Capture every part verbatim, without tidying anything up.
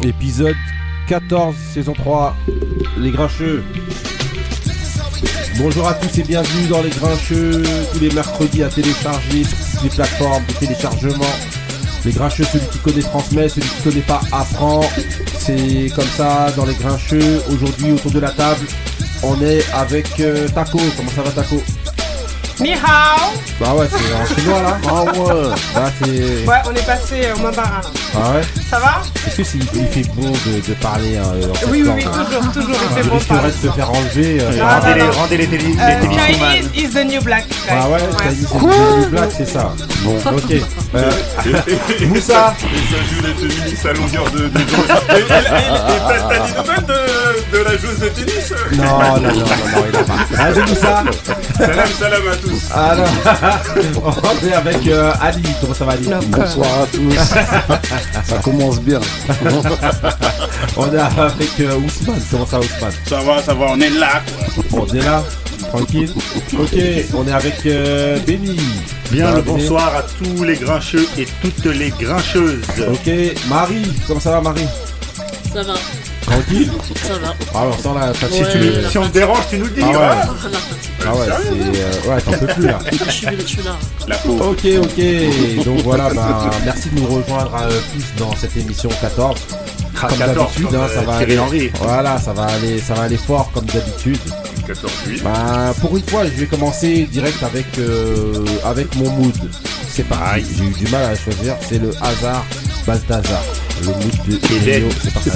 Épisode quatorze, saison trois, Les Grincheux. Bonjour à tous et bienvenue dans Les Grincheux, tous les mercredis à télécharger sur toutes les plateformes de téléchargement. Les Grincheux, celui qui connaît transmet, celui qui connaît pas apprend. C'est comme ça dans Les Grincheux. Aujourd'hui, autour de la table, on est avec euh, Taco. Comment ça va, Taco? Ni hao. Bah ouais, c'est en chinois là. Ah ouais. Bah, c'est... Ouais, on est passé au mandarin. Ah ouais. Ça va? Est-ce que c'est, il fait bon de, de parler hein, dans cette Oui, oui, langue, oui, hein. toujours, toujours, il fait Je bon de parler. risquerais de te faire enlever. Euh, Ah, rendez, non, les, non. rendez les télé, Euh, les télécommandes. Chinese is the new black. Ah ouais, Chinese is the new black, c'est ça. Bon, ok. Euh, Moussa. Et ça joue les féministes à longueur de, de journée. Et, et, et, et t'as, t'as des nouvelles de, de la joueuse de tennis? Non, non, non, non, non, il a pas. Ah, j'ai Moussa. Salam, salam à tous. Ah non. On est avec euh, Ali. Comment ça va, Ali? Bonsoir à tous. Ça commence bien. On est avec euh, Ousmane. Comment ça va, Ousmane? Ça va, ça va, on est là, quoi. On est là. Tranquille. Ok, on est avec euh, Benny. Bien Ça le va, Benny? bonsoir à tous les grincheux et toutes les grincheuses. Ok, Marie. Comment ça va, Marie? Ça va, Tranquille. ça va. Ah, on sent la fatigue. Ouais. Si, tu, la si on te dérange, tu nous le dis. Ah ouais. voilà. Ah, la fatigue. Ah ouais, c'est... Euh, ouais, t'en peux plus là. Je suis, je suis là. La pauvre. Ok, ok. Donc voilà, bah, merci de nous rejoindre euh, tous dans cette émission quatorze. Comme quatorze, d'habitude, comme, hein, ça euh, va Thierry aller. Henry. Voilà, ça va aller, ça va aller fort comme d'habitude. quatorze huit. Bah, pour une fois, je vais commencer direct avec euh, avec mon mood. C'est pareil, j'ai eu du mal à choisir. C'est le hasard Balthazar. Le mood de Il est Elio, c'est parti.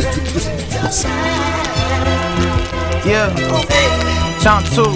Yeah, Chant two,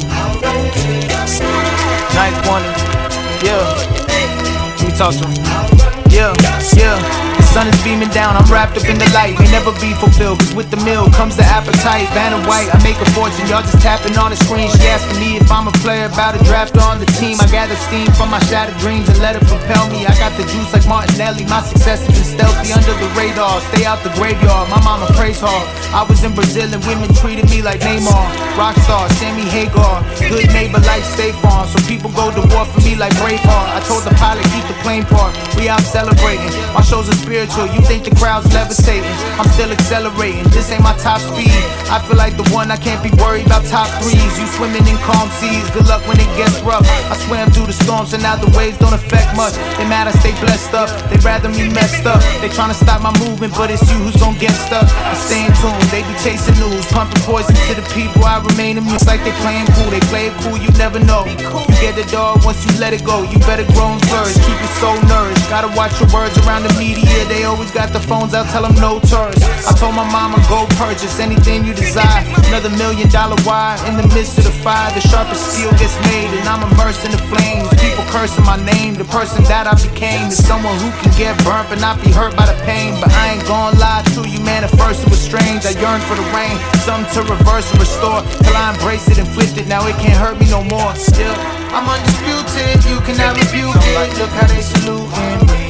Night one, yeah, let me talk to him. Yeah, yeah, the sun is beaming down, I'm wrapped up in the light. May never be fulfilled, cause with the meal comes the appetite. Vanna White, I make a fortune, y'all just tapping on the screen. She asking me if I'm a player, about a draft on the team. I gather steam from my shattered dreams and let it propel me. I got the juice like Martinelli, my success has been stealthy under the radar. Stay out the graveyard, my mama prays hard. I was in Brazil and women treated me like Neymar. Rockstar, Sammy Hagar, good neighbor like State Farm. So people go to war for me like Braveheart. I told the pilot keep the plane parked, we out celebrating. My shows are spiritual, you think the crowd's levitating. I'm still accelerating, this ain't my top speed. I feel like the one, I can't be worried about top threes. You swimming in calm seas, good luck when it gets rough. I swam through the storms and now the waves don't affect much. They mad I stay blessed up, they rather me messed up. They tryna stop my movement, but it's you who's gon' get stuck. I stay in tune, they be chasing news, pumping poison to the people. I remain immune, it's like they playing cool, they play it cool, you never know. You get the dog once you let it go, you better grow and flourish, keep your soul nourished. Gotta watch your words around the media, they always got the phones out, tell them no tourists. I told my mama go purchase anything you desire. Another million dollar wire in the midst of the fire. The sharpest steel gets made and I'm immersed in the flames. People cursing my name, the person that I became is someone who can get burnt but not be hurt by the pain. But I ain't gon' lie to you, man, at first it was strange. I yearned for the rain, something to reverse and restore. Till I embraced it and flipped it, now it can't hurt me no more. Still, I'm undisputed, you cannot rebuke it. Look how they saluting me.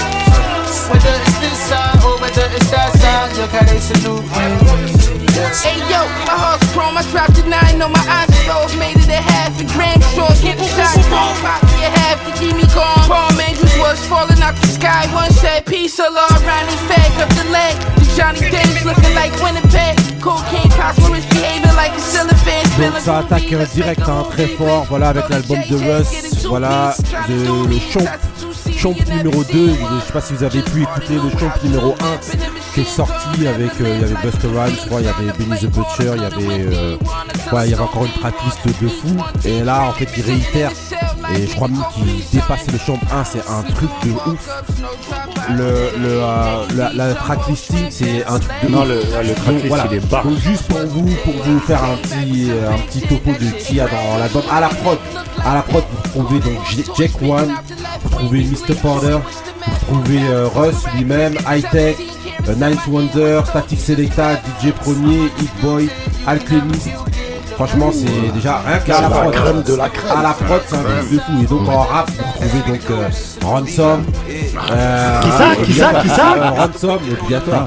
Whether it's this side or whether it's that side, look how they salute me. Hey yo, my heart's chrome, I dropped a nine on my eyes stove. Made it a half a gram short, getting shot wrong. Pop me a half to keep me calm. Palm angels was falling out the sky. One said peace, Allah, Ronnie fag up the leg. The Johnny Davis looking like Winnipeg. Cocaine cops were misbehaving like a cellophane. Donc ça attaque euh, direct, hein, très fort. Voilà, avec l'album de Russ. Voilà, de le Chomp. Chomp numéro deux, je sais pas si vous avez pu écouter le Chomp numéro un qui est sorti avec, euh, il y avait Busta Rhymes, je crois, il y avait Benny the Butcher, il y avait, euh, ouais, il y avait encore une tracklist de fou. Et là, en fait, il réitère, et je crois même qu'il dépasse le Chomp un, c'est un truc de ouf. Le, le, euh, la, la tracklisting, c'est un truc de Non, ouf. le, le tracklist, Donc, voilà. il est bas. Donc juste pour vous, pour vous faire un petit, euh, un petit topo de qui y a dans l'album. À la prod, à la prod, vous trouvez donc Jack One, vous trouvez mister Porter, vous trouvez euh, Russ lui-même, High Tech, euh, Ninth Wonder, Static Selecta, D J Premier, Hit Boy, Alchemist. Franchement, c'est déjà rien qu'à la prod. crème de la crème. À la prod, c'est un truc de fou. Et donc en rap, vous trouvez donc euh, Ransom. Euh, Qui ça, qui ça, qui ça euh, Ransom, obligatoire.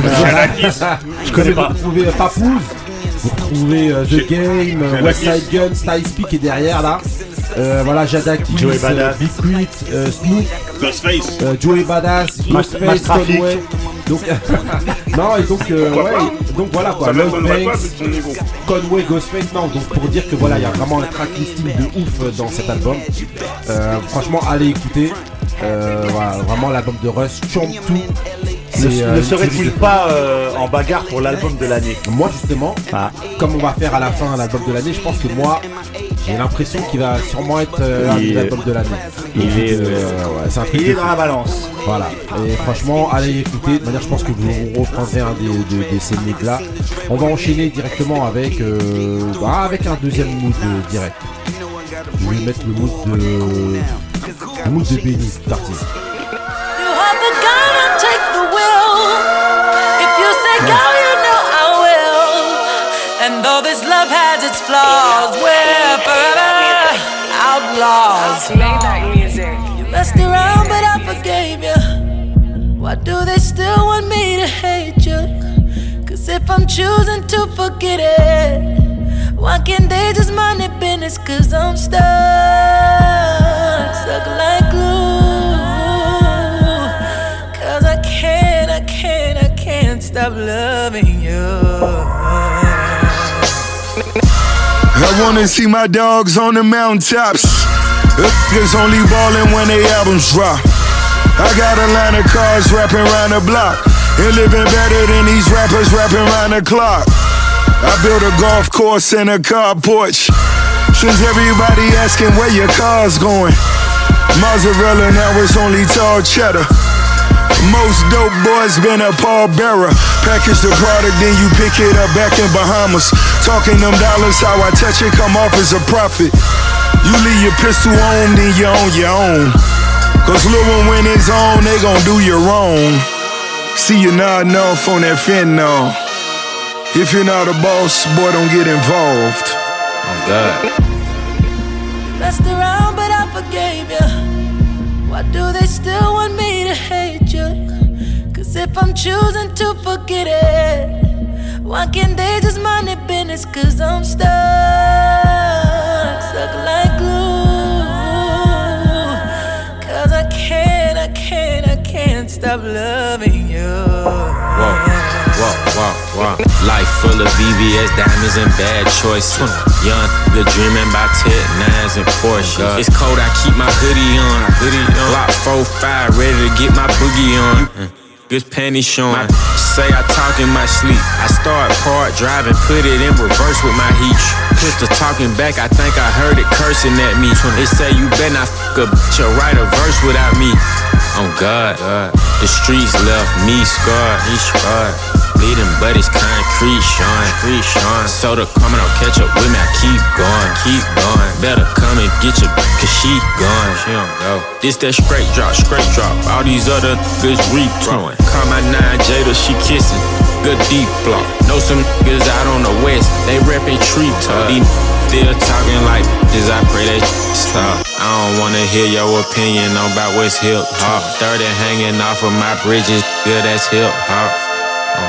Je connais pas. Vous trouvez euh, Papoose. Vous retrouvez euh, The Game, euh, West Side Gun, Style Speak est derrière là. Euh, voilà, Jada Kiss, Joey Badass. euh, Big Crit, euh, Snoop, Ghostface. euh, Joey Badass, Ghostface, Trafic. Conway. Donc, non, et donc, euh, Pourquoi ouais, pas donc voilà quoi, Ça Lloyd m'étonnerait pas Banks, vu de son niveau. Conway, Ghostface, non, donc pour dire que voilà, il y a vraiment un track listing de ouf dans cet album. Euh, franchement, allez écouter. Euh, voilà, vraiment l'album de Russ, Chomp deux. Ne, C'est, ne euh, serait-il une- pas euh, en bagarre pour l'album de l'année? Moi justement, Ah. comme on va faire à la fin l'album de l'année, je pense que moi j'ai l'impression qu'il va sûrement être euh, un Il des est- albums de l'année. il Donc, est, euh, euh, ouais, c'est un truc Il de est fou. dans la balance. Voilà. Et franchement, allez écouter. De manière, je pense que vous reprendrez un des, de, de ces moods là. On va enchaîner directement avec, euh, bah, avec un deuxième mood euh, direct. Je vais mettre le mood de, le mood de Benny d'artiste. You have the gun and take the will. If you say go, you know I will. And though this love has its flaws, we're forever outlaws. Maybach music. You messed around, but I forgave you. Why do they still want me to hate you? Cause if I'm choosing to forget it, why can't they just mind their business? Cause I'm stuck, stuck like glue. Cause I can't, I can't, I can't stop loving you. I wanna see my dogs on the mountaintops. Niggas only ballin' when they albums drop. I got a line of cars rapping around the block and living better than these rappers rapping around the clock. I built a golf course and a car porch. Since everybody asking where your car's going, mozzarella now it's only tall cheddar. Most dope boys been a pallbearer. Package the product, then you pick it up back in Bahamas. Talking them dollars, how I touch it, come off as a profit. You leave your pistol on, then you on your own. Cause Lil' one when it's on, they gon' do you wrong. See you nodding off on that fentanyl. If you're not a boss, boy, don't get involved. Oh God. Messed around, but I forgave you. Why do they still want me to hate you? Cause if I'm choosing to forget it, why can't they just mind their business? Cause I'm stuck, stuck like glue. Cause I can't, I can't, I can't stop loving you. Whoa, whoa, whoa, whoa. Life full of V V S, diamonds and bad choices. Young, good dreaming about Ted nines and Porsche. It's cold, I keep my hoodie on. Hoodie on. Block four five, ready to get my boogie on. Good panties showing. Say I talk in my sleep. I start part driving, put it in reverse with my heat. Pistol talking back, I think I heard it cursing at me. It say you better not fuck a bitch or write a verse without me. Oh God, the streets left me scarred. Me scarred. Bleeding, but it's concrete, showing. Street showing. Soda coming, I'll catch up with me. I keep going, keep going. Better come and get your b- cause she gone. She don't go. This that straight drop, straight drop. All these other niggas rethrowing. Call my nine Jada, she kissing. Good deep block. Know some niggas out on the west, they reppin' tree talk. These still talking like this, I pray they stop. I don't wanna hear your opinion on about what's hip hop. thirty hanging off of my bridges, good that's hip hop. Oh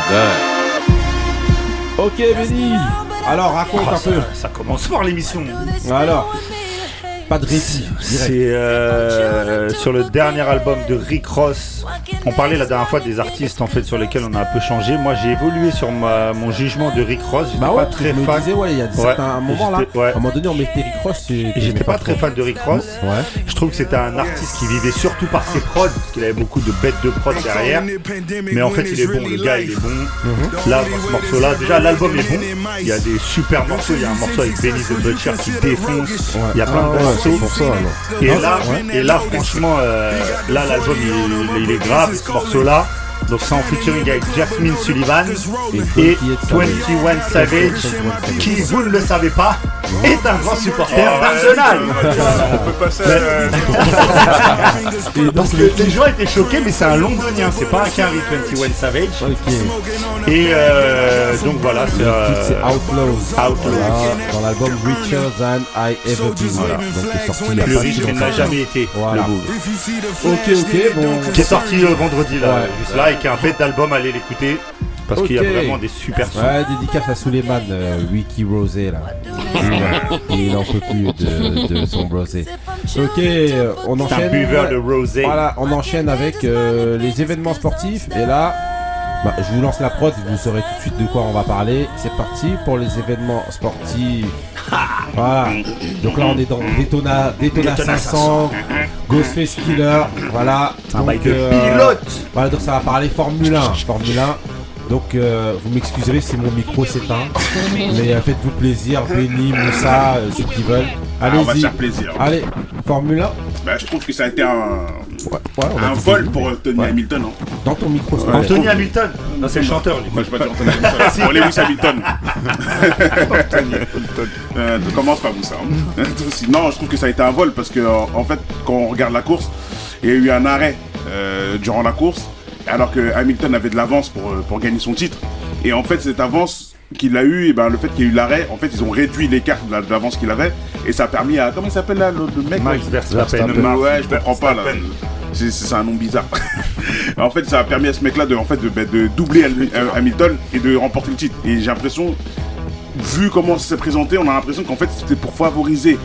God. Ok Benny, alors raconte Ah, un ça, peu. ça commence fort l'émission. Alors, pas de récit, direct. C'est euh, sur le dernier album de Rick Ross. On parlait la dernière fois des artistes en fait sur lesquels on a un peu changé. Moi j'ai évolué sur ma, mon jugement de Rick Ross. J'étais Bah ouais, pas très je me fan. disais, ouais, il y a Ouais. certains moments là, J'étais- ouais. à un moment donné on mettait Rick Ross. Et j'étais pas très fan de Rick Ross. Ouais. Je trouve que c'était un artiste qui vivait surtout par ses prods, parce qu'il avait beaucoup de bêtes de prod derrière. Mais en fait, il est bon, le gars, il est bon. Mm-hmm. Là, dans ce morceau-là, déjà, l'album est bon. Il y a des super morceaux. Il y a un morceau avec Benny the Butcher qui défonce. Il y a plein de Ah bons ouais, morceaux. c'est pour ça, alors. Et Non, là, ouais. et là, franchement, euh, là, l'album, il, il est grave, ce morceau-là. Donc, c'est en featuring avec Jasmine Sullivan et vingt et un Savage, qui, vous ne le savez pas, est un grand supporter d'Arsenal. On peut passer à... Et Parce que les gens étaient choqués, mais c'est un londonien, c'est pas un Carrie vingt et un Savage. Ok. Et euh, donc voilà, c'est Le euh, titre c'est Outlaws. Outlaws. Voilà, dans l'album Richer Than I Ever Been. Voilà. Donc qui est sorti il y a plus pas riche si qu'il longtemps. n'a jamais été. Voilà. Le Boog. Ok, ok, bon. Qui est sorti euh, vendredi là, Ouais. juste là, et qui est un bête d'album, allez l'écouter. Parce Ok. qu'il y a vraiment des super sons. Ouais, dédicace à Suleiman, euh, Wiki Rosé là. Il n'en peut plus de, de son Rosé. Ok, euh, on C'est un enchaîne. buveur de rosé. Voilà, on enchaîne avec euh, les événements sportifs. Et là, bah, je vous lance la prod, vous saurez tout de suite de quoi on va parler. C'est parti pour les événements sportifs. Voilà. Donc là, on est dans Daytona, Daytona Daytona cinq cents, Ghostface Killer. Voilà. Un bail de euh, pilote. Voilà, donc ça va parler Formule un. Formule un. Donc euh, vous m'excuserez si mon micro s'éteint. Mais euh, faites-vous plaisir, Benny, Moussa, euh, ceux qui veulent. Ah, on va se Allez-y. faire plaisir. Allez, Formule un. Bah, je trouve que ça a été un, Ouais, ouais, on a un dit vol Benny, pour mais- euh, Tony Ouais. Hamilton. Hein. Dans ton micro, c'est Ouais. pas Anthony trop. Hamilton. Non, c'est le chanteur. lui. Moi, je vais pas dire Anthony Hamilton. Pour Lewis Hamilton. Euh, tu commences par vous ça. Hein. Non, je trouve que ça a été un vol parce que en en fait, quand on regarde la course, il y a eu un arrêt euh, durant la course, alors que Hamilton avait de l'avance pour, euh, pour gagner son titre. Et en fait, cette avance qu'il a eu, et ben le fait qu'il y ait eu l'arrêt, en fait, ils ont réduit l'écart de la- de l'avance qu'il avait, et ça a permis à comment il s'appelle là le, le mec Max là Verstappen. Euh, Ouais, je comprends pas là. C'est, c'est c'est un nom bizarre. En fait, ça a permis à ce mec-là de, en fait, de, bah, de doubler Ham- euh, Hamilton et de remporter le titre. Et j'ai l'impression, vu comment ça s'est présenté, on a l'impression qu'en fait c'était pour favoriser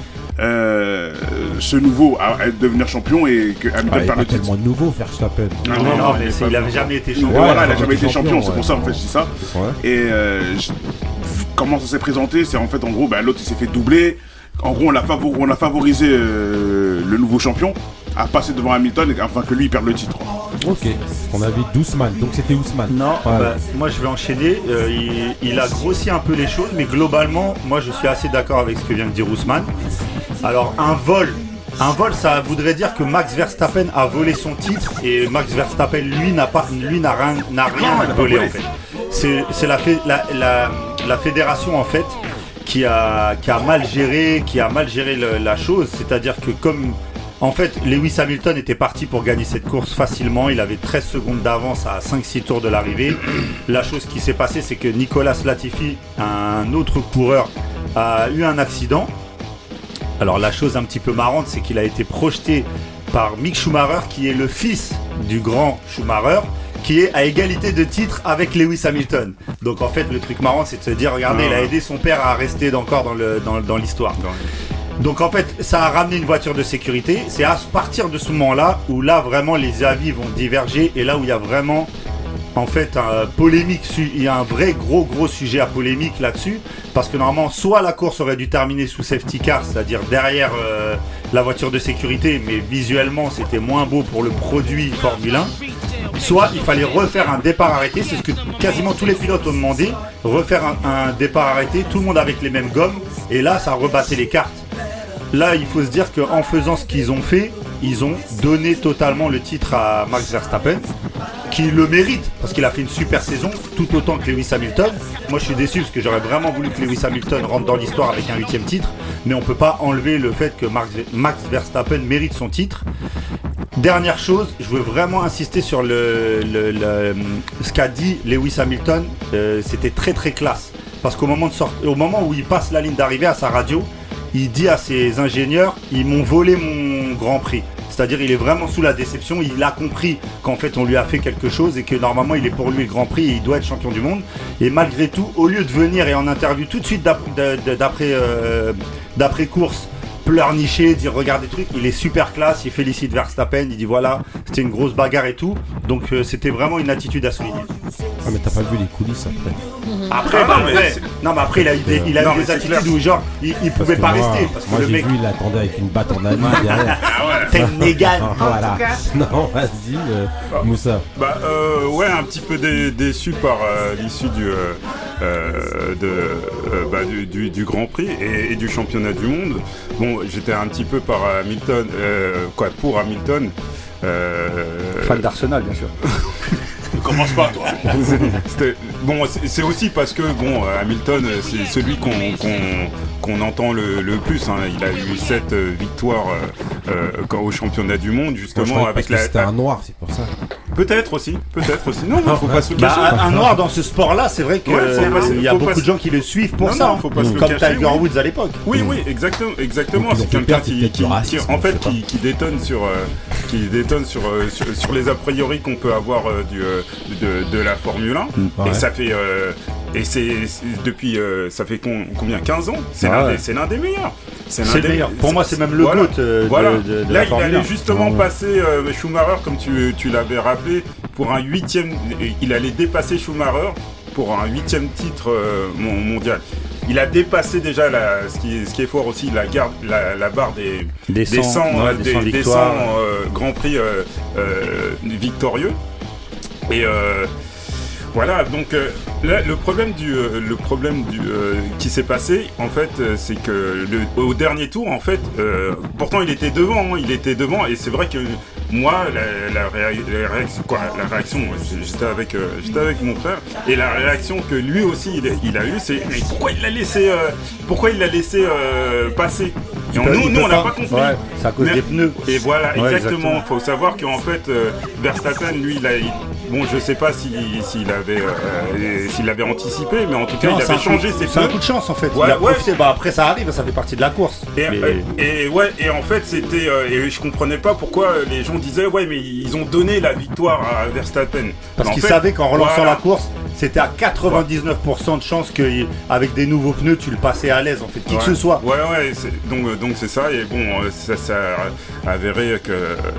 euh, ce nouveau à, à devenir champion et que Ah, Hamilton il est perd pas le titre. tellement nouveau, Verstappen. Non, Non, non, non, non, mais c'est- il avait jamais été Et champion. Ouais, voilà, il a il jamais a été été champion, champion, c'est ouais. pour ça en fait je dis ça. Ouais. Et euh, je- vu comment ça s'est présenté, c'est en fait en gros, bah, l'autre il s'est fait doubler. En gros, on a, favor- on a favorisé euh, le nouveau champion à passer devant Hamilton afin que lui il perde le titre. Ok, on avait Ousmane, donc c'était Ousmane. Non, Voilà. bah, moi je vais enchaîner. Euh, il, il a grossi un peu les choses, mais globalement, moi je suis assez d'accord avec ce que vient de dire Ousmane. Alors, un vol, un vol, ça voudrait dire que Max Verstappen a volé son titre et Max Verstappen, lui, n'a pas, lui n'a rien, n'a rien Non, il a pas volé volé. en fait. C'est, c'est la, fé- la, la, la fédération en fait qui a, qui a mal géré, qui a mal géré le- la chose. C'est-à-dire que comme en fait, Lewis Hamilton était parti pour gagner cette course facilement. Il avait treize secondes d'avance à cinq six tours de l'arrivée. La chose qui s'est passée, c'est que Nicolas Latifi, un autre coureur, a eu un accident. Alors la chose un petit peu marrante, c'est qu'il a été projeté par Mick Schumacher, qui est le fils du grand Schumacher, qui est à égalité de titre avec Lewis Hamilton. Donc en fait, le truc marrant, c'est de se dire, regardez, il a aidé son père à rester encore dans, le, dans, dans l'histoire. Donc en fait, ça a ramené une voiture de sécurité. C'est à partir de ce moment-là où là vraiment les avis vont diverger et là où il y a vraiment en fait un polémique, su- il y a un vrai gros gros sujet à polémique là-dessus parce que normalement soit la course aurait dû terminer sous safety car, c'est-à-dire derrière euh, la voiture de sécurité, mais visuellement c'était moins beau pour le produit Formule un. Soit il fallait refaire un départ arrêté, c'est ce que quasiment tous les pilotes ont demandé, refaire un, un départ arrêté, tout le monde avec les mêmes gommes, et là ça rebattait les cartes. Là il faut se dire qu'en faisant ce qu'ils ont fait, ils ont donné totalement le titre à Max Verstappen, qui le mérite, parce qu'il a fait une super saison, tout autant que Lewis Hamilton. Moi je suis déçu parce que j'aurais vraiment voulu que Lewis Hamilton rentre dans l'histoire avec un huitième titre, mais on peut pas enlever le fait que Max, Max Verstappen mérite son titre. Dernière chose, je veux vraiment insister sur le, le- le- ce qu'a dit Lewis Hamilton, euh, c'était très très classe. Parce qu'au moment, de sort- au moment où il passe la ligne d'arrivée à sa radio, il dit à ses ingénieurs, ils m'ont volé mon Grand Prix. C'est-à-dire il est vraiment sous la déception, il a compris qu'en fait on lui a fait quelque chose et que normalement il est pour lui le Grand Prix et il doit être champion du monde. Et malgré tout, au lieu de venir et en interview tout de suite d'ap- de- de- d'après euh, d'après course, pleurnicher, dire regardez trucs, il est super classe, il félicite Verstappen, il dit voilà, c'était une grosse bagarre et tout. Donc euh, c'était vraiment une attitude à souligner. Ah, mais t'as pas vu les coulisses après. Après, Ah, bah, non, mais ouais. c'est- non mais après il a eu des, il a Non, eu mais des c'est attitudes clair. où genre il, il pouvait que pas moi, rester parce que moi le j'ai mec vu, il attendait avec une batte en ami derrière. t'es une négane. Voilà. Non, vas-y, euh, Moussa. Bah euh, ouais, un petit peu dé- déçu par euh, l'issue du, euh, euh, de, euh, bah, du, du- du Grand Prix et, et du championnat du monde. Bon, j'étais un petit peu par Hamilton, euh, quoi, pour Hamilton. Euh, Fan d'Arsenal bien sûr. Ne commence pas, toi. C'était- bon, c'est c'est aussi parce que bon, euh, Hamilton, euh, c'est celui qu'on qu'on qu'on entend le, le plus. Hein. Il a eu sept euh, victoires euh, euh, quand- au championnat du monde, Moi, je justement croyais avec parce que la. c'était un noir, c'est pour ça. Peut-être aussi, peut-être aussi. Non, mais faut pas se le Bah, cacher. un, un noir dans ce sport-là, c'est vrai que Ouais, faut euh, pas se- il y a faut beaucoup pas de gens qui le suivent pour Non, ça, non, hein. faut pas se le Comme cacher, Tiger oui. Woods à l'époque. Oui, oui, exactement, exactement. Donc, ils C'est ont fait quelqu'un perdre, c'est qui, peut-être qui, du qui- racisme, en je fait, sais pas. qui, qui détonne sur, euh, qui détonne sur, euh, sur, sur les a priori qu'on peut avoir euh, du, euh, de, de la Formule un. Mmh, ouais. Et ça fait, euh, et c'est, c'est depuis, euh, ça fait con, combien, quinze ans. C'est ah l'un, ouais. des, c'est l'un des meilleurs. C'est, c'est l'un des meilleurs. Pour moi, c'est même le voilà. GOAT euh, voilà. de, de, de Là, la il Formule allait un. justement ouais. passer euh, Schumacher, comme tu, tu l'avais rappelé, pour un huitième. Il allait dépasser Schumacher pour un huitième titre euh, mondial. Il a dépassé déjà la, ce, qui est, ce qui est fort aussi, la, garde, la, la barre des, des cent, cent, ouais, des, des cent, des cent euh, Grands Prix euh, euh, victorieux. Et euh, voilà, donc euh, là, le problème, du, euh, le problème du, euh, qui s'est passé, en fait, euh, c'est que le, au dernier tour, en fait, euh, pourtant il était devant, hein, il était devant, et c'est vrai que moi, la, la, réa- la réaction, quoi, la réaction, j'étais avec, euh, j'étais avec mon frère, et la réaction que lui aussi il a, il a eu, c'est mais pourquoi il l'a laissé, euh, pourquoi il l'a laissé euh, passer. Et on, nous, nous on n'a pas compris. Ouais, c'est à cause mais, des pneus. Et voilà, ouais, exactement. Il faut savoir qu'en fait, euh, Verstappen, lui, il a, il, bon, je sais pas s'il si, si avait, euh, s'il avait anticipé, mais en tout cas, non, il avait changé coup, ses pneus. C'est un coup de chance en fait. Ouais, il a ouais. profité. Bah, après, ça arrive, ça fait partie de la course. Et, mais... euh, et ouais, et en fait, c'était, euh, et je comprenais pas pourquoi les gens disaient, ouais, mais ils ont donné la victoire à Verstappen. Parce qu'ils fait, savaient qu'en relançant voilà. la course, c'était à quatre-vingt-dix-neuf pour cent de chance qu'avec des nouveaux pneus, tu le passais à l'aise, en fait, qui ouais. que ce soit. Ouais, ouais, c'est, donc, donc c'est ça, et bon, ça s'est avéré que.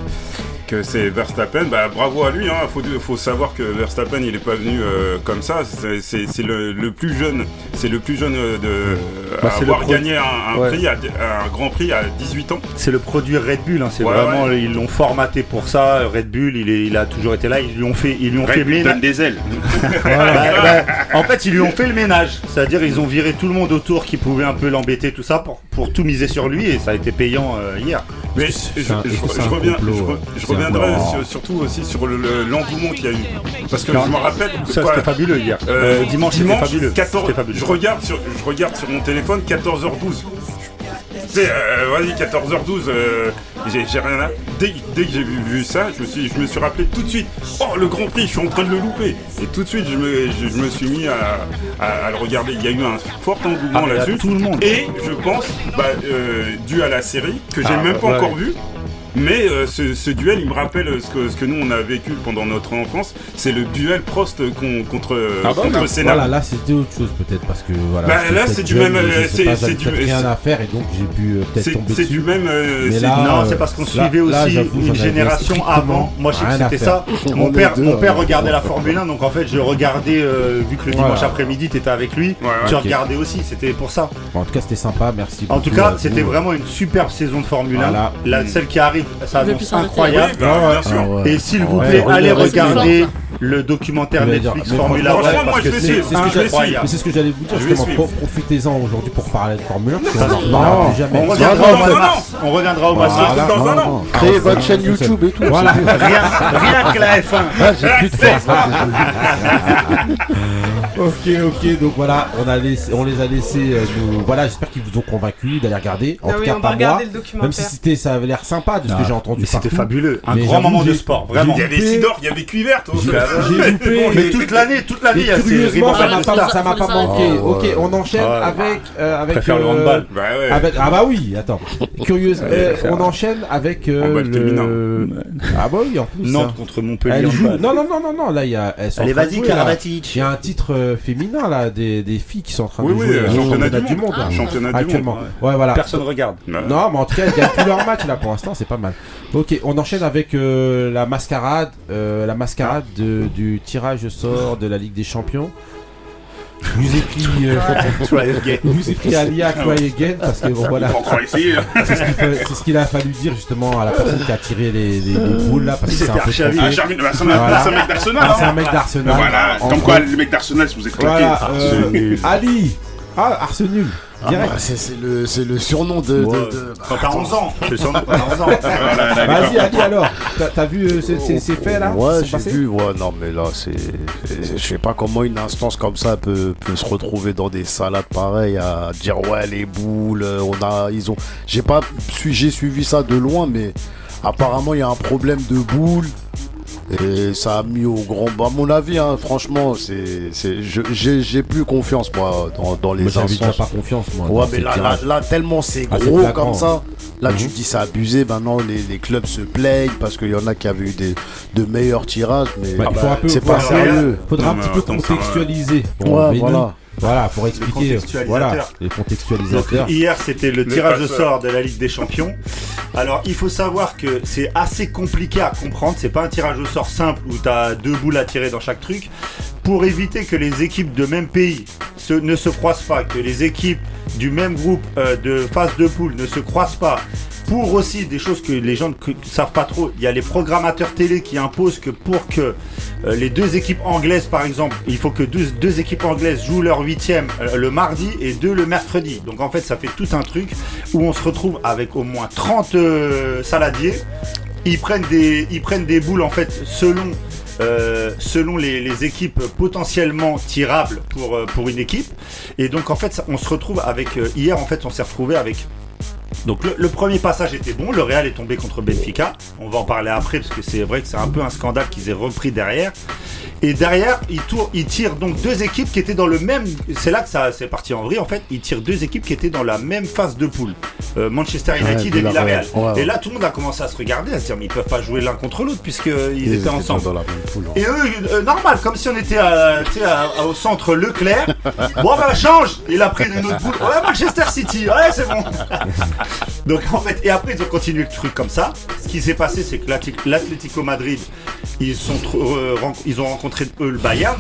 que c'est Verstappen, bah bravo à lui, hein. faut, faut savoir que Verstappen il est pas venu euh, comme ça, c'est, c'est, c'est le, le plus jeune, c'est le plus jeune de bah, à avoir pro... gagné un, un, ouais. prix à, un grand prix à dix-huit ans. C'est le produit Red Bull, hein. c'est ouais, vraiment, ouais. ils l'ont formaté pour ça, Red Bull il, est, il a toujours été là, ils lui ont fait, ils lui ont Red fait Bull ménage. donne des ailes. Voilà. bah, bah, en fait ils lui ont fait le ménage, c'est-à-dire ils ont viré tout le monde autour qui pouvait un peu l'embêter, tout ça, pour, pour tout miser sur lui et ça a été payant euh, hier. Mais je, je, je, je, reviens, complot, je, je reviendrai sur, surtout aussi sur le, le, l'engouement qu'il y a eu. Parce que non, je me rappelle. Ça quoi, c'était fabuleux hier. Euh, dimanche, dimanche c'était fabuleux. quatorze, c'était fabuleux. Je, regarde sur, je regarde sur mon téléphone quatorze heures douze. C'est, euh, vas-y, quatorze heures douze, euh, j'ai, j'ai rien à. Dès, dès que j'ai vu, vu ça, je me, suis, je me suis rappelé tout de suite. Oh, le Grand Prix, je suis en train de le louper. Et tout de suite, je me, je, je me suis mis à, à, à le regarder. Il y a eu un fort engouement ah, là-dessus. Tout le monde. Et je pense, bah, euh, dû à la série, que j'ai ah, même pas ouais. encore vu. Mais euh, ce, ce duel, il me rappelle ce que, ce que nous on a vécu pendant notre enfance. C'est le duel Prost con, contre, ah bah, contre bah, Senna. Voilà, là c'était autre chose peut-être parce que voilà. Bah, là c'est du même. Euh, c'est, pas, c'est du rien à faire et donc j'ai pu euh, peut-être c'est, tomber c'est dessus. du même. Euh, mais c'est là, non, euh, c'est parce qu'on là, suivait aussi là, une génération avant. Moi je sais que c'était ça. Mon père, mon père regardait la Formule un, donc en fait je regardais euh, vu que le dimanche après-midi t'étais avec lui, tu regardais aussi. C'était pour ça. En tout cas c'était sympa, merci. En tout cas c'était vraiment une superbe saison de Formule un. La celle qui arrive, ça annonce incroyable. Ah ouais, ah ouais. Et s'il vous plaît, ouais, allez regarder le documentaire Netflix dire, Formula One parce que c'est, c'est incroyable. Mais c'est ce que j'allais vous dire justement. Pro- profitez-en aujourd'hui pour parler de Formule un. Ça, non, non, non, jamais. On reviendra au mois de mars. On reviendra au mois de mars dans un an. Créez votre chaîne YouTube et tout. Voilà. Rien, rien que la F un. Ah, j'ai plus de force. Ok, ok. Donc voilà, on a laissé, on les a laissés. Euh, nous, voilà, j'espère qu'ils vous ont convaincu d'aller regarder. En ah tout oui, cas, pas moi. Même si c'était, ça avait l'air sympa de ce ah, que j'ai entendu. C'était partout. fabuleux. Un mais grand moment de sport, vraiment. Il y avait Sidor, il y avait Cuivert. J'ai loupé. Mais toute l'année, toute l'année, il y a ces ribans. Ça m'a pas manqué. Ok, on enchaîne avec avec. Préfère le handball. Ah bah oui, attends. Curieuse. On enchaîne avec le. Ah bah oui, en plus. Nantes contre Montpellier. Non non non non non. Là il y a. Allez vas-y Karabatic. Il y a un titre féminin là des des filles qui sont en train de jouer. Oui oui. Championnat du monde. Championnat du monde. Ouais voilà. Personne regarde. Non mais en tout cas il y a plus leur match là pour l'instant, c'est pas mal. Ok, on enchaîne avec euh, la mascarade, euh, la mascarade de, du tirage au sort de la Ligue des Champions. Je vous ai pris, euh, je vous ai pris Alia Try Again parce que bon voilà, c'est ce, qu'il fait, c'est ce qu'il a fallu dire justement à la personne qui a tiré les, les, les boules là parce que c'est un peu compliqué. Ah, Charmin, bah, c'est, voilà. c'est un mec d'Arsenal. Ah, c'est un mec d'Arsenal. Voilà, comme quoi les mecs d'Arsenal, si vous êtes claqués. Voilà, euh, Ali, ah Arsenal. Ah bah, c'est, c'est, le, c'est le surnom de. Ouais. de, de bah, t'as onze ans. C'est le surnom, t'as onze ans. Vas-y, Ali, alors. T'as, t'as vu euh, ces, ces, ces faits là? Ouais, j'ai passés vu. Ouais, non, mais là, c'est. c'est je sais pas comment une instance comme ça peut, peut se retrouver dans des salades pareilles à dire ouais, les boules, on a. Ils ont. J'ai pas. J'ai suivi ça de loin, mais apparemment, il y a un problème de boules. Et ça a mis au grand. À mon avis, hein, franchement, c'est, c'est, je, j'ai, j'ai plus confiance moi dans, dans les moi, instances. J'avais déjà pas confiance moi. Ouais, mais là, là, là, tellement c'est ah, gros c'est comme ça. Là, mmh. tu te dis c'est abusé. Maintenant, les, les clubs se plaignent parce qu'il y en a qui avaient eu des, de meilleurs tirages, mais bah, ah bah, bah, peu, c'est pas sérieux. Faudra non, un petit mais peu attends, contextualiser. Ouais, voilà. Voilà, pour expliquer. Voilà, les contextualisateurs. Donc, hier, c'était le, le tirage au sort de la Ligue des Champions. Alors, il faut savoir que c'est assez compliqué à comprendre. C'est pas un tirage au sort simple où tu as deux boules à tirer dans chaque truc. Pour éviter que les équipes de même pays se, ne se croisent pas, que les équipes du même groupe euh, de phase de poule ne se croisent pas. Pour aussi des choses que les gens ne savent pas trop, il y a les programmateurs télé qui imposent que pour que euh, les deux équipes anglaises, par exemple, il faut que deux, deux équipes anglaises jouent leur huitième euh, le mardi et deux le mercredi. Donc en fait, ça fait tout un truc où on se retrouve avec au moins trente euh, saladiers. Ils prennent des, ils prennent des boules en fait selon Euh, selon les, les équipes potentiellement tirables pour, euh, pour une équipe. Et donc en fait ça, on se retrouve avec euh, hier en fait on s'est retrouvé avec donc le, le premier passage était bon, le Real est tombé contre Benfica, on va en parler après parce que c'est vrai que c'est un peu un scandale qu'ils aient repris derrière. Et derrière, ils, tour, ils tirent donc deux équipes qui étaient dans le même. C'est là que ça c'est parti en vrille en fait. Ils tirent deux équipes qui étaient dans la même phase de poule, euh, Manchester United ouais, et Villarreal. Ouais, ouais. Et là, tout le monde a commencé à se regarder, à se dire mais ils peuvent pas jouer l'un contre l'autre puisqu'ils étaient, étaient ensemble. Dans la même poule, hein. Et eux, euh, normal, comme si on était à, à, à, au centre Leclerc. Bon bah change. Il a pris une autre poule. Ouais, Manchester City. Ouais, c'est bon. Donc en fait, et après ils ont continué le truc comme ça. Ce qui s'est passé, c'est que l'Atlético Madrid, ils sont trop, euh, ils ont rencontré eux le Bayern.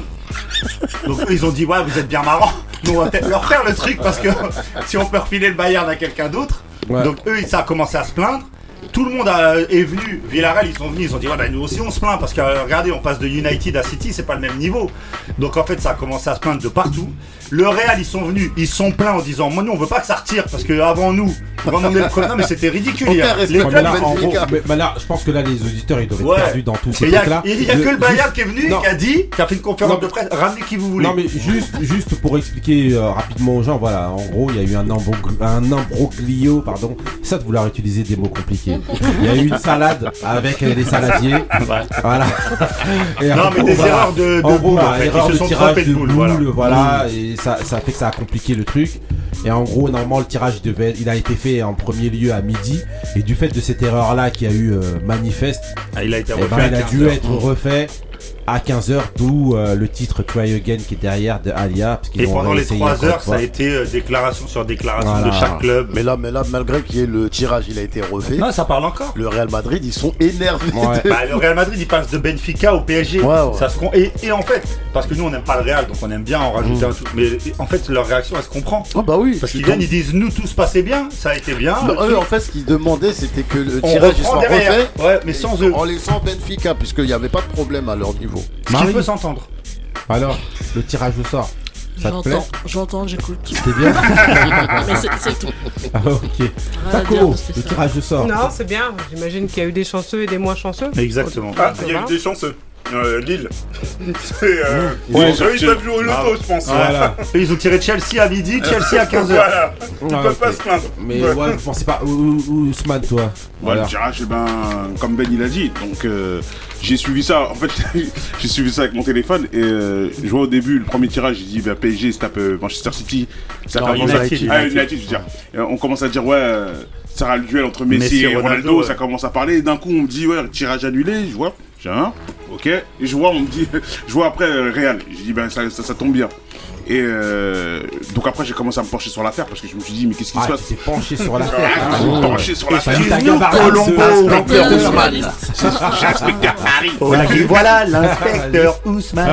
Donc eux ils ont dit ouais vous êtes bien marrants, nous on va peut-être leur faire le truc parce que si on peut refiler le Bayern à quelqu'un d'autre. Ouais. Donc eux ça a commencé à se plaindre. Tout le monde a, est venu, Villarreal ils sont venus, ils ont dit ouais bah nous aussi on se plaint parce que regardez on passe de United à City, c'est pas le même niveau. Donc en fait ça a commencé à se plaindre de partout. Le Real ils sont venus, ils sont plaints en disant moi nous on veut pas que ça retire parce que avant nous, quand on est le premier, non mais c'était ridicule hier. Les clubs, là, en gros, mais, mais là je pense que là les auditeurs ils doivent être ouais. perdus dans tout ce truc là. Il y a, a que le Bayern qui est venu, non. qui a dit, qui a fait une conférence non, de presse, ramenez qui vous voulez. Non mais juste, juste pour expliquer euh, rapidement aux gens, voilà, en gros il y a eu un, imbrog- un imbroglio, pardon, ça de vouloir utiliser des mots compliqués. Il y a eu une salade avec euh, des saladiers. Voilà. Et non, mais des voilà. erreurs de, de en gros, boule, en fait. erreur Ils de se sont tirage de boule, boule, voilà. voilà mmh. Et ça, ça fait que ça a compliqué le truc. Et en gros, normalement, le tirage devait, il a été fait en premier lieu à midi. Et du fait de cette erreur-là qui a eu euh, manifeste, ah, il a été refait. Eh ben, il a dû être refait à quinze heures, d'où euh, le titre Try Again qui est derrière de Alia. Parce qu'ils et pendant les trois heures, ça a été euh, déclaration sur déclaration voilà. de chaque club. Mais là, mais là, malgré qu'il y ait le tirage, il a été refait. Non, ça parle encore. Le Real Madrid, ils sont énervés. Ouais. Bah, le Real Madrid, il passe de Benfica au P S G. Ouais, ouais. Ça se con... et, et en fait, parce que nous, on n'aime pas le Real, donc on aime bien en rajouter mmh. un truc. Mais en fait, leur réaction, elle se comprend. Oh, bah oui. Parce qu'ils viennent, ils disent, nous, tout se passait bien, ça a été bien. Non, eux, en fait, ce qu'ils demandaient, c'était que le tirage soit refait. Ouais, mais sans eux. En laissant Benfica, puisqu'il n'y avait pas de problème à leur niveau. Ce qui peut s'entendre. Alors, le tirage au sort, ça te plaît ? J'entends, j'entends, j'écoute. C'était bien. Mais c'est, c'est tout. Ah, ok. D'accord, le tirage au sort. Non, c'est bien. J'imagine qu'il y a eu des chanceux et des moins chanceux. Exactement. Ah, il y a eu des chanceux. Euh, Lille. C'est, euh, ouais, eux, ils peuvent jouer au loto, ah, je pense. Voilà. Et ils ont tiré Chelsea à midi, Chelsea à quinze heures. Voilà. Ils ah, peuvent okay. pas se plaindre. Mais ouais, ouais vous pensez pas. Ousmane, toi. Voilà. Le tirage, ben, comme Ben il a dit. Donc, euh, j'ai suivi ça. En fait, j'ai suivi ça avec mon téléphone. Et euh, je vois au début, le premier tirage, j'ai dit, bah, P S G se tape euh, Manchester City. Ça non, commence à. United, ah, United, je veux dire. Et on commence à dire, ouais. Euh, ça sera le duel entre Messi, Messi et Ronaldo, Ronaldo ouais. Ça commence à parler. Et d'un coup, on me dit, ouais, tirage annulé. Je vois, j'ai un. Ok, et je vois, on me dit, je vois après euh, Real. Je dis, ben ça, ça, ça tombe bien. Et euh, donc après, j'ai commencé à me pencher sur l'affaire parce que je me suis dit, mais qu'est-ce qui ah, se passe ? Tu t'es penché sur l'affaire. Ah, je me suis penché sur l'affaire. Excuse-nous, Colombo, l'inspecteur Ousmane. L'inspecteur Harry. Voilà l'inspecteur Ousmane.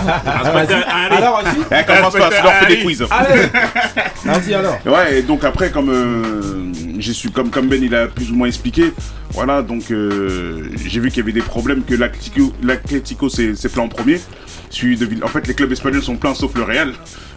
Alors aussi, eh, commence pas, tu leur fais des quiz. Allez, vas-y alors. Ouais, et donc après, comme euh, j'ai su, comme comme Ben il a plus ou moins expliqué. Voilà, donc euh, j'ai vu qu'il y avait des problèmes, que l'Atlético, l'Atlético s'est, s'est plein en premier. Celui de, en fait, les clubs espagnols sont pleins sauf le Real.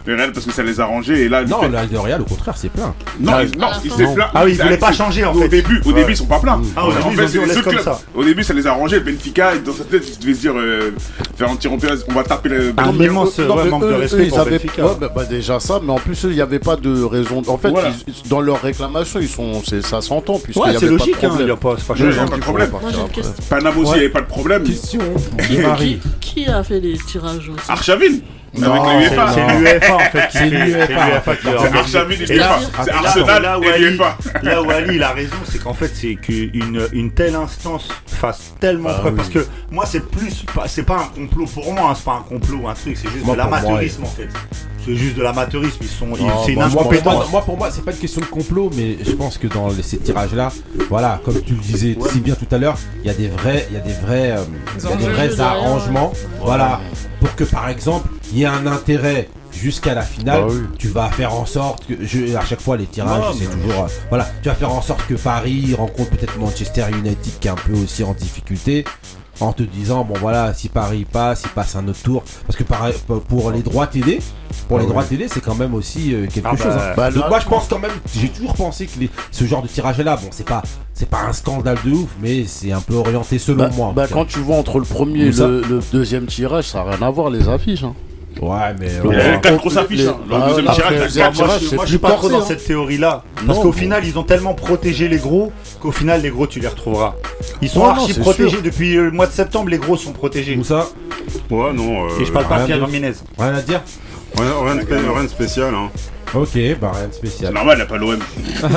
Le Real parce que ça les a rangés et là. Non, fait... le Real au contraire c'est plein. Non, Ah, ils, non, ils s'étaient pleins. Ah oui, ils voulaient pas changer en fait. Au début, au Ouais. début ils sont pas pleins. Ah, au en début, fait, ils ont c'est dit, on les laisse autres comme clubs. ça. Au début ça les a rangés. Benfica dans sa tête il devait se dire euh, faire un tir en pérez, on va taper le. Un Benfica. immense Non, ouais, mais manque eux, de eux, respect ils pour avaient Benfica. ouais, bah, bah, déjà ça, mais en plus eux, il n'y avait pas de raison. En fait, Voilà. ils- dans leurs réclamations, ils sont, c'est, ça s'entend puisqu'il Ouais, y c'est avait logique, pas de hein, il problème. y a pas, c'est pas Il y a choquant. pas de problème. Moi j'ai une question. Panama aussi il Ouais. n'y avait pas de problème. Question. Qui, Marie. qui, qui a fait les tirages aussi? Archaville. Non, Avec c'est- l'UEFA. c'est l'UEFA en fait qui C'est fait- l'UEFA, c'est l'UEFA qui C'est organise. Archaville et Et là- l'UEFA. C'est là- Arsenal là où et Ali- l'UEFA. Là où Ali il a raison, c'est qu'en fait c'est qu'une une telle instance fasse tellement preuve parce que moi c'est plus pas- c'est pas un complot pour moi, hein, c'est pas un complot ou un truc, c'est juste Moi, de pour moi, l'amateurisme en fait. C'est juste de l'amateurisme, ils sont ils- Non, c'est une bah, moi, pour moi, incompétence. moi, pour moi, c'est pas une question de complot, mais je pense que dans les- ces tirages-là, voilà, comme tu le disais si bien tout à l'heure, il y a des vrais, il y a des vrais, euh, il y a des enjeux vrais derrière, arrangements, voilà, pour que par exemple, il y ait un intérêt jusqu'à la finale. Bah oui. Tu vas faire en sorte que, je, à chaque fois les tirages, Non, c'est mais- toujours, euh, voilà, tu vas faire en sorte que Paris rencontre peut-être Manchester United qui est un peu aussi en difficulté. En te disant, bon voilà, si Paris passe, il passe un autre tour. Parce que par- pour les droits télé, pour Ah les oui. droits télé, c'est quand même aussi euh, quelque Ah chose. bah, hein. bah, Donc là- moi je pense quand même, j'ai toujours pensé que les- ce genre de tirage là, bon c'est pas c'est pas un scandale de ouf, mais c'est un peu orienté selon Bah, moi. en bah, tout cas. quand tu vois entre le premier et Où ça le, le deuxième tirage, ça n'a rien à voir les affiches. Hein. Ouais, mais Il y euh, a quatre grosses affiches. hein. Dans le Ah, deuxième ouais, tirage, après, il y a le quatre deuxième Moi, grosses- je, c'est moi, je plus suis pas trop corsé, dans hein. cette théorie-là. Parce Non, qu'au bon. final, ils ont tellement protégé les gros qu'au final, les gros, tu les retrouveras. Ils sont Non, non, archi c'est protégés sûr. depuis le mois de septembre. Les gros sont protégés. où ça Ouais, non. euh, Et je parle pas de rien Pierre de- Ramirez. Rien à dire. Rien, rien de, spé- rien de spécial. Hein. Ok, bah rien de C'est spécial. normal, il n'y a pas l'O M.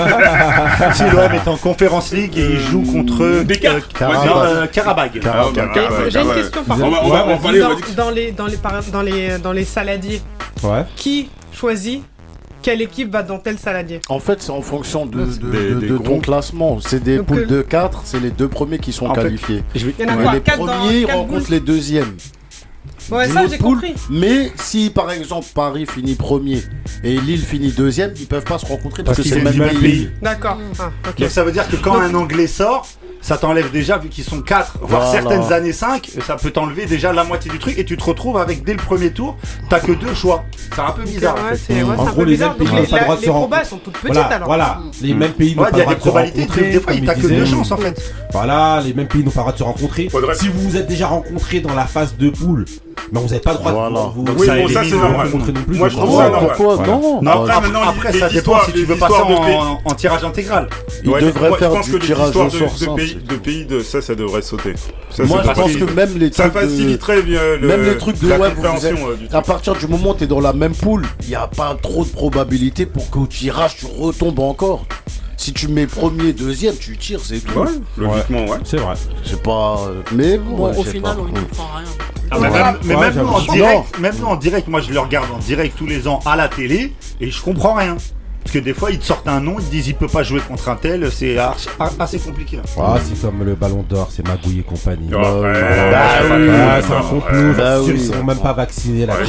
Si l'O M est en Conférence League et il joue contre Des cartes. Karabag. Karabag. Euh, Karabag. Ah, bah, Ok, ah, j'ai une ouais. question par Vous On contre. va, on va, Ouais, on va aller, on va Dans, dire que- dans les, dans, les, par- dans, les, dans les saladiers, Ouais. qui choisit quelle équipe va dans tel saladier? En fait, c'est en fonction de, de, Des- de- des de gros. ton classement. C'est des Donc, poules euh, de quatre, c'est les deux premiers qui sont En fait, qualifiés. Je vais- Il y en a Ouais, quoi? les Quatre dans- premiers quatre rencontrent poules les deuxièmes. Ouais, d'une ça autre j'ai poule. compris. Mais si par exemple Paris finit premier et Lille finit deuxième, ils peuvent pas se rencontrer parce, Parce que qu'ils c'est le sont même du pays. même pays. D'accord. Ah, ok. Donc ça veut dire que quand un Anglais sort, ça t'enlève déjà, vu qu'ils sont quatre, voire Voilà. certaines années cinq, ça peut t'enlever déjà la moitié du truc et tu te retrouves avec dès le premier tour, t'as que deux choix. C'est un peu bizarre en Ouais, fait. c'est ouais, En c'est un gros, peu les bizarre. mêmes pays Donc n'ont les, pas le droit la- de les se probas rencontrer. sont toutes petites Voilà, alors. voilà. Les mêmes pays n'ont Ouais, pas il y le a droit des de se probabilités, rencontrer. des fois comme t'as il que deux disait. chances en fait. Voilà, les mêmes pays n'ont pas le droit de se rencontrer. Faudrait- Si vous vous êtes déjà rencontrés dans la phase de poule, mais vous n'avez pas le droit Voilà. de vous, Donc Oui, ça bon, ça, élimine c'est le normal. rencontrer non plus. Moi, je donc, trouve voilà. ça normal. Pourquoi Voilà. non Non, après, après, maintenant, les- après les ça dépend histoires- si tu les veux passer histoires de pays. en, en tirage intégral. Ils Ouais, devraient moi, faire je pense du que les tirage histoires au de, sort de simple. pays, de pays de ça, ça devrait sauter. Ça, Moi, ça je pense facilite- que même les ça trucs de- faciliterait bien le, Même les trucs de la web, vous compréhension êtes- euh, du à truc. partir du moment où tu es dans la même poule, il n'y a pas trop de probabilité pour qu'au tirage tu retombes encore. Si tu mets premier, deuxième, tu tires, c'est tout. Ouais, logiquement, ouais. C'est vrai. C'est pas. euh, Mais bon, ouais, Au je sais final, pas. on y comprend rien. Ah, mais Ouais. même, mais Ouais, même nous en j'avoue. direct, même nous en direct, moi je le regarde en direct tous les ans à la télé et je comprends rien. Parce que des fois ils te sortent un nom, ils te disent il peut pas jouer contre un tel, c'est archi- assez compliqué. Ah, c'est comme le ballon d'or, c'est Magouille et compagnie. Ah, ouais, bah ouais, oui. Ah, c'est un complot, Bah j'en suis sûr, oui. ils sont même pas vaccinés là.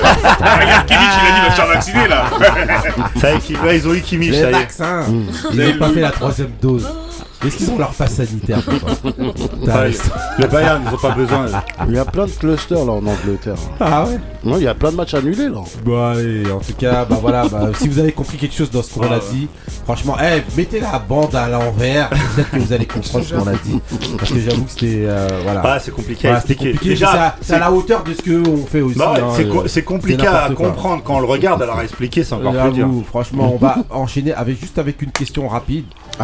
Ah, regarde, Kimmich, il a dit il va se faire vacciner là. Ça y est, qu'ils- ouais, ils ont eu Kimmich, Les ça y est. vaccins, ils n'ont pas fait la troisième dose. Est-ce qu'ils ont leur passe sanitaire ou pas Putain, Ouais, le Bayern, ils ont pas besoin. Il y a plein de clusters là en Angleterre. Ah ouais. Non, il y a plein de matchs annulés là. Bon allez, en tout cas, bah voilà, bah, si vous avez compris quelque chose dans ce qu'on Ah a ouais. dit, franchement, eh, mettez la bande à l'envers, peut-être que vous allez comprendre ce qu'on a dit. Parce que j'avoue que c'était, euh, voilà. Ah, c'est compliqué à Voilà, c'était expliquer. compliqué, Déjà, mais c'est à- c'est à la hauteur de ce qu'on fait aussi. bah ouais, hein, c'est euh, co- c'est compliqué c'est à n'importe quoi. comprendre quand on le regarde, alors à expliquer, c'est encore plus dur. J'avoue, franchement, on va enchaîner avec juste avec une question rapide.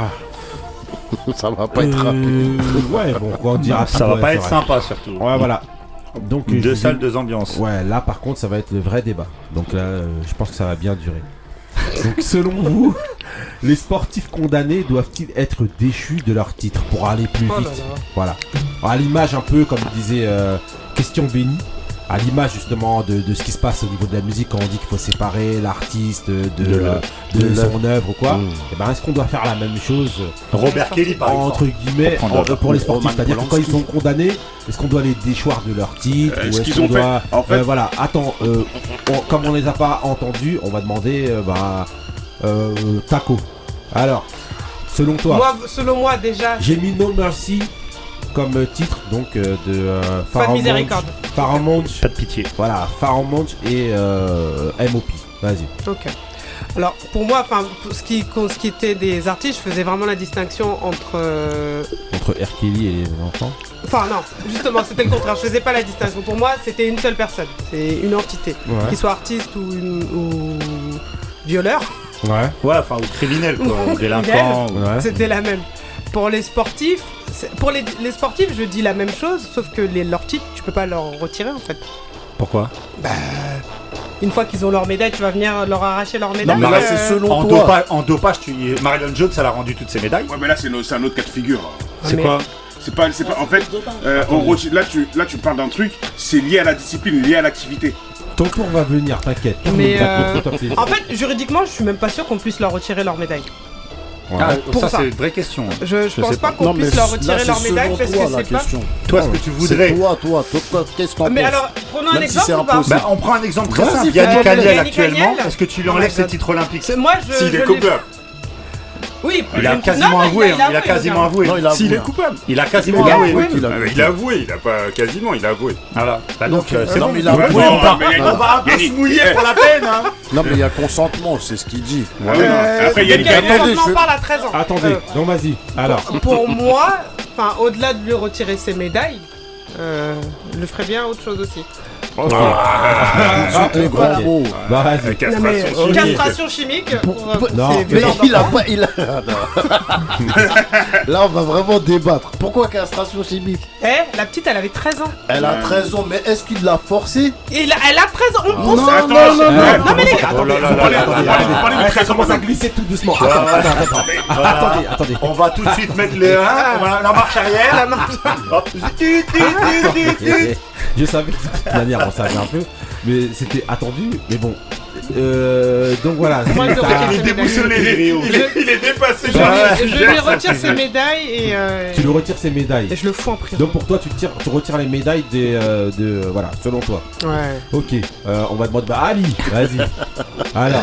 Ça va pas être Euh, rapide. Ouais, bon, quoi, on dira Ça va ouais, pas c'est être vrai. sympa surtout. Ouais, voilà. Donc, euh, je Deux vous salles, dis- deux ambiances. Ouais, là par contre, ça va être le vrai débat. Donc là, euh, je pense que ça va bien durer. Donc, selon vous, les sportifs condamnés doivent-ils être déchus de leur titre pour aller plus Oh là vite là. Voilà. À l'image un peu, comme disait euh, Question Béni, à l'image justement de, de ce qui se passe au niveau de la musique quand on dit qu'il faut séparer l'artiste de, De la- euh, de de son œuvre ou quoi. Mmh. Et ben, est-ce qu'on doit faire la même chose Robert Kelly, par entre exemple. guillemets Pour prendre en- pour les sportifs, Roman c'est-à-dire que quand ils sont condamnés, est-ce qu'on doit les déchoir de leur titre Euh, ou ce est-ce qu'ils qu'on ont fait, doit en fait- euh, voilà, attends, euh, on- comme on les a pas entendus, on va demander euh, bah euh, Taco. Alors, selon toi, Moi, selon moi, déjà, j'ai mis No Mercy comme titre donc euh, de euh, Pas de miséricorde. Pharoah Pas de pitié. Voilà, Pharoah Monch et euh, M O P. Vas-y. Ok. Alors pour moi, enfin, ce qui, ce qui était des artistes, je faisais vraiment la distinction entre. Euh... Entre R. Kelly et les enfants. Enfin non, justement, c'était le contraire. Je faisais pas la distinction. Pour moi, c'était une seule personne. C'est une entité, ouais. qu'il soit artiste ou, une, ou violeur. Ouais. Ouais, enfin ou criminel quoi, ou délinquant. Ouais. C'était la même. Pour les sportifs, pour les, les sportifs, je dis la même chose, sauf que les, leur titre, tu peux pas leur retirer en fait. Pourquoi ? Bah, une fois qu'ils ont leur médaille, tu vas venir leur arracher leur médaille. Non, mais là, euh... c'est selon en toi. Dopa, en dopage, tu... Marilyn Jones, elle a rendu toutes ses médailles. Ouais, mais là, c'est, no, c'est un autre cas de figure. C'est mais... quoi ? C'est pas, c'est pas. En fait, euh, on retire, là, tu, là, tu parles d'un truc, c'est lié à la discipline, lié à l'activité. Ton tour va venir, t'inquiète. Mais euh, en fait, juridiquement, je suis même pas sûr qu'on puisse leur retirer leur médaille. Ouais. Ah, pour ça, ça c'est une vraie question. Je, je, je pense pas, pas qu'on non, puisse leur retirer là, leur médaille parce toi, que c'est pas. Question. Toi, ce que tu voudrais. C'est toi, toi, toi, toi, qu'est-ce qu'on Mais penses alors, prenons un même exemple si ou pas bah, on prend un exemple très simple. Yannick Agnel actuellement, est-ce que tu lui enlèves ses titres olympiques ? Moi, je. S'il est coupable. Oui, il a quasiment avoué. Il a quasiment avoué. S'il est coupable. Il a quasiment avoué. Il a avoué, il a pas quasiment, il a avoué. Voilà. Donc c'est bon. Il a avoué. On va un peu se mouiller pour la peine. Non mais il y a consentement, c'est ce qu'il dit. Après Yannick Agnel, on en parle à treize ans. Attendez, donc vas-y. Alors. Pour moi, enfin au-delà de lui retirer ses médailles, je le ferais bien autre chose aussi. Ok. Ah, les gros mots. Bah vas-y. Castration chimique. Castration chimique. Pour, pour, non, mais il a pas. Il a... Là, on va vraiment débattre. Pourquoi castration chimique ? Eh, la petite, elle avait treize ans. Elle a treize ans, mais est-ce qu'il l'a forcée ? Et la, elle a treize ans. On non, non, non, non, non, non, mais les gars, attendez, attendez, ça commence à glisser tout doucement. Attendez, attendez. On va tout de suite mettre le la marche arrière. La marche. Je savais de toute manière, on savait un peu, mais c'était attendu, mais bon. Euh, donc voilà. Moi, il est déboussolé, il est, il est, il est dépassé. Je, ouais. je, je lui retire ses médailles et. Euh, tu lui retires ses médailles. Et je le fous en prison. Donc pour toi, tu, tires, tu retires les médailles des, euh, de. Euh, voilà, selon toi. Ouais. Ok, euh, on va demander. Bah, Ali, vas-y. Alors.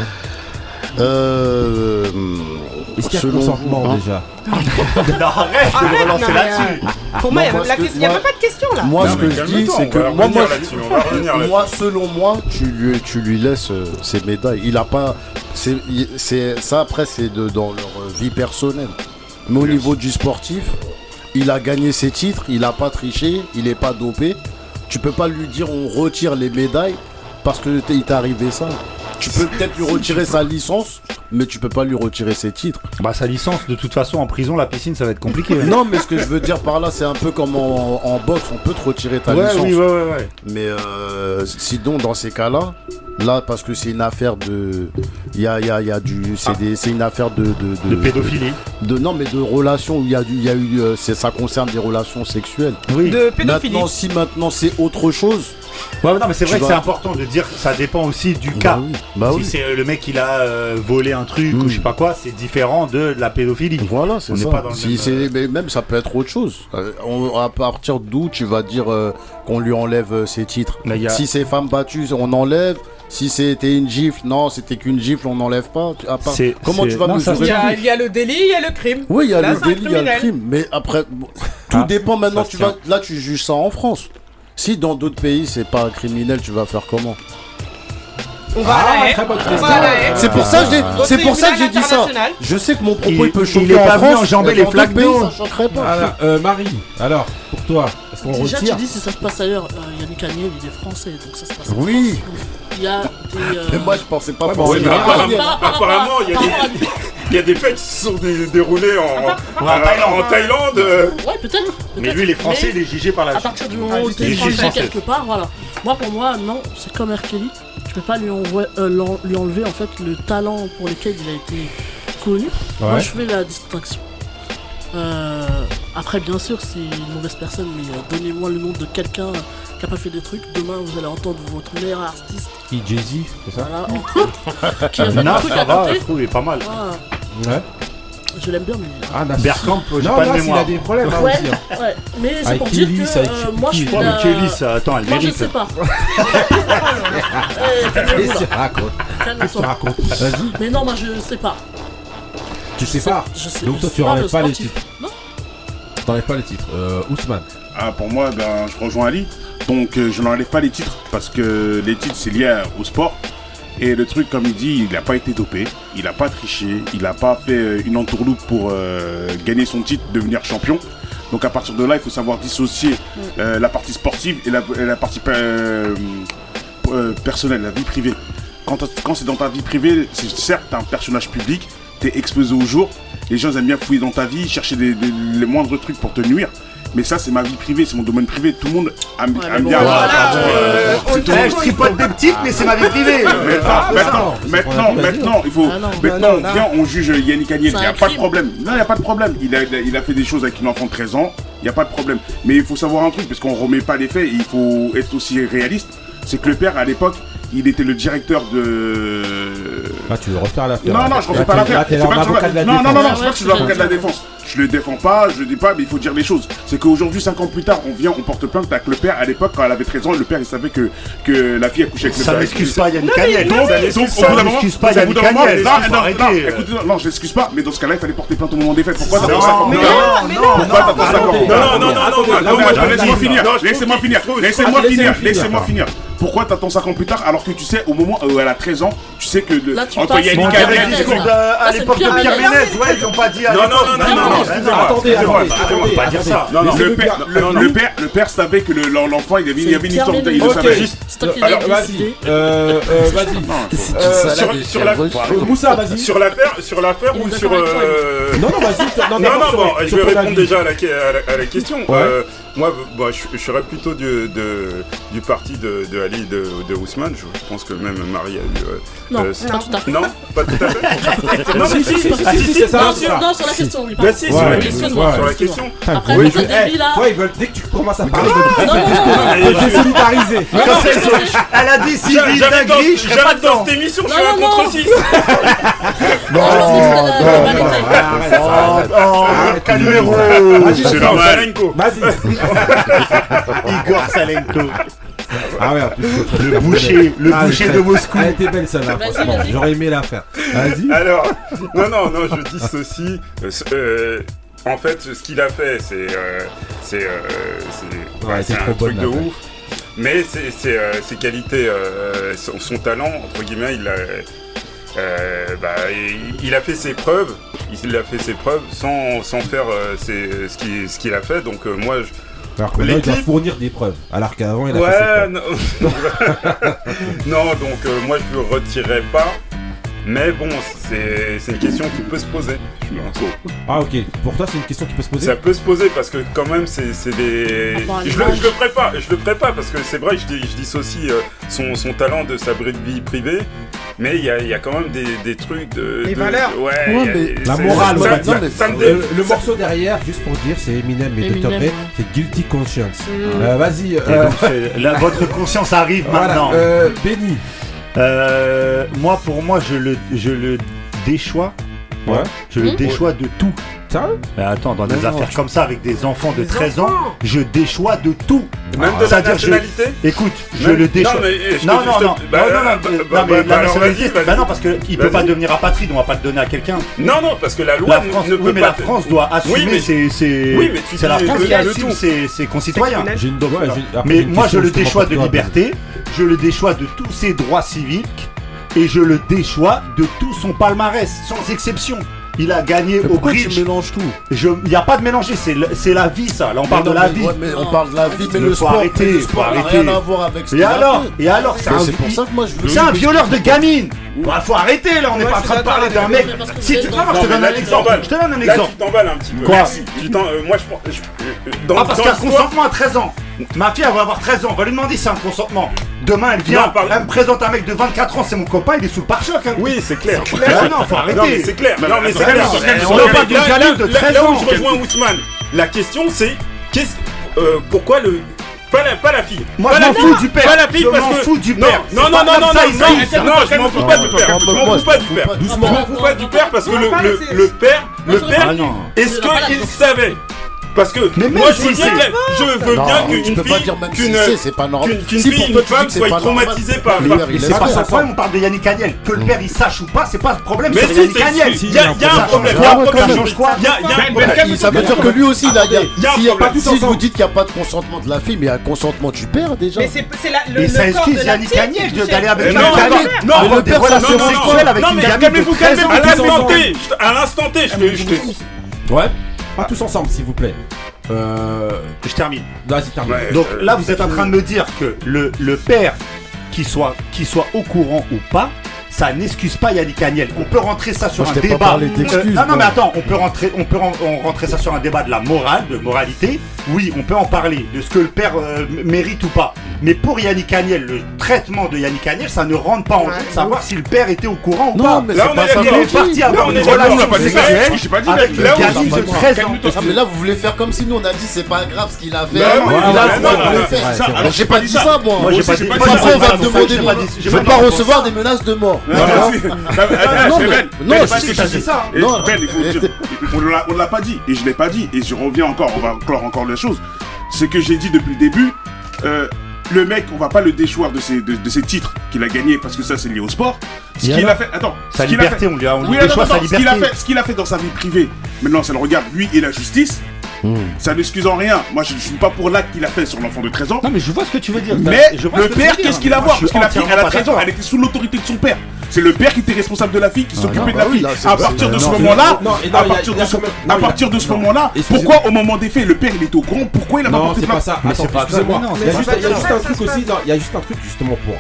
Euh. Est-ce qu'il y a consentement hein déjà? Non, arrête, je vais relancer là-dessus. Pour moi, il n'y a même pas de question là. Moi, non, ce que je dis, c'est que moi, moi, moi, selon moi, tu lui, tu lui laisses euh, ses médailles. Il a pas. C'est, c'est ça. Après, c'est de, dans leur vie personnelle. Mais au niveau du sportif, il a gagné ses titres. Il a pas triché. Il est pas dopé. Tu peux pas lui dire on retire les médailles parce que il t'est arrivé ça. Tu peux peut-être lui retirer sa licence, mais tu peux pas lui retirer ses titres. Bah sa licence, de toute façon, en prison, la piscine, ça va être compliqué. Hein. Non, mais ce que je veux dire par là, c'est un peu comme en, en boxe, on peut te retirer ta ouais, licence. Oui, ouais, ouais, ouais. Mais euh, sinon, dans ces cas-là, là, parce que c'est une affaire de, il y a, y a, y a du, c'est, ah. des, c'est une affaire de, de, de, de pédophilie. De, de non, mais de relations où il y a, il y a eu, euh, c'est, ça concerne des relations sexuelles. Oui. De pédophilie. Maintenant, si maintenant c'est autre chose. Ouais, non, mais c'est vrai que vas... c'est important de dire que ça dépend aussi du bah cas. Oui. Bah si oui. c'est le mec qui a euh, volé un truc mmh. ou je sais pas quoi, c'est différent de la pédophilie. Voilà, c'est on ça. Pas dans si le c'est, même... mais même ça peut être autre chose. Euh, on, à partir d'où tu vas dire euh, qu'on lui enlève euh, ses titres. A... Si c'est femme battue, on enlève. Si c'était une gifle, non, c'était qu'une gifle, on n'enlève pas. À part... c'est, Comment c'est... tu vas non, mesurer il y, a, il y a le délit, il y a le crime. Oui, il y a là, le délit, il y a le crime. Mais après, tout ah, dépend maintenant. Tu vas, là, tu juges ça en France. Si dans d'autres pays c'est pas criminel, tu vas faire comment? On va ah, à la haie. On va à la haie. C'est pour ça que j'ai, c'est pour ça que j'ai dit ça. Je sais que mon propos il, il peut choquer il est en pas France. Enjamber les flaques d'eau. Ça choquerait pas. Alors, euh, Marie, alors pour toi, est-ce qu'on déjà retire? tu dis si ça se passe ailleurs. Euh, Yannick Agnel il est français donc ça se passe. Oui. Il y a des. Euh... Mais moi je pensais pas ouais, français. Oui, apparemment, apparemment il y a des. Il y a des fêtes qui se sont dé- déroulées en, en, en Thaïlande. En Thaïlande euh... Ouais, peut-être, peut-être. Mais lui, il est français, il est jugé par la. À partir du moment où tu es français quelque part, voilà. Moi, pour moi, non, c'est comme R. Kelly. Tu peux pas lui, envoie, euh, lui enlever en fait le talent pour lequel il a été connu. Ouais. Moi, je fais la distinction. Euh, après, bien sûr, c'est une mauvaise personne, mais euh, donnez-moi le nom de quelqu'un qui a pas fait des trucs. Demain, vous allez entendre votre meilleur artiste. Qui, Jay-Z, c'est ça? Voilà, entre autres. Qui a fait non, des trucs ça à va, côté. je trouve, il est pas mal. Ah. Ouais. Je l'aime bien, mais. Ah, Bergkamp, j'ai non, pas non, de mémoire. Il a des problèmes hein, ouais, aussi. Hein. Ouais, mais c'est avec pour Kelly, dire que euh, moi je suis la... la... Kelly, ça, attends, elle moi, mérite. je sais pas. Qu'est-ce que tu racontes? Qu'est-ce que tu racontes? Vas-y. Mais non, moi je sais pas. Tu sais pas? Je sais Donc toi tu enlèves pas les titres? Non. t'enlèves pas les titres. Euh, Ousmane. Ah, pour moi, ben, je rejoins Ali. Donc, euh, je n'enlève pas les titres parce que les titres, c'est lié au sport. Et le truc, comme il dit, il n'a pas été dopé, il n'a pas triché, il n'a pas fait une entourloupe pour euh, gagner son titre, devenir champion. Donc, à partir de là, il faut savoir dissocier euh, la partie sportive et la, et la partie euh, euh, personnelle, la vie privée. Quand, quand c'est dans ta vie privée, c'est certes, t'es un personnage public, t'es exposé au jour, les gens aiment bien fouiller dans ta vie, chercher des, des, les moindres trucs pour te nuire. Mais ça, c'est ma vie privée, c'est mon domaine privé. Tout le monde aime, ouais, aime bon, bien. Voilà, euh, euh, je tripote des petites, mais c'est ma vie privée. Maintenant, maintenant, maintenant, maintenant, il faut. Ah non, maintenant, non, non. Viens, on juge Yannick Agnel. Il n'y a pas de problème. Non, il n'y a pas de problème. Il a, il a fait des choses avec une enfant de treize ans. Il n'y a pas de problème. Mais il faut savoir un truc, parce qu'on ne remet pas les faits. Il faut être aussi réaliste. C'est que le père, à l'époque, il était le directeur de. Ah, tu veux refaire l'affaire? Non, non, je ne refais pas l'affaire. Non, non, non, non, je crois que je suis l'avocat de la défense. Je le défends pas, je le dis pas, mais il faut dire les choses. C'est qu'aujourd'hui, cinq ans plus tard, on vient, on porte plainte avec le père. À l'époque, quand elle avait treize ans, le père, il savait que, que la fille a couché avec le père. Ça n'excuse pas Yannick Agnel. Donc, ça n'excuse pas Yannick Agnel. Non, non, écoutez, non, je l'excuse pas, mais dans ce cas-là, il fallait porter plainte au moment des faits. Pourquoi t'attends cinq ans plus tard? Pourquoi t'attends cinq ans plus tard? Non, non, non, non, non, laissez-moi finir. Laissez-moi finir. Laissez-moi finir. Laissez-moi finir. Pourquoi t'attends cinq ans plus tard alors que tu sais au moment où elle a treize ans, tu sais que le, entre Yannick Agnel à l'époque de Pierre Ménez, ouais, ils ont pas dit. Non, non, non, non, non, excusez-moi. Attendez, attendez, on peut pas dire ça. Non, non, le père, le père, le père savait que l'enfant, il avait une histoire, il le savait. Alors vas-y, euh, vas-y. Sur la Moussa, vas-y. Sur l'affaire, sur l'affaire ou sur. Non, non, vas-y. Non, non, bon, je vais répondre déjà à la question. Moi, je serais plutôt du parti de Ali de, de Ousmane. Je pense que même Marie a eu. Euh, non, euh, pas tout à fait. Non, pas tout à fait. Non, si, si, si, si, c'est ça. Non, sur la question, oui. Bah, si, sur la question. Sur la question. Après, oui, ça débile là. Toi, ils veulent, dès que tu commences à parler de désolidarisé. Elle a dit si vite dinguerie, je serais pas dans cette émission, je suis un contre six. Non, non, non, Calimero. C'est normal. Vas-y. Igor Salenko. Ah ouais, en plus, le boucher, le ah, boucher de Moscou. Elle était belle celle-là, franchement. J'aurais aimé la faire. Vas-y. Alors, non, non, non, je dissocie. Euh, en fait, ce qu'il a fait, c'est, euh, c'est, euh, c'est, ouais, ouais, c'est trop un truc bonne, de ouf. Mais c'est, c'est, euh, ses qualités, euh, son, son talent, entre guillemets, il a, euh, bah, il, il a fait ses preuves. Il a fait ses preuves sans, sans faire euh, ses, ce, qu'il, ce qu'il a fait. Donc euh, moi, je alors que là, il doit fournir des preuves, alors qu'avant, il a ouais, fait ses non, non, donc euh, moi, je ne le retirerai pas. Mais bon, c'est, c'est une question qui peut se poser, je pense. Ah ok, pour toi c'est une question qui peut se poser? Ça peut se poser parce que quand même c'est, c'est des... Je le, je le ferai pas, je le ferai pas parce que c'est vrai, je, je dissocie euh, son, son talent de sa vie privée. Mais il y a, y a quand même des, des trucs de... Les de, valeurs. Ouais, ouais mais la morale, ça, ça, ça, ça, le, le, le morceau derrière, juste pour dire, c'est Eminem et docteur Dre, c'est Guilty Conscience. Mmh. Euh, vas-y. Euh... Donc, la, votre conscience arrive voilà, maintenant. Euh, Benny. Euh, moi, pour moi, je le, je le déchois. Ouais. Je le mmh. déchois de tout. Sérieux? Mais attends, dans des non, affaires non, comme ça, avec des enfants de treize ans, je déchois de tout. Même de la nationalité? Écoute, je le déchois. Non, non, non, non, non, mais la nationalité, bah non, parce qu'il peut pas devenir apatride, on va pas le donner à quelqu'un. Non, non, parce que la loi ne peut pas. Oui, mais la France doit assumer ses. C'est la France qui assume ses concitoyens. Mais moi, je le déchois de liberté, je le déchois de tous ses droits civiques et je le déchois de tout son palmarès, sans exception. Il a gagné mais au bridge. Tu mélanges tout. Il n'y a pas de mélanger, c'est, le, c'est la vie ça. Là on parle non, de la mais, vie. Ouais, mais on parle de la vie, mais le sport, arrêter, le sport n'a rien à voir avec ce Et alors Et alors C'est, un, c'est pour ça que moi je veux. C'est un violeur de gamine. Bon, faut arrêter là, on n'est pas en train de parler d'un mec. Si tu te je te donne un exemple. Je te donne un exemple. Tu t'emballes un petit peu. Quoi Moi je Ah parce qu'il y a un consentement à treize ans. Ma fille elle va avoir treize ans, on va lui demander si c'est un consentement. Demain elle vient, non, elle me présente un mec de vingt-quatre ans, c'est mon copain, il est sous le pare-choc. Hein. Oui, c'est clair. C'est clair. Non, faut arrêter. Non, mais c'est clair. Non, mais c'est clair. On parle d'une gamine de treize ans. Là où je rejoins Ousmane, la question c'est pourquoi le. Pas la, pas la fille. Moi, pas je la m'en fille, fous du père. Pas la fille je parce m'en que fous du père. Non, non, non, non, non, non, non, je m'en fous pas du père. Je m'en fous pas du père. Je m'en fous pas du père parce que le le le père, le père, est-ce qu'il savait Parce que mais moi je veux bien, je veux non, bien tu qu'une peux fille, pas dire même qu'une, si c'est pas normal. qu'une, qu'une si fille, une femme soit traumatisée par. Mais c'est pas ça le problème, on parle de Yannick Agnel. Que le père il sache ou pas, c'est pas le problème. Mais sur si, Yannick Agnel. il y a un problème. Ça change quoi? Il y a un problème. Ça veut dire que lui aussi, là, il y a un problème. Si vous dites qu'il n'y a pas de consentement de la fille, mais il y a un consentement du père déjà. Mais c'est le. Et ça excuse Yannick Agnel d'aller avec une Yannick Agnel. Non, le père, ça se sexuelle avec une gamine. Calmez-vous, calmez-vous. À l'instant T, à l'instant T, je te. Ouais. Pas tous ensemble, s'il vous plaît. Euh... Je termine. Vas-y, termine. Ouais, Donc là, vous êtes en train de me dire que le, le père, qu'il soit, qu'il soit au courant ou pas, ça n'excuse pas Yannick Agnel. On peut rentrer ça sur Moi, un je t'ai pas débat. parlé d'excuses, Euh, non, non, moi. mais attends, on peut rentrer, on peut ren- on rentrer ça sur un débat de la morale, de moralité. Oui, on peut en parler de ce que le père euh, m- mérite ou pas. Mais pour Yannick Agnel, le traitement de Yannick Agnel, ça ne rentre pas en jeu de savoir si le père était au courant ou Non, pas. mais Là, c'est on pas est ça. Il est parti Là, avoir on une est d'accord, relation on a pas dit ça. sexuelle J'ai pas dit avec là. une gamine de treize ans. Ah, mais là, vous voulez faire comme si nous on a dit c'est pas grave ce qu'il a fait. Bah oui, Et là, ouais, vous non, voulez non, faire. ouais, Ça, c'est alors, vrai. j'ai pas dit ça, moi. Moi, j'ai pas Après, dit- on moi, va j'ai pas me dit- demander j'ai mon- pas dit- Je j'ai veux pas pas dit- recevoir des menaces de mort. Non, Voilà. vas-y. Non, mais- Non, eh, mais- Ben, non, Ben, si, Ben, si, t'as si. dit ça. Non, Ben, il faut dire- on l'a- on l'a pas dit et je l'ai pas dit et je reviens encore, on va clore encore les choses. C'est que j'ai dit depuis le début, euh, le mec, on va pas le déchoir de ses, de, de ses titres qu'il a gagnés parce que ça c'est lié au sport. Ce Et qu'il alors a fait, attends, Sa ce qu'il a liberté, fait- on lui a on lui Oui, déchoit attends, sa attends, ce qu'il a liberté. fait, ce qu'il a fait dans sa vie privée. Maintenant, ça le regarde lui et la justice. Ça n'excuse en rien. Moi, je ne suis pas pour l'acte qu'il a fait sur l'enfant de treize ans. Non, mais je vois ce que tu veux dire. Mais Je vois le ce que tu père, veux dire. qu'est-ce qu'il a à Moi, voir je suis Parce que la fille, entièrement elle a pas treize ans, d'accord. elle était sous l'autorité de son père. C'est le père qui était responsable de la fille, qui Ah, s'occupait non, de la bah oui, fille. là, c'est À pas- partir de non, ce non, moment-là, non, et non, à il y a- partir il y a de ce quand même- à non, partir il y a- de ce non, moment-là, excusez-moi. pourquoi au moment des faits, le père il était au courant Pourquoi il a pas Non, porté c'est pas plainte ça. Mais Attends, c'est pas excusez-moi. grave, non, Il y a c'est juste pas il y a juste grave. un truc aussi, dans- il y a juste un truc justement pour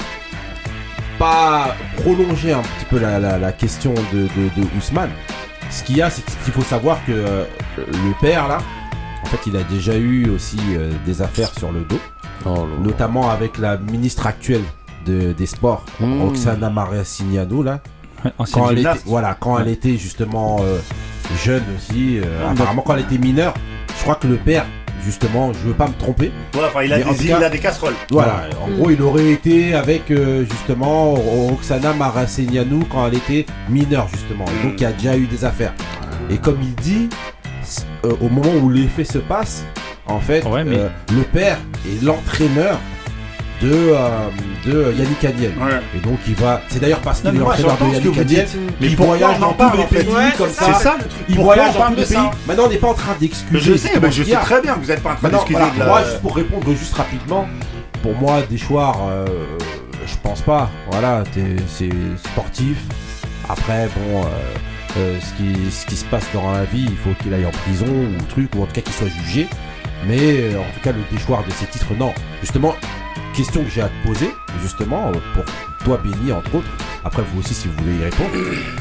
pas prolonger un petit peu la, la, la question de, de, de Ousmane. Ce qu'il y a, c'est qu'il faut savoir que euh, le père là, en fait, il a déjà eu aussi euh, des affaires sur le dos, notamment avec la ministre actuelle de, des Sports, Mmh. Oksana Maracineanu là. Ancienne Quand elle était, gymnaste. voilà, quand elle était justement euh, jeune aussi, euh, Ah, apparemment quand elle était mineure, je crois que le père, justement, je veux pas me tromper. Ouais, enfin, il a Mais en des tout il cas- a des casseroles. Voilà, en gros, il aurait été avec euh, justement Oksana Maracineanu quand elle était mineure justement, et donc il y a déjà eu des affaires. Et comme il dit, c- euh, au moment où les faits se passent, en fait, Ouais, mais- euh, le père est l'entraîneur de, euh, de Yannick Agnel. Ouais. Et donc il va, c'est d'ailleurs parce qu'il Non, est mais moi, l'entraîneur de j'entends ce que Yannick vous Agnel dites. qu'il Mais pourquoi voyage on dans en tous parle, les en fait pays Ouais, comme c'est ça. C'est ça le truc. Il Pourquoi voyage on dans parle tous de les pays. ça Maintenant, on n'est pas en train d'excuser. Mais je sais, justement mais ce je qu'il y sais a. très bien que vous n'êtes pas en train Maintenant, d'excuser voilà, de la- moi, juste pour répondre juste rapidement, pour moi, Deschouard, euh, je pense pas. Voilà, t'es- c'est sportif. Après, bon, euh, euh, ce, qui, ce qui se passe dans la vie, il faut qu'il aille en prison ou truc, ou en tout cas qu'il soit jugé. Mais euh, en tout cas, le déchoir de ses titres, non. Justement, question que j'ai à te poser, justement, euh, pour toi, Benny, entre autres. Après, vous aussi, si vous voulez y répondre.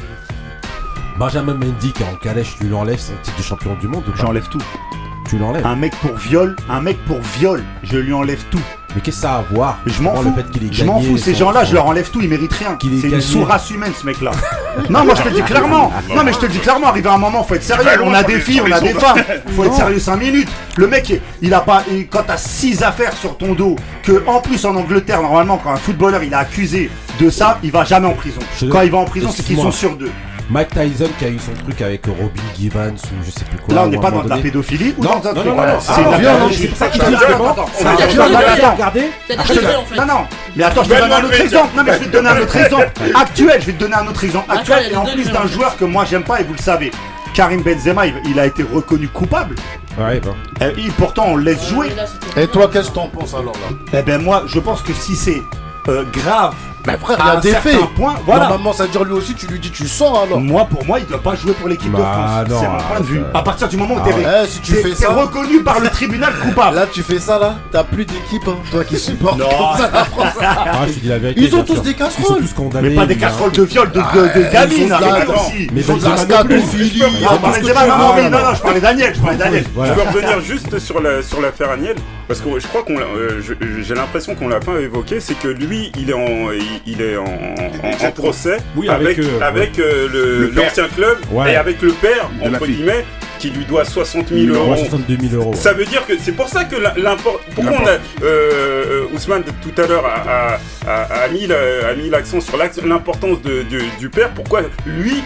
Benjamin Mendy qui est en calèche, tu lui enlèves son titre de champion du monde ou pas? J'enlève tout. Tu l'enlèves. Un mec pour viol, un mec pour viol, je lui enlève tout. Mais qu'est-ce que ça a à voir? Je m'en Justement, fous. le fait qu'il ait Je m'en gagné fous, ces son- gens-là, son- je leur enlève tout, ils méritent rien. Qu'il ait C'est une gagné. sous-race humaine, ce mec-là. Non, moi je te le dis clairement. Non, mais je te le dis clairement, arrivé à un moment, faut être sérieux. vas loin On a sur des les- filles, sur on les a des autres. femmes. Faut être sérieux cinq minutes. Le mec, il a pas. et Quand t'as six affaires sur ton dos, que en plus en Angleterre, normalement, quand un footballeur il est accusé de ça, il va jamais en prison. Je- Quand il va en prison, c'est qu'ils Excuse-moi. sont sur deux. Mike Tyson qui a eu son truc avec Robin Givens ou je sais plus quoi. Là, on ou n'est à pas un dans moment de la donné. pédophilie ou Non, dans un non, truc. non, non, Voilà, non. c'est Ah, de la viol, pédophilie. c'est pour ça qu'il Attends, dit attends, justement, attends, c'est attends, un attends, viol, attends, il a attends. regardé. T'as Je te dit donne- en fait. Non, non, mais attends, je te donne un autre exemple. Non, mais je vais te donner un autre exemple actuel. Je vais te donner un autre exemple Attends, actuel. il y a Et en deux plus d'un différences. joueur que moi j'aime pas et vous le savez. Karim Benzema, il, il a été reconnu coupable. Ouais, bon. Euh, il- pourtant, on le laisse jouer. Et toi, qu'est-ce que t'en penses alors là? Eh ben moi, je pense que si c'est euh, grave, Ben frère, il à y a un des certain faits. point, voilà. Normalement, ça veut dire lui aussi, tu lui dis, tu sors alors. Moi, pour moi, il doit pas jouer pour l'équipe de Bah, France. non, C'est mon point de vue. arrête. À partir du moment où Ah t'es ouais. Eh, si tu t'es- fais t'es ça- reconnu par le tribunal coupable. Là, tu fais ça là, t'as plus d'équipe, hein, toi qui supportes Non. comme ça la France. Ah, je te dis la vérité. Ils ont bien tous sûr. des Ils sont casseroles. tous condamnés. Mais pas des il y a- casseroles de viol, de, de, de ils gamines, ont de arrête la- aussi. Mais Ils ont de la Benzema non scatophilie. plus. ils Ah, ont bah, tout ce que Benzema, tu non, veux. non, oui, non, non, je parlais d'Aniel, je parlais d'Aniel. Voilà. Je peux revenir juste sur la sur l'affaire Agnel parce que je crois qu'on l'a- euh, je- j'ai l'impression qu'on l'a pas évoqué, c'est que lui il est en il, il est en, en, en procès Oui, avec avec, euh, avec euh, le- Le père. l'ancien club Ouais. et avec le père De la entre fille. guillemets qui lui doit soixante mille Ouais, euros. soixante-deux mille euros. Ça veut dire que c'est pour ça que la- l'import. Pourquoi on a. L'import. Euh, euh, Ousmane tout à l'heure a, a, a, a mis la- a mis l'accent sur l'axe- l'importance de- du, du père. Pourquoi lui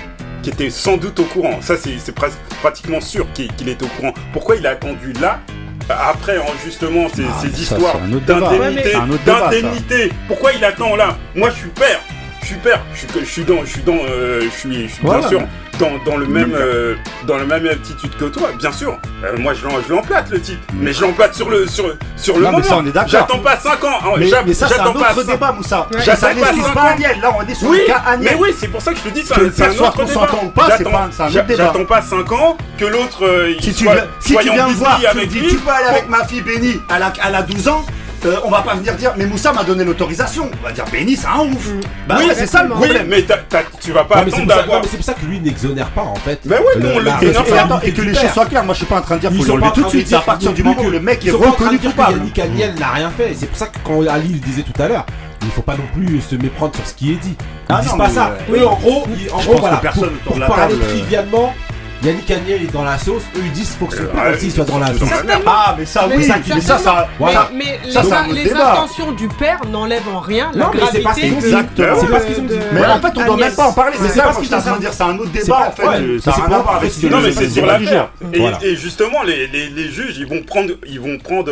qui était sans doute au courant. Ça, c'est, c'est pr- pratiquement sûr qu'il, qu'il était au courant. Pourquoi il a attendu là? Après, hein, justement, ces, ah, ces ça, histoires d'indemnité, ouais, d'indemnité. Pourquoi il attend là? Moi, je suis père. Je suis père. Je suis, je suis dans, je suis dans, euh, je suis, je suis voilà. bien sûr dans, dans le même, euh, dans la même attitude que toi, bien sûr. Euh, moi, je, je l'emplate le type, mmh. mais je l'emplate sur le, sur, sur le non, moment. Ça, on est d'accord. J'attends pas cinq ans. Hein, mais, mais ça, c'est un autre débat, Moussa. Ouais. J'attends pas cinq ans. Aniel. Là, on est sur oui, le cas Aniel. Mais oui, c'est pour ça que je te dis, c'est, que c'est un autre débat. Pas, c'est pas, c'est un autre débat. J'attends pas cinq ans que l'autre, euh, si tu viens me voir, tu dis, tu peux aller avec ma fille Béni, elle a douze ans. Euh, on va pas venir dire mais Moussa m'a donné l'autorisation. On va dire Béni c'est un ouf. Mmh. Bah oui, ouais, c'est ça le problème. Oui, mais t'as, t'as, tu vas pas non, attendre d'avoir. Non, mais c'est pour ça que lui n'exonère pas en fait. Mais oui, non, le, et, et, attends, et que les choses soient claires. Moi je suis pas en train de dire faut l'enlever tout de suite. C'est à partir du moment où le mec est reconnu coupable. Yannick Aniel n'a rien fait. C'est pour ça que quand Ali le disait tout à l'heure, il faut pas non plus se méprendre sur ce qui est dit. Ils disent pas ça. Eux en gros, en gros voilà. Pour parler trivialement. Yannick Aniel est dans la sauce, eux ils disent qu'il faut que son père aussi soit dans la sauce. Ah mais ça oui, mais ça, mais ça, ça voilà. Mais, mais ça, les, les intentions du père n'enlèvent en rien la non, gravité c'est pas ce qu'ils ont dit. Exactement. C'est pas ce qu'ils ont dit. Mais en fait on doit même pas en parler. Mais c'est pas ce qu'ils ont dire. C'est un autre débat en fait. Ça n'a rien à voir avec ce que. Non mais c'est sur l'affaire. Et justement les les juges ils vont prendre ils vont prendre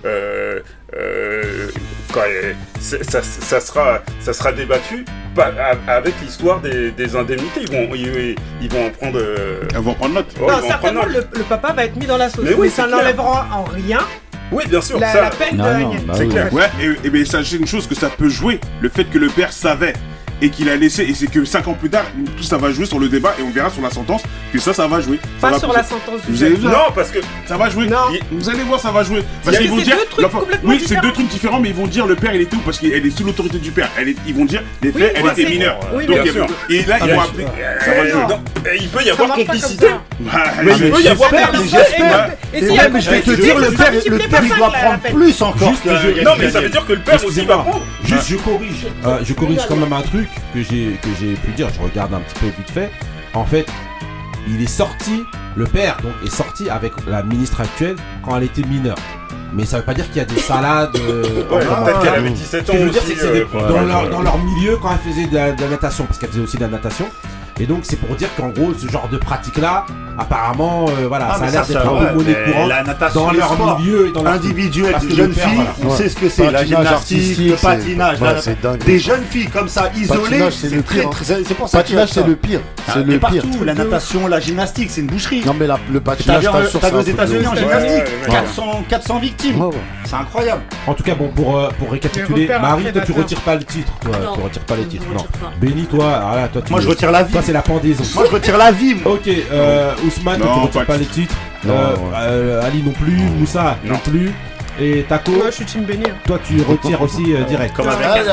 Euh, quand, euh, ça, ça, sera, ça sera débattu pas, avec l'histoire des, des indemnités. Ils vont, ils, ils vont en prendre. Euh... Ils vont prendre note. Ouais, non, certainement, le, le papa va être mis dans la sauce. Mais, oui, mais ça n'enlèvera en rien. Oui, bien sûr. La, ça... la peine non, de non, bah c'est oui. clair. Ouais, et, et bien, sachez une chose que ça peut jouer. Le fait que le père savait et qu'il a laissé, et c'est que cinq ans plus tard, tout ça va jouer sur le débat et on verra sur la sentence que ça, ça va jouer. Pas va sur pousser. La sentence du vous allez voir. Non, parce que ça va jouer. Non. Vous allez voir, ça va jouer. Parce c'est qu'ils vont dire. Deux trucs enfin, complètement oui, différents. c'est deux trucs différents, mais ils vont dire le père il était où parce qu'elle est sous l'autorité du père. Elle est, ils vont dire les faits, oui, elle était mineure. Oui, donc, bien sûr. Et là, ils vont appeler. Ça va jouer. Il peut y avoir complicité. Mais il peut y avoir complicité. Mais je vais te dire, le père il doit prendre plus encore. Non, mais ça veut dire que le père aussi va prendre. Juste, je corrige. Je corrige quand même un truc que j'ai que j'ai pu dire. Je regarde un petit peu vite fait. En fait, il est sorti, le père donc est sorti avec la ministre actuelle quand elle était mineure. Mais ça veut pas dire qu'il y a des salades. Euh, ouais, peut-être qu'elle avait dix-sept ans. Ce que je veux dire, aussi, c'est que c'est euh, des, dans, leur, dans leur milieu quand elle faisait de la, de la natation, parce qu'elle faisait aussi de la natation. Et donc c'est pour dire qu'en gros ce genre de pratique là, apparemment euh, voilà, ah, ça a l'air d'être un peu monnaie courante dans leur sport, milieu et dans leur individuel des jeunes filles, père, voilà. On ouais. sait ce que c'est, la gymnastique, le patinage, ouais, la... des jeunes filles comme ça isolées, c'est, c'est très, très, c'est pour ça que patinage c'est le pire, c'est le pire. Partout, la natation, la gymnastique, c'est une boucherie. Non mais le patinage, t'as vu aux États-Unis en gymnastique, quatre cents victimes, c'est incroyable. En tout cas bon pour pour récapituler, Marie toi tu retires pas le titre, toi tu retires pas les titres, non. Béni toi, voilà toi. Moi je retire la vie. C'est la pendaison. Moi je retire la vie. Ok, euh, Ousmane, tu retires pas les titres. Non, euh, ouais. euh, Ali non plus, non. Moussa non. non plus. Et Taco. Moi je suis team Béni. Toi tu retires aussi euh, direct. Comme avec ah,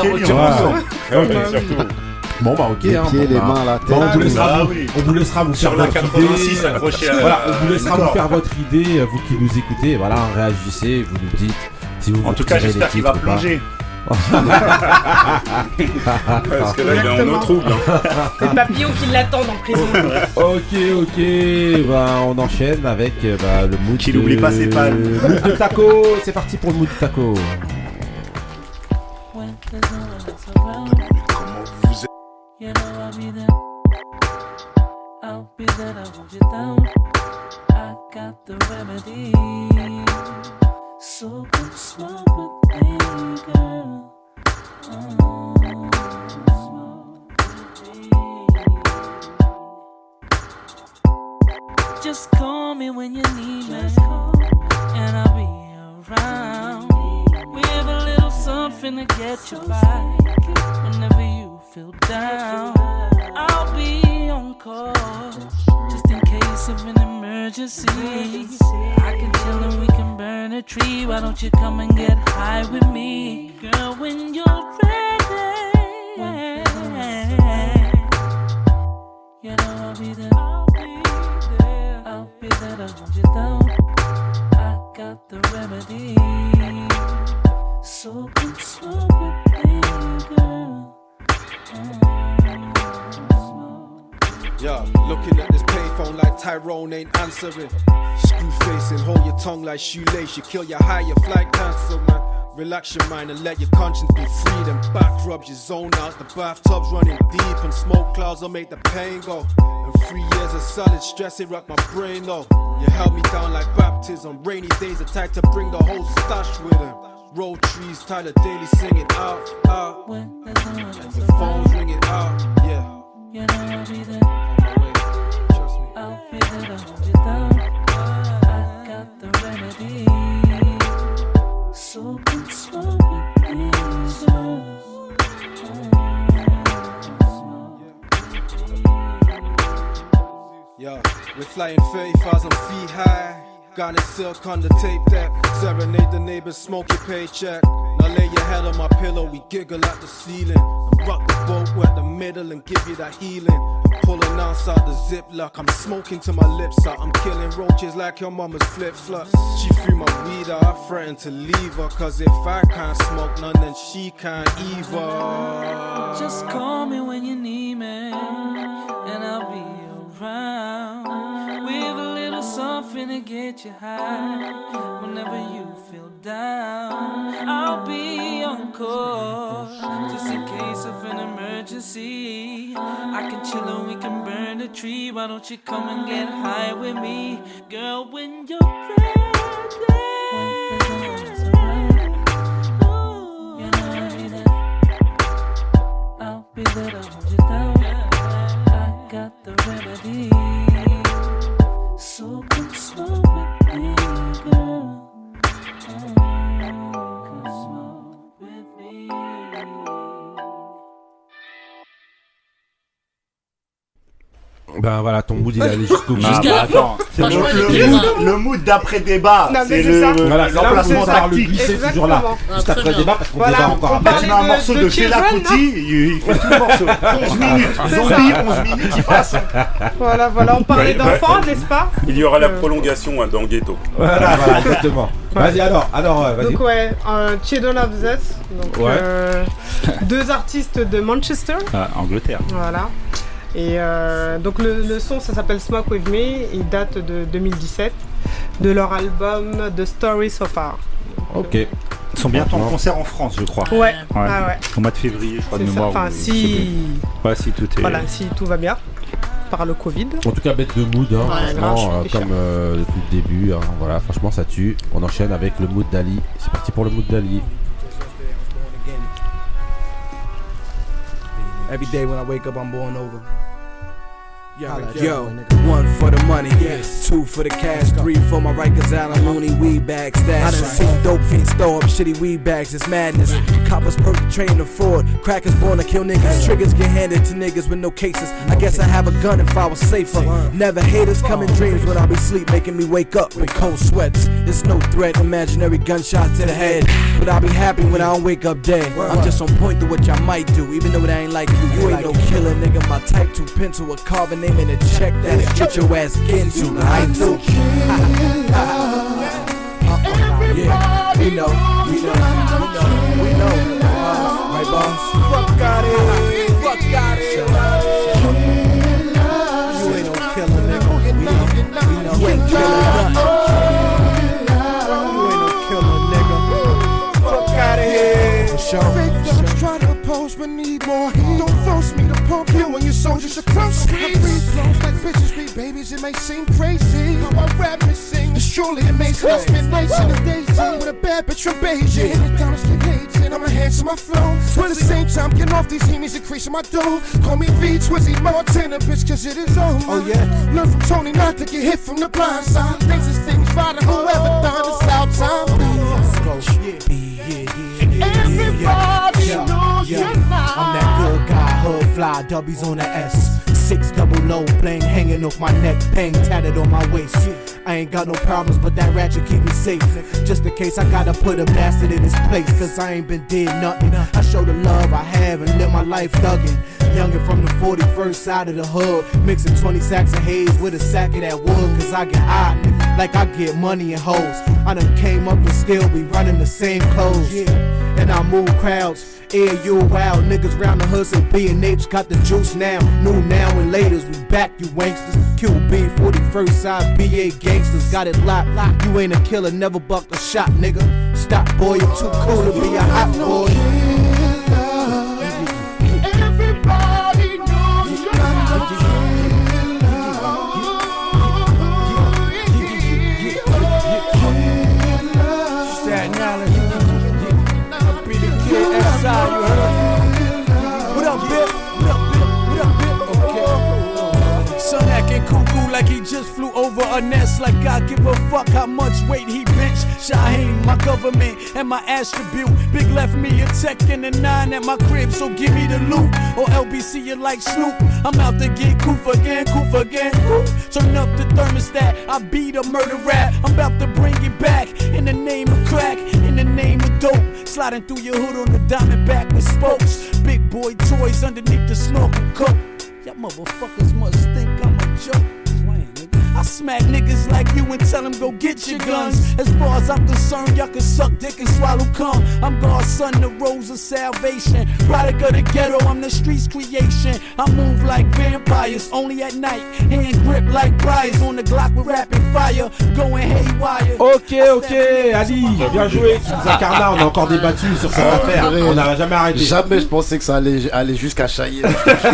Bon bah ok. Les hein, pieds, bon, les bah, mains, la tête. Bon, on vous laissera, ah, vous, oui. on vous laissera vous faire votre idée. Voilà, on vous laissera vous faire votre idée, vous qui nous écoutez. Voilà, réagissez, vous nous dites si vous. En tout cas, j'espère qu'il va plonger. Parce que là il est en eau trouble. C'est le papillon qui l'attendent en prison. Ok, ok, bah, on enchaîne avec bah, le mood qui de... n'oublie pas ses palmes. Le mood de Taco, c'est parti pour le mood de Taco. Just call me when you need me, and I'll be around. We have a little something to get you by. Whenever you feel down, I'll be on call, just in case of an emergency. I can chill and we can burn a tree. Why don't you come and get high with me, girl, when you're ready? You know I'll be there. I'll be there to hold you down. I got the remedy. So good, so good, girl. Yeah, looking at this payphone like Tyrone ain't answering. Screw facing, hold your tongue like shoelace. You kill your high, your flight cancel, man. Relax your mind and let your conscience be free. Then back rubs you zone out. The bathtub's running deep and smoke clouds will make the pain go. And three years of solid stress, it rocked my brain though. You held me down like baptism. Rainy days attack to bring the whole stash with him. Roll trees, Tyler Daly singing out, out. And the phones ringing out, yeah. You know I'll be there. Trust me. I'll be there to hold you down. I got the remedy. So good, slow with me, Yeah, we're flying thirty thousand feet high. Got it silk on the tape deck. Serenade the neighbors, smoke your paycheck. Now lay your head on my pillow, we giggle at the ceiling. And rock the boat, we're at the middle and give you that healing. I'm pulling outside the ziplock, I'm smoking to my lips out. I'm killing roaches like your mama's flip-flops. She threw my weed out, I threatened to leave her. Cause if I can't smoke none, then she can't either. Just call me when you need me, and I'll be around with a little something to get you high. Whenever you feel down, I'll be on call, just in case of an emergency. I can chill and we can burn the tree. Why don't you come and get high with me, girl, when you're ready? I'll be there to hold you down. I got the remedy. So come slow with me, girl. Come slow with me. Ben voilà, ton mood il est allé jusqu'au bout. Ah bah attends, c'est le, le, mood, le mood d'après débat, Non, mais c'est c'est le ça. Voilà, c'est l'emplacement là où le tactique. glisser toujours là. Exactement. Juste Ah, après très le débat parce qu'on Voilà, débat encore on après. parle- Tu mets un de- morceau de de Fela Children, Kuti, il fait tout le morceau. onze minutes, zombie, onze minutes, il passe. Voilà, voilà, on parlait Ouais, d'enfants, ouais. n'est-ce pas? Il y aura la Euh. prolongation hein, dans Ghetto. Voilà, voilà, exactement. Vas-y alors, alors, euh, vas-y. Donc ouais, euh, Children of Zeus, donc Ouais. euh, deux artistes de Manchester, Ah, Angleterre. voilà. Et euh, donc le, le son, ça s'appelle Smoke With Me, il date de deux mille dix-sept, de leur album The Story So Far. Ok. Ils sont bientôt en concert en France, je crois. Ouais, ah ouais. Au mois de février, je crois, de C'est ça. mémoire. Enfin, ou- si, Ouais, si tout est. voilà, si tout va bien, par le Covid. En tout cas, bête de mood, hein, Ouais, franchement, grave, euh, c'est comme euh, depuis le début. Hein, voilà, franchement, ça tue. On enchaîne avec le mood d'Ali. C'est parti pour le mood d'Ali. Every day when I wake up, I'm born over. Yo, Yo, one for the money, yes. Two for the cash, three for my Rikers Island loony weed bag stash. I done seen dope fiends throw up shitty weed bags, it's madness. Coppers perpetrating the fraud, crackers born to kill niggas. Triggers get handed to niggas with no cases. I guess I have a gun if I was safer. Never haters come in dreams when I be sleep, making me wake up in cold sweats. It's no threat, imaginary gunshot to the head. But I'll be happy when I don't wake up dead. I'm just on point to what y'all might do, even though it ain't like you. You ain't no killer, nigga. My type two pencil, a carbon name in a check that'll get your ass into. I ain't no killer. Yeah, we know, we know, we know, we know. Uh, right, boss? Fuck out of here, fuck out of here. You ain't no killer, nigga. We know, we know. You ain't killing nothing. You ain't no killer, nigga. Fuck out of here. For sure. Fake thugs try to oppose but need more heat. Don't force me to pump you when your soldiers are close. I breathe flows like bitches breathe babies. It may seem crazy how I rap and sing. It's surely amazing. I spend nights in the days with a bad bitch from Beijing. Hit it down and skip hates and I'm enhancing my flow. So at the same time, getting off these hemies, increasing my dough. Call me V, Twizzy, Montana, bitch, cause it is on. Oh yeah. Learn from Tony not to get hit from the blind side. Things is things right, whoever done it's out time. Everybody knows you're not. I'm that good guy, hood fly, W's on the S. Six double low, bling hanging off my neck, bang tatted on my waist. I ain't got no problems, but that ratchet keep me safe. Just in case I gotta put a bastard in his place, cause I ain't been did nothing. I show the love I have and live my life thuggin'. Youngin' from the forty-first side of the hood, mixing twenty sacks of haze with a sack of that wood, cause I get high, like I get money and hoes. I done came up and still be running the same clothes. And I move crowds, air you wild. Niggas round the hood say B and H got the juice now. New now and laters, we back you wanksters. Q B, forty-first side, B A gangsters, got it locked. You ain't a killer, never bucked a shot, nigga. Stop, boy, you're too cool to be a hot boy. Everybody knows you're not. like he just flew over a nest. Like I give a fuck how much weight he bench. Shaheem, my government and my attribute. Big left me a tech and a nine at my crib, so give me the loot. Or L B C you like Snoop. I'm out to get Koof again, Koof again. Ooh. Turn up the thermostat, I beat a murder rap. I'm about to bring it back in the name of crack, in the name of dope. Sliding through your hood on the Diamondback with spokes. Big boy toys underneath the snorkel coat. Y'all motherfuckers must think I'm a joke. I smack niggas like you and tell them go get your guns. As far as I'm concerned, y'all can suck dick and swallow cum. I'm God's son, the rose of salvation. Product of the ghetto, I'm the streets creation. I move like vampires, only at night. Hand grip like briars on the Glock with rapid fire. Going haywire. Ok, ok, Ali, bien joué. Zakarna, on a encore débattu sur cette affaire. On n'a jamais arrêté. Jamais je pensais que ça allait aller jusqu'à Cheyenne.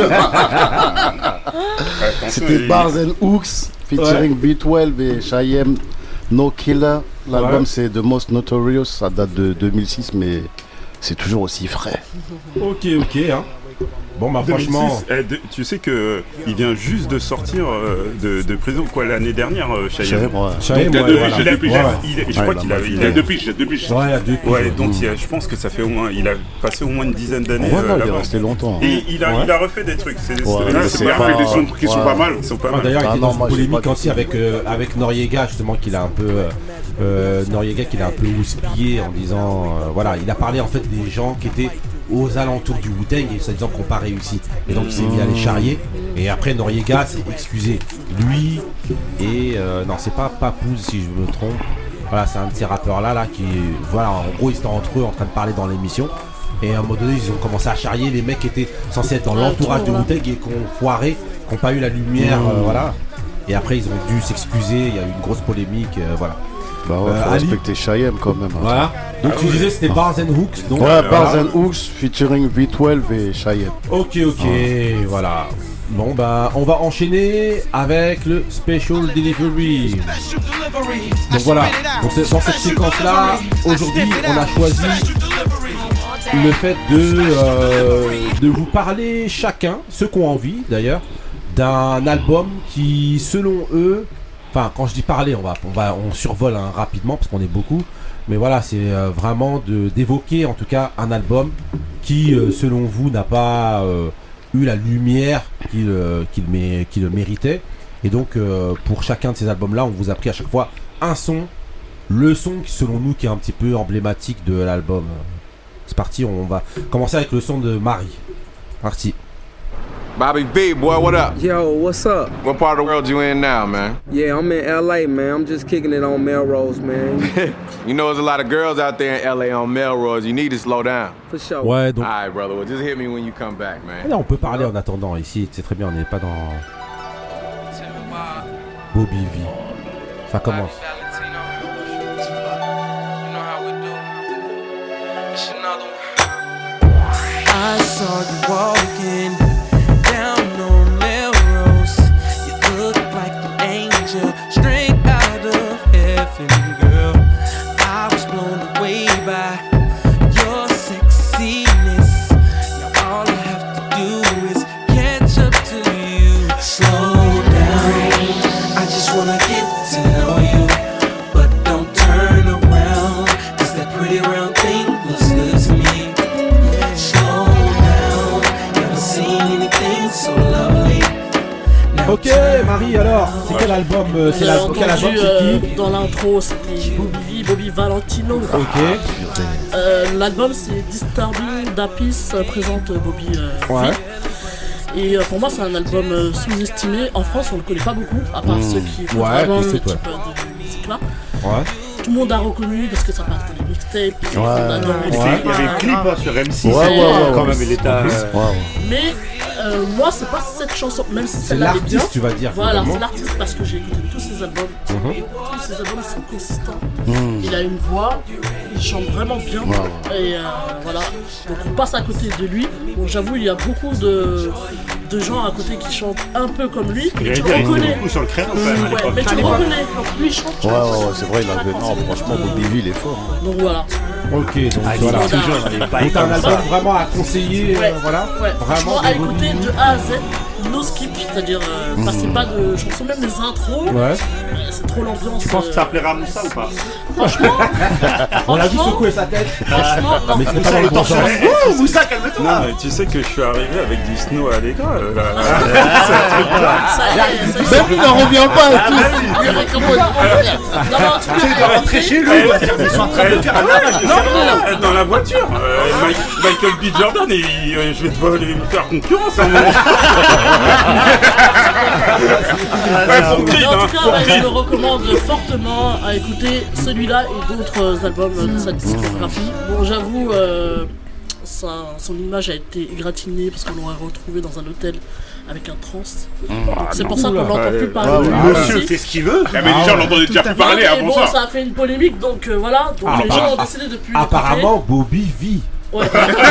C'était Bars and Hooks. Featuring ouais. V douze et Cheyenne, No Killer. L'album ouais. c'est The Most Notorious, ça date de deux mille six, mais c'est toujours aussi frais. Ok, ok. Hein. Bon, bah deux mille six, franchement. Eh, de, tu sais qu'il vient juste de sortir euh, de, de prison quoi l'année dernière, euh, Cheyenne. Cheyenne, ouais. ouais, je crois qu'il a, il a deux piges, deux piges. Ouais, il a deux piges. Ouais, donc il a, je pense que ça fait au moins, il a passé au moins une dizaine d'années. Ouais, euh, non, il est resté longtemps. Et hein. il, a, ouais. il a refait des trucs. C'est, ouais, c'est, c'est, c'est pas, fait des sons qui ouais. sont pas mal. Sont pas ah, mal. D'ailleurs, il ah, était non, dans une polémique aussi avec, euh, avec Noriega, justement, qu'il a un peu. Euh, euh, Noriega, qu'il a un peu houspillé en disant. Euh, voilà, il a parlé en fait des gens qui étaient aux alentours du Wu-Tang et ça disant qu'on pas réussi. Et donc il s'est mis à les charrier. Et après Noriega s'est excusé. Lui et euh, non c'est pas Papoose si je me trompe. Voilà, c'est un de ces rappeurs là là qui voilà en gros ils étaient entre eux en train de parler dans l'émission. Et à un moment donné ils ont commencé à charrier les mecs qui étaient censés être dans l'entourage de Wu-Tang et qui ont foiré, qui n'ont pas eu la lumière, mmh. euh, voilà. Et après ils ont dû s'excuser, il y a eu une grosse polémique, euh, voilà. Bah ouais, faut euh, respecter Cheyenne quand même. Hein. Voilà. Donc ah tu oui. disais c'était Bars and Hooks. Donc, ouais, euh, Bars voilà. and Hooks featuring V douze et Cheyenne. Ok, ok, ouais. Voilà. Bon bah on va enchaîner avec le Special Delivery. Donc voilà. Donc c'est, dans cette séquence là, aujourd'hui on a choisi le fait de, euh, de vous parler chacun, ceux qui ont envie d'ailleurs, d'un album qui selon eux. Enfin, quand je dis parler, on va, on va, on survole hein, rapidement parce qu'on est beaucoup. Mais voilà, c'est euh, vraiment de d'évoquer en tout cas un album qui, euh, selon vous, n'a pas euh, eu la lumière qu'il, euh, qu'il, mé- qu'il méritait. Et donc, euh, pour chacun de ces albums-là, on vous a pris à chaque fois un son, le son qui, selon nous, qui est un petit peu emblématique de l'album. C'est parti, on va commencer avec le son de Marie. Parti. Bobby B, boy, what up? Yo, what's up? What part of the world you in now, man? Yeah, I'm in L A, man. I'm just kicking it on Melrose, man. You know, there's a lot of girls out there in L A on Melrose. You need to slow down. For sure. Ouais, donc. All right, brother. Well, just hit me when you come back, man. Là, on peut parler en attendant. Ici, c'est très bien, on n'est pas dans. Bobby V. Ça commence. I saw you walking down on Melrose. You look like an angel, straight out of heaven, girl. I was blown away by your sexiness. Now all I have to do is catch up to you. Slow down, I just wanna get to know you, but don't turn around, 'cause that pretty round thing looks good to me. Ok Marie, alors c'est quel album euh, c'est la, quel album c'est euh, qui dans l'intro c'était Bobby, Bobby Valentino. Ok. euh, L'album c'est Disturbing d'Apis euh, présente Bobby euh, ouais. Et euh, pour moi c'est un album euh, sous-estimé. En France on le connaît pas beaucoup, à part mmh. ceux qui font ouais, vraiment le type ouais. de musique là. Ouais. Tout le monde a reconnu parce que ça passe dans les mixtapes. Ouais. Ouais. Il y avait un clip hein, sur M six. Ouais, ouais, ouais, ouais, quand même, ouais. il était. Euh... Ouais. Mais euh, moi c'est pas cette chanson, même si c'est celle-là est bien. Tu vas dire. Voilà, vraiment. c'est l'artiste parce que j'ai écouté tous ses albums. Mm-hmm. Et tous ses albums sont consistants. Mm. Il a une voix, il chante vraiment bien. Ouais, ouais. Et euh, voilà, donc on passe à côté de lui. Bon, j'avoue, il y a beaucoup de, de gens à côté qui chantent un peu comme lui. Mais tu le reconnais. Beaucoup sur le créneau, mmh, ouais, mais tu le reconnais. Quand lui il chante, tu Ouais, vois, ouais, ouais, c'est vrai, il avait. Non, franchement, Bobby V, il est fort. Hein. Donc voilà. Ok, donc ah, voilà. Toujours, donc t'as un album vraiment à conseiller, ouais. euh, voilà. Ouais. Vraiment à écouter de A à Z. no skip, c'est-à-dire euh, mmh. passez pas de chansons, même les intros. Ouais. Euh, c'est trop l'ambiance. Tu penses que ça plaira à Moussa ou pas? Franchement, on l'a vu secouer sa tête. Franchement, non. Mais c'est pas le bon sens. Oh, Moussa, calme-toi. Non, mais tu sais que je suis arrivé avec du snow à l'écran. Même il n'en revient pas et tout. Il doit rentrer chez lui. Ils sont en train de faire un lavage. Non, dans la voiture. Michael B. Jordan, et je vais devoir lui faire concurrence à un moment. Ouais, pour Creed, en tout cas, ouais, je le recommande fortement à écouter celui-là et d'autres albums de sa discographie. Bon, j'avoue, euh, sa, son image a été égratignée parce qu'on l'aurait retrouvé dans un hôtel avec un trans. Mmh. C'est pour ça qu'on l'entend plus parler. Ah, oui. Monsieur fait ce qu'il veut. Ah, mais les gens l'entendaient déjà plus parler avant bon, ça. Ça a fait une polémique, donc euh, voilà. Donc ah, les gens ont décidé depuis. Apparemment, Bobby vit. Ouais.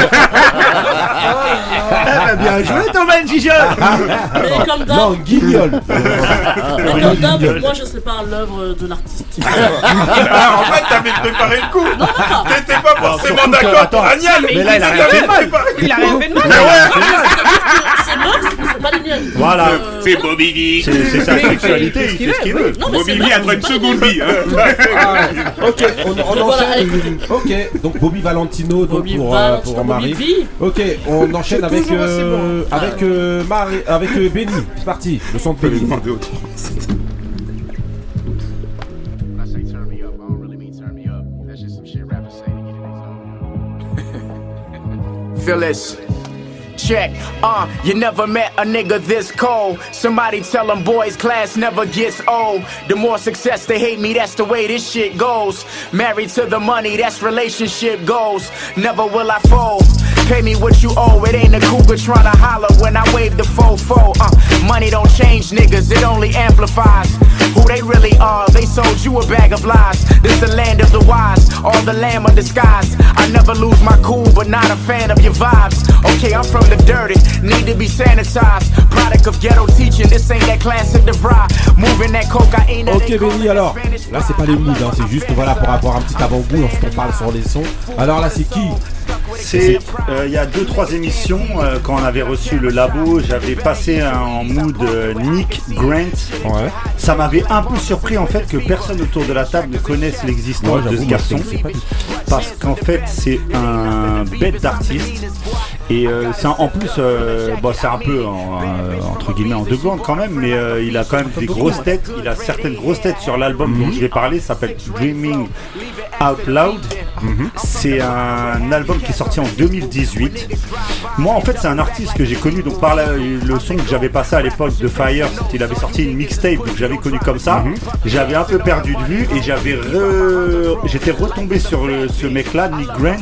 Ah, bien joué, Thomas Gijol. Mais comme d'hab. Non, Guignol. Mais comme d'hab, moi je sépare l'œuvre de l'artiste. Ah, en fait, t'avais préparé le coup. T'étais pas forcément d'accord pour Agnès. Mais là, il a rien fait de mal. Il a rien fait de mal. C'est Mox, mais c'est pas les miennes. Voilà. C'est Bobby V. C'est sa sexualité, il fait ce qu'il veut. Bobby V a droit une seconde vie. Ok, on enchaîne. Ok, donc Bobby Valentino pour pour Marie. Ok, on enchaîne avec euh, avec euh, Marie, avec euh, Benny. C'est parti, le son de Benny. Feel this. Check, uh, you never met a nigga this cold. Somebody tell them boys class never gets old. The more success they hate me, that's the way this shit goes. Married to the money, that's relationship goals. Never will I fold. Pay me what you owe, it ain't a cougar tryna holler when I wave the fofo. Uh, money don't change niggas, it only amplifies who they really are. They sold you a bag of lies. This the land of the wise, all the lamb of disguise. I never lose my cool, but not a fan of your vibes. Okay, I'm from the dirty, need to be sanitized. Product of ghetto teaching, this ain't that classic DeVry. Moving that cocaine. Ok Benny, alors là c'est pas les moods, hein, c'est juste voilà pour avoir un petit avant-goût lorsqu'on parle sur les sons. Alors là c'est qui? C'est euh, il y a deux trois émissions euh, quand on avait reçu le labo, j'avais passé en mood euh, Nick Grant. Ouais. Ça m'avait un peu surpris en fait que personne autour de la table ne connaisse l'existence ouais, de ce garçon. Parce qu'en fait c'est un bête d'artiste. Et euh, c'est un, en plus, euh, bon, c'est un peu en, euh, entre guillemets en deux bandes quand même, mais euh, il a quand même des grosses têtes. Il a certaines grosses têtes sur l'album mm-hmm. dont je vais parler. Ça s'appelle Dreaming Out Loud. Mm-hmm. C'est un album qui est sorti en deux mille dix-huit. Moi, en fait, c'est un artiste que j'ai connu donc par la, le son que j'avais passé à l'époque de Fire. Il avait sorti une mixtape, donc j'avais connu comme ça. Mm-hmm. J'avais un peu perdu de vue et j'avais re... j'étais retombé sur le, ce mec-là, Nick Grant.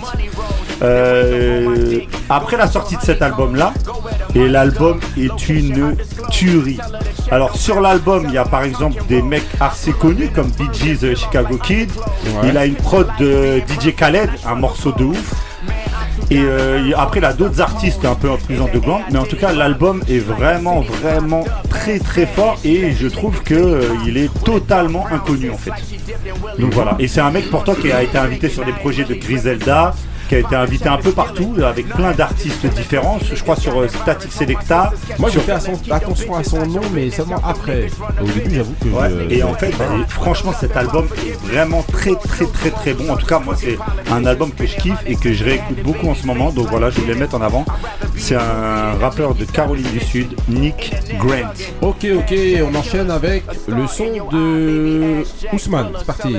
Euh, après la sortie de cet album là, et l'album est une tuerie. Alors sur l'album il y a par exemple des mecs assez connus comme Bee Gees, euh, Chicago Kid. Ouais. Il a une prod de D J Khaled, un morceau de ouf. Et euh, après, il a d'autres artistes un peu plus underground, mais en tout cas, l'album est vraiment, vraiment très, très fort et je trouve que euh, il est totalement inconnu en fait. Donc voilà. Et c'est un mec pourtant qui a été invité sur des projets de Griselda, qui a été invité un peu partout avec plein d'artistes différents. Je crois sur euh, Static Selecta. Moi, j'ai fait attention à son nom, mais seulement après. Au début, j'avoue que. Ouais. Je... Et en fait, et franchement, cet album est vraiment très, très, très, très bon. En tout cas, moi, c'est un album que je kiffe et que je réécoute beaucoup en ce moment. Donc voilà, je voulais le mettre en avant. C'est un rappeur de Caroline du Sud, Nick Grant. Ok, ok, on enchaîne avec le son de Ousmane. C'est parti.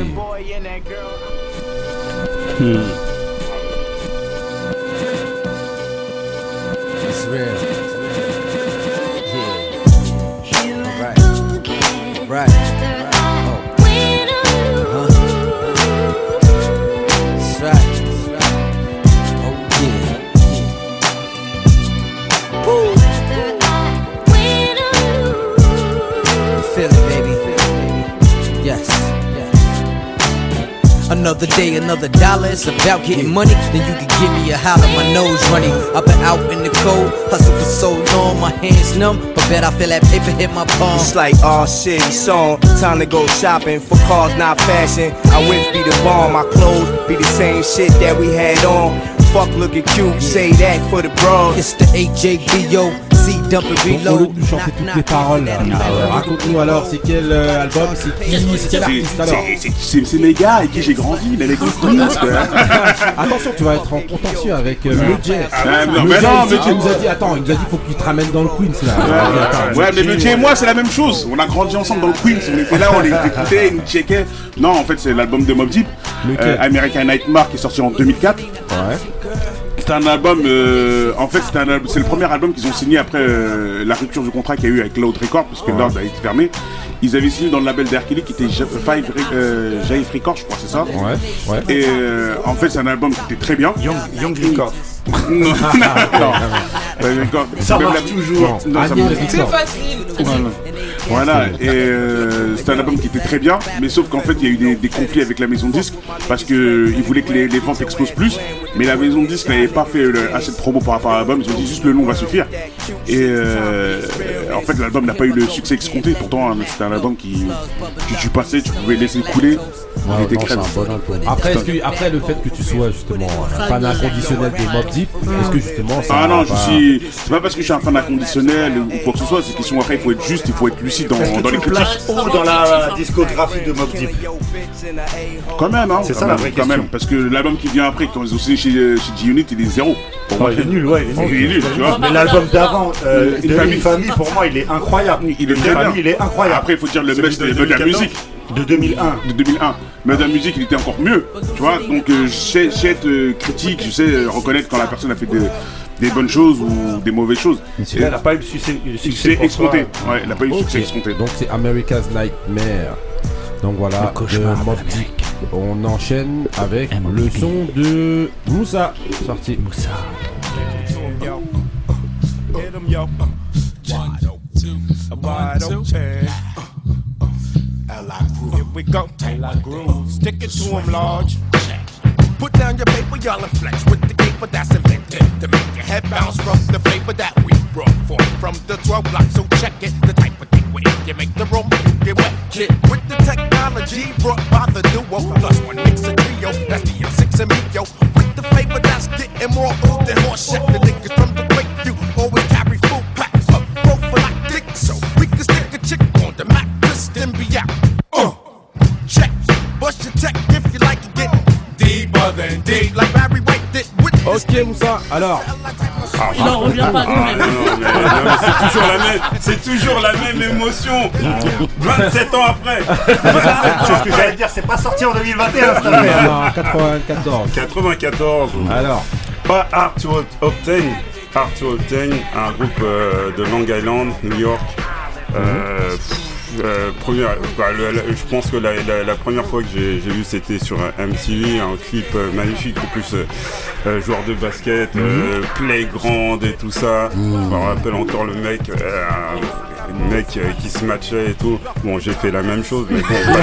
Hmm. It's real. Yeah. Right. Right. Oh. Huh? That's right. Oh yeah. Woo. Feel it, baby. Yes. Another day, another dollar, it's about getting money. Then you can give me a holler, my nose running. I've been out in the cold, hustle for so long, my hands numb. But bet I feel that paper hit my palm. It's like, oh shit, it's on. Time to go shopping for cars, not fashion. I whips be the bomb, my clothes be the same shit that we had on. Fuck looking cute, say that for the bros. It's the H J B O. Z, dump and Donc, au lieu reload. de nous chanter toutes les paroles, là, euh, raconte-nous alors, c'est quel euh, album, c'est qui, c'est quel artiste alors? C'est- c'est- C'est mes gars avec qui j'ai grandi, les Queens. Attention, tu vas être en contentieux avec euh, le Jay. Ah, non, Le mais Jay, non, il mais nous a dit, attends, il nous a dit, faut qu'il te ramène dans le Queens là. Ouais, ouais, mais le Jay et moi, c'est la même chose. On a grandi ensemble dans le Queens. On était là, on les écoutait, ils nous checkaient. Non, en fait, c'est l'album de Mobb Deep, euh, American Nightmare, qui est sorti en deux mille quatre. Ouais. C'est un album, euh, en fait, c'est un al- c'est le premier album qu'ils ont signé après euh, la rupture du contrat qu'il y a eu avec Loud Records, parce que Ouais. Loud a été fermé. Ils avaient signé dans le label d'R. Kelly qui était J- Five Re- euh, Jive Records, je crois, c'est ça. Ouais, ouais. Et euh, en fait, c'est un album qui était très bien. Young, Young Records. non, non, non. Ouais, Records, Ça même marche la- toujours. Non, ça Agnès marche. Records. C'est facile. Voilà. Voilà, et euh, c'était un album qui était très bien, mais sauf qu'en fait il y a eu des, des conflits avec la maison de disque parce qu'ils voulaient que les, les ventes explosent plus, mais la maison de disque n'avait pas fait le- assez de promo par rapport à l'album, ils ont dit juste le nom va suffire. Et euh, en fait l'album n'a pas eu le succès escompté, pourtant hein, c'était un album qui, qui tu passais, tu pouvais laisser couler, il Ouais, était non, crème. c'est un bon album. Après, est-ce que, après, le fait que tu sois justement un fan inconditionnel de Mobb Deep, est-ce que justement ça Ah non, va je pas- suis. C'est pas parce que je suis un fan inconditionnel ou quoi que ce soit, c'est question après il faut être juste, il faut être lucide dans, Est-ce que dans tu les le places critiques. où dans la discographie de Mobb Deep? Quand même, hein. C'est quand ça la même, vraie quand question. même, parce que l'album qui vient après, quand ils ont signé chez, chez G-Unit, il est zéro. Pour moi, il est nul, ouais, il est nul. Il est nul, tu vois. Mais l'album d'avant, euh, Une de famille. Une famille, pour moi, il est incroyable. Il est Une très bien. famille, il est incroyable. Après, il faut dire le Celui best de de deux mille la quatorze. musique. De deux mille un. De deux mille un. Mais de la musique, il était encore mieux. Tu vois, donc euh, je sais, je sais être euh, critique, je sais euh, reconnaître quand la personne a fait de- des bonnes choses ou des mauvaises choses. Celui-là, il n'a pas eu le succès, le succès C'est pour escompté. soi. Ouais, il n'a pas eu le Ok. succès escompté. Donc c'est America's Nightmare. Donc voilà, Le cauchemar de de Mobb la Deep. On enchaîne avec le son de Moussa, sorti. Moussa. Hit 'em, yo. Wide open. Wide open. Here we go. Stick it to 'em large. Put down your paper, y'all, and flex with the caper that's invented to make your head bounce from the flavor that we brought forth from the twelve block. So check it, the type of thing where if you make the room, you get wet. Kid with the technology brought by the duo, plus one makes a trio. That's the M six and me, yo. With the flavor that's getting more old than horse shit. The niggas from the Quakeview always carry full packs of prophylactic, so we can stick a chick on the Mac, twist and be out. Uh, check, bust your tech if you like it, get deeper than deep, like Barry White did with this. Ok Moussa, alors. Il en revient pas. Ah, non, non, mais, non, mais c'est toujours la même, c'est toujours la même émotion. vingt-sept ans après. C'est ce que j'allais dire, c'est pas sorti en deux mille vingt et un cette affaire. Non, quatre-vingt-quatorze. quatre-vingt-quatorze. Alors. Pas Hard to Obtain. Hard to Obtain, un groupe euh, de Long Island, New York. Euh, pff, euh, première, bah, le- le- je pense que la, la- la première fois que j'ai j'ai vu c'était sur M T V, un clip euh, magnifique, en plus euh, euh, joueur de basket, euh, playground et tout ça. Je me rappelle encore le mec, euh, un mec euh, qui se matchait et tout. Bon, j'ai fait la même chose, mais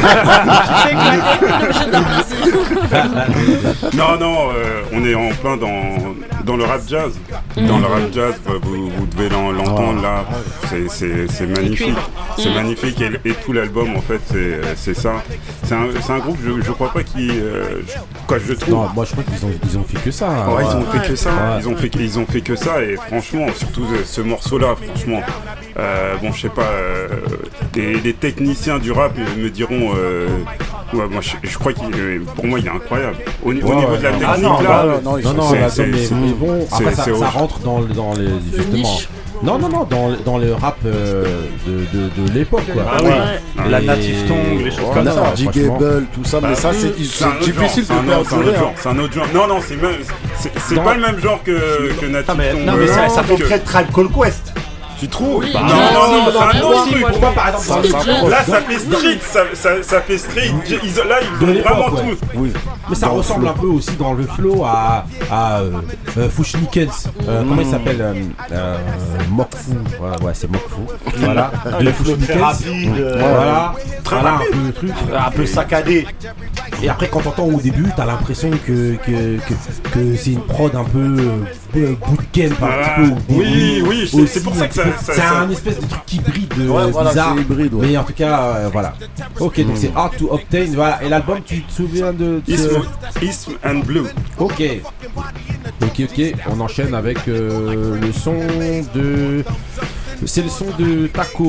non, non, euh, on est en plein dans, dans le rap jazz. Dans le rap jazz, bah, vous, vous devez l'en- l'entendre là. C'est- C'est c'est magnifique. C'est magnifique et, et tout l'album en fait, c'est c'est ça. C'est un, c'est un groupe, je, je crois pas qui. Euh, je- quoi, je trouve. Non, moi je crois qu'ils ont, ils ont fait que ça. hein. Ouais, ils ont fait que ça. Ouais. Ils ont fait, ils ont fait que ça et franchement, surtout euh, ce morceau-là, franchement. euh, bon, je sais pas. euh, des, des techniciens du rap me me diront. euh, ouais, moi, je, je crois qu'il, euh, pour moi, il est incroyable. Au, au Ouais, niveau ouais, de la non. technique Ah non, là, bah, non, non, non, c'est- là, c'est- mais, c'est- mais bon, après c'est- ça, c'est ça autre- rentre dans, le- dans les justement. niche. Non, non, non, dans, dans le rap euh, de, de, de l'époque quoi. Ah oui. La Native Tongue, les choses comme voilà, ça. franchement. Digable, tout ça, mais ça c'est C'est un c'est autre difficile genre, de c'est un autre- c'est un perdurer. autre hein. genre, c'est un autre genre. Non, non, c'est même, c'est c'est Dans- pas le même genre que, que Native Ah, mais, Tongue. non, mais Euh, ça, ça fait que- très Tribe Called Quest. Tu trouves Oui. Non, Non, non, non, c'est un non, autre non, truc. Pourquoi par exemple dans C'est le jazz. Là, ça fait street, ça, ça, ça fait street. Ils- là, ils De donnent l'époque, vraiment ouais. tout. Oui. Mais ça Dans le ressemble flow. un peu aussi dans le flow à, à euh, euh, Fushnikens. Euh, Comment il s'appelle euh, euh, Mokfu. Voilà, ouais, c'est Mokfu. Voilà. Le De flow très Fushnikens. rapide, euh, Voilà. Très Voilà un rapide. peu le truc. un peu saccadé. Et après, quand t'entends au début, t'as l'impression que, que, que, que c'est une prod un peu euh, bootcamp, un Ah, petit peu. au oui, début oui, c'est- aussi, c'est pour ça un que petit ça- peu. ça- C'est ça- un espèce de truc hybride, euh, Ouais, voilà, bizarre. c'est hybride, ouais. Mais en tout cas, euh, voilà. Ok, donc c'est Hard to Obtain. Voilà. Et l'album, tu te souviens de. de- Ism, Ism and Blue. Ok. Ok, ok, on enchaîne avec euh, le son de... C'est le son de Taco.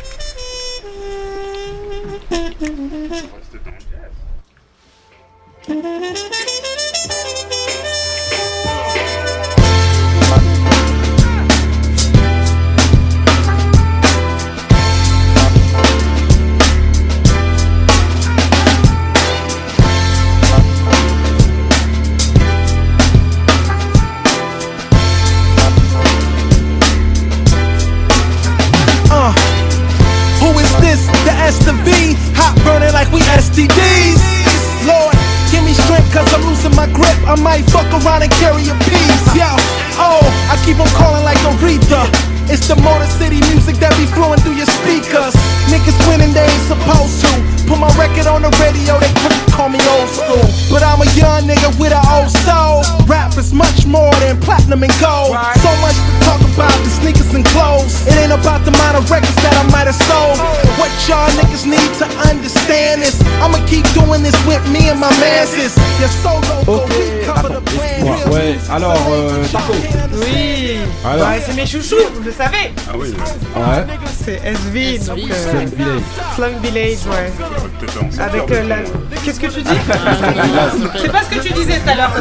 S T Ds. Lord, give me strength cause I'm losing my grip. I might fuck around and carry a piece. Yo, oh, I keep on calling like Aretha. It's the Motor City music that be flowing through your speakers. Niggas winning, they ain't supposed to. Put my record on the radio, they quick to call me old school. But I'm a young nigga with an old soul. Rap is much more than platinum and gold. So much to talk about the sneakers and clothes. It ain't about the amount of records that I might have sold. What y'all niggas need to understand is I'ma keep doing this with me and my manses. Your solo go recover the plan. Ouais, alors, euh, Taco. Oui, Alors. bah, c'est mes chouchous, vous le savez. Ah oui. Ouais. C'est S V, donc. euh, Slum Village. Slum Village, ouais. Avec euh, la. Qu'est-ce que tu dis? C'est pas ce que tu disais tout à l'heure.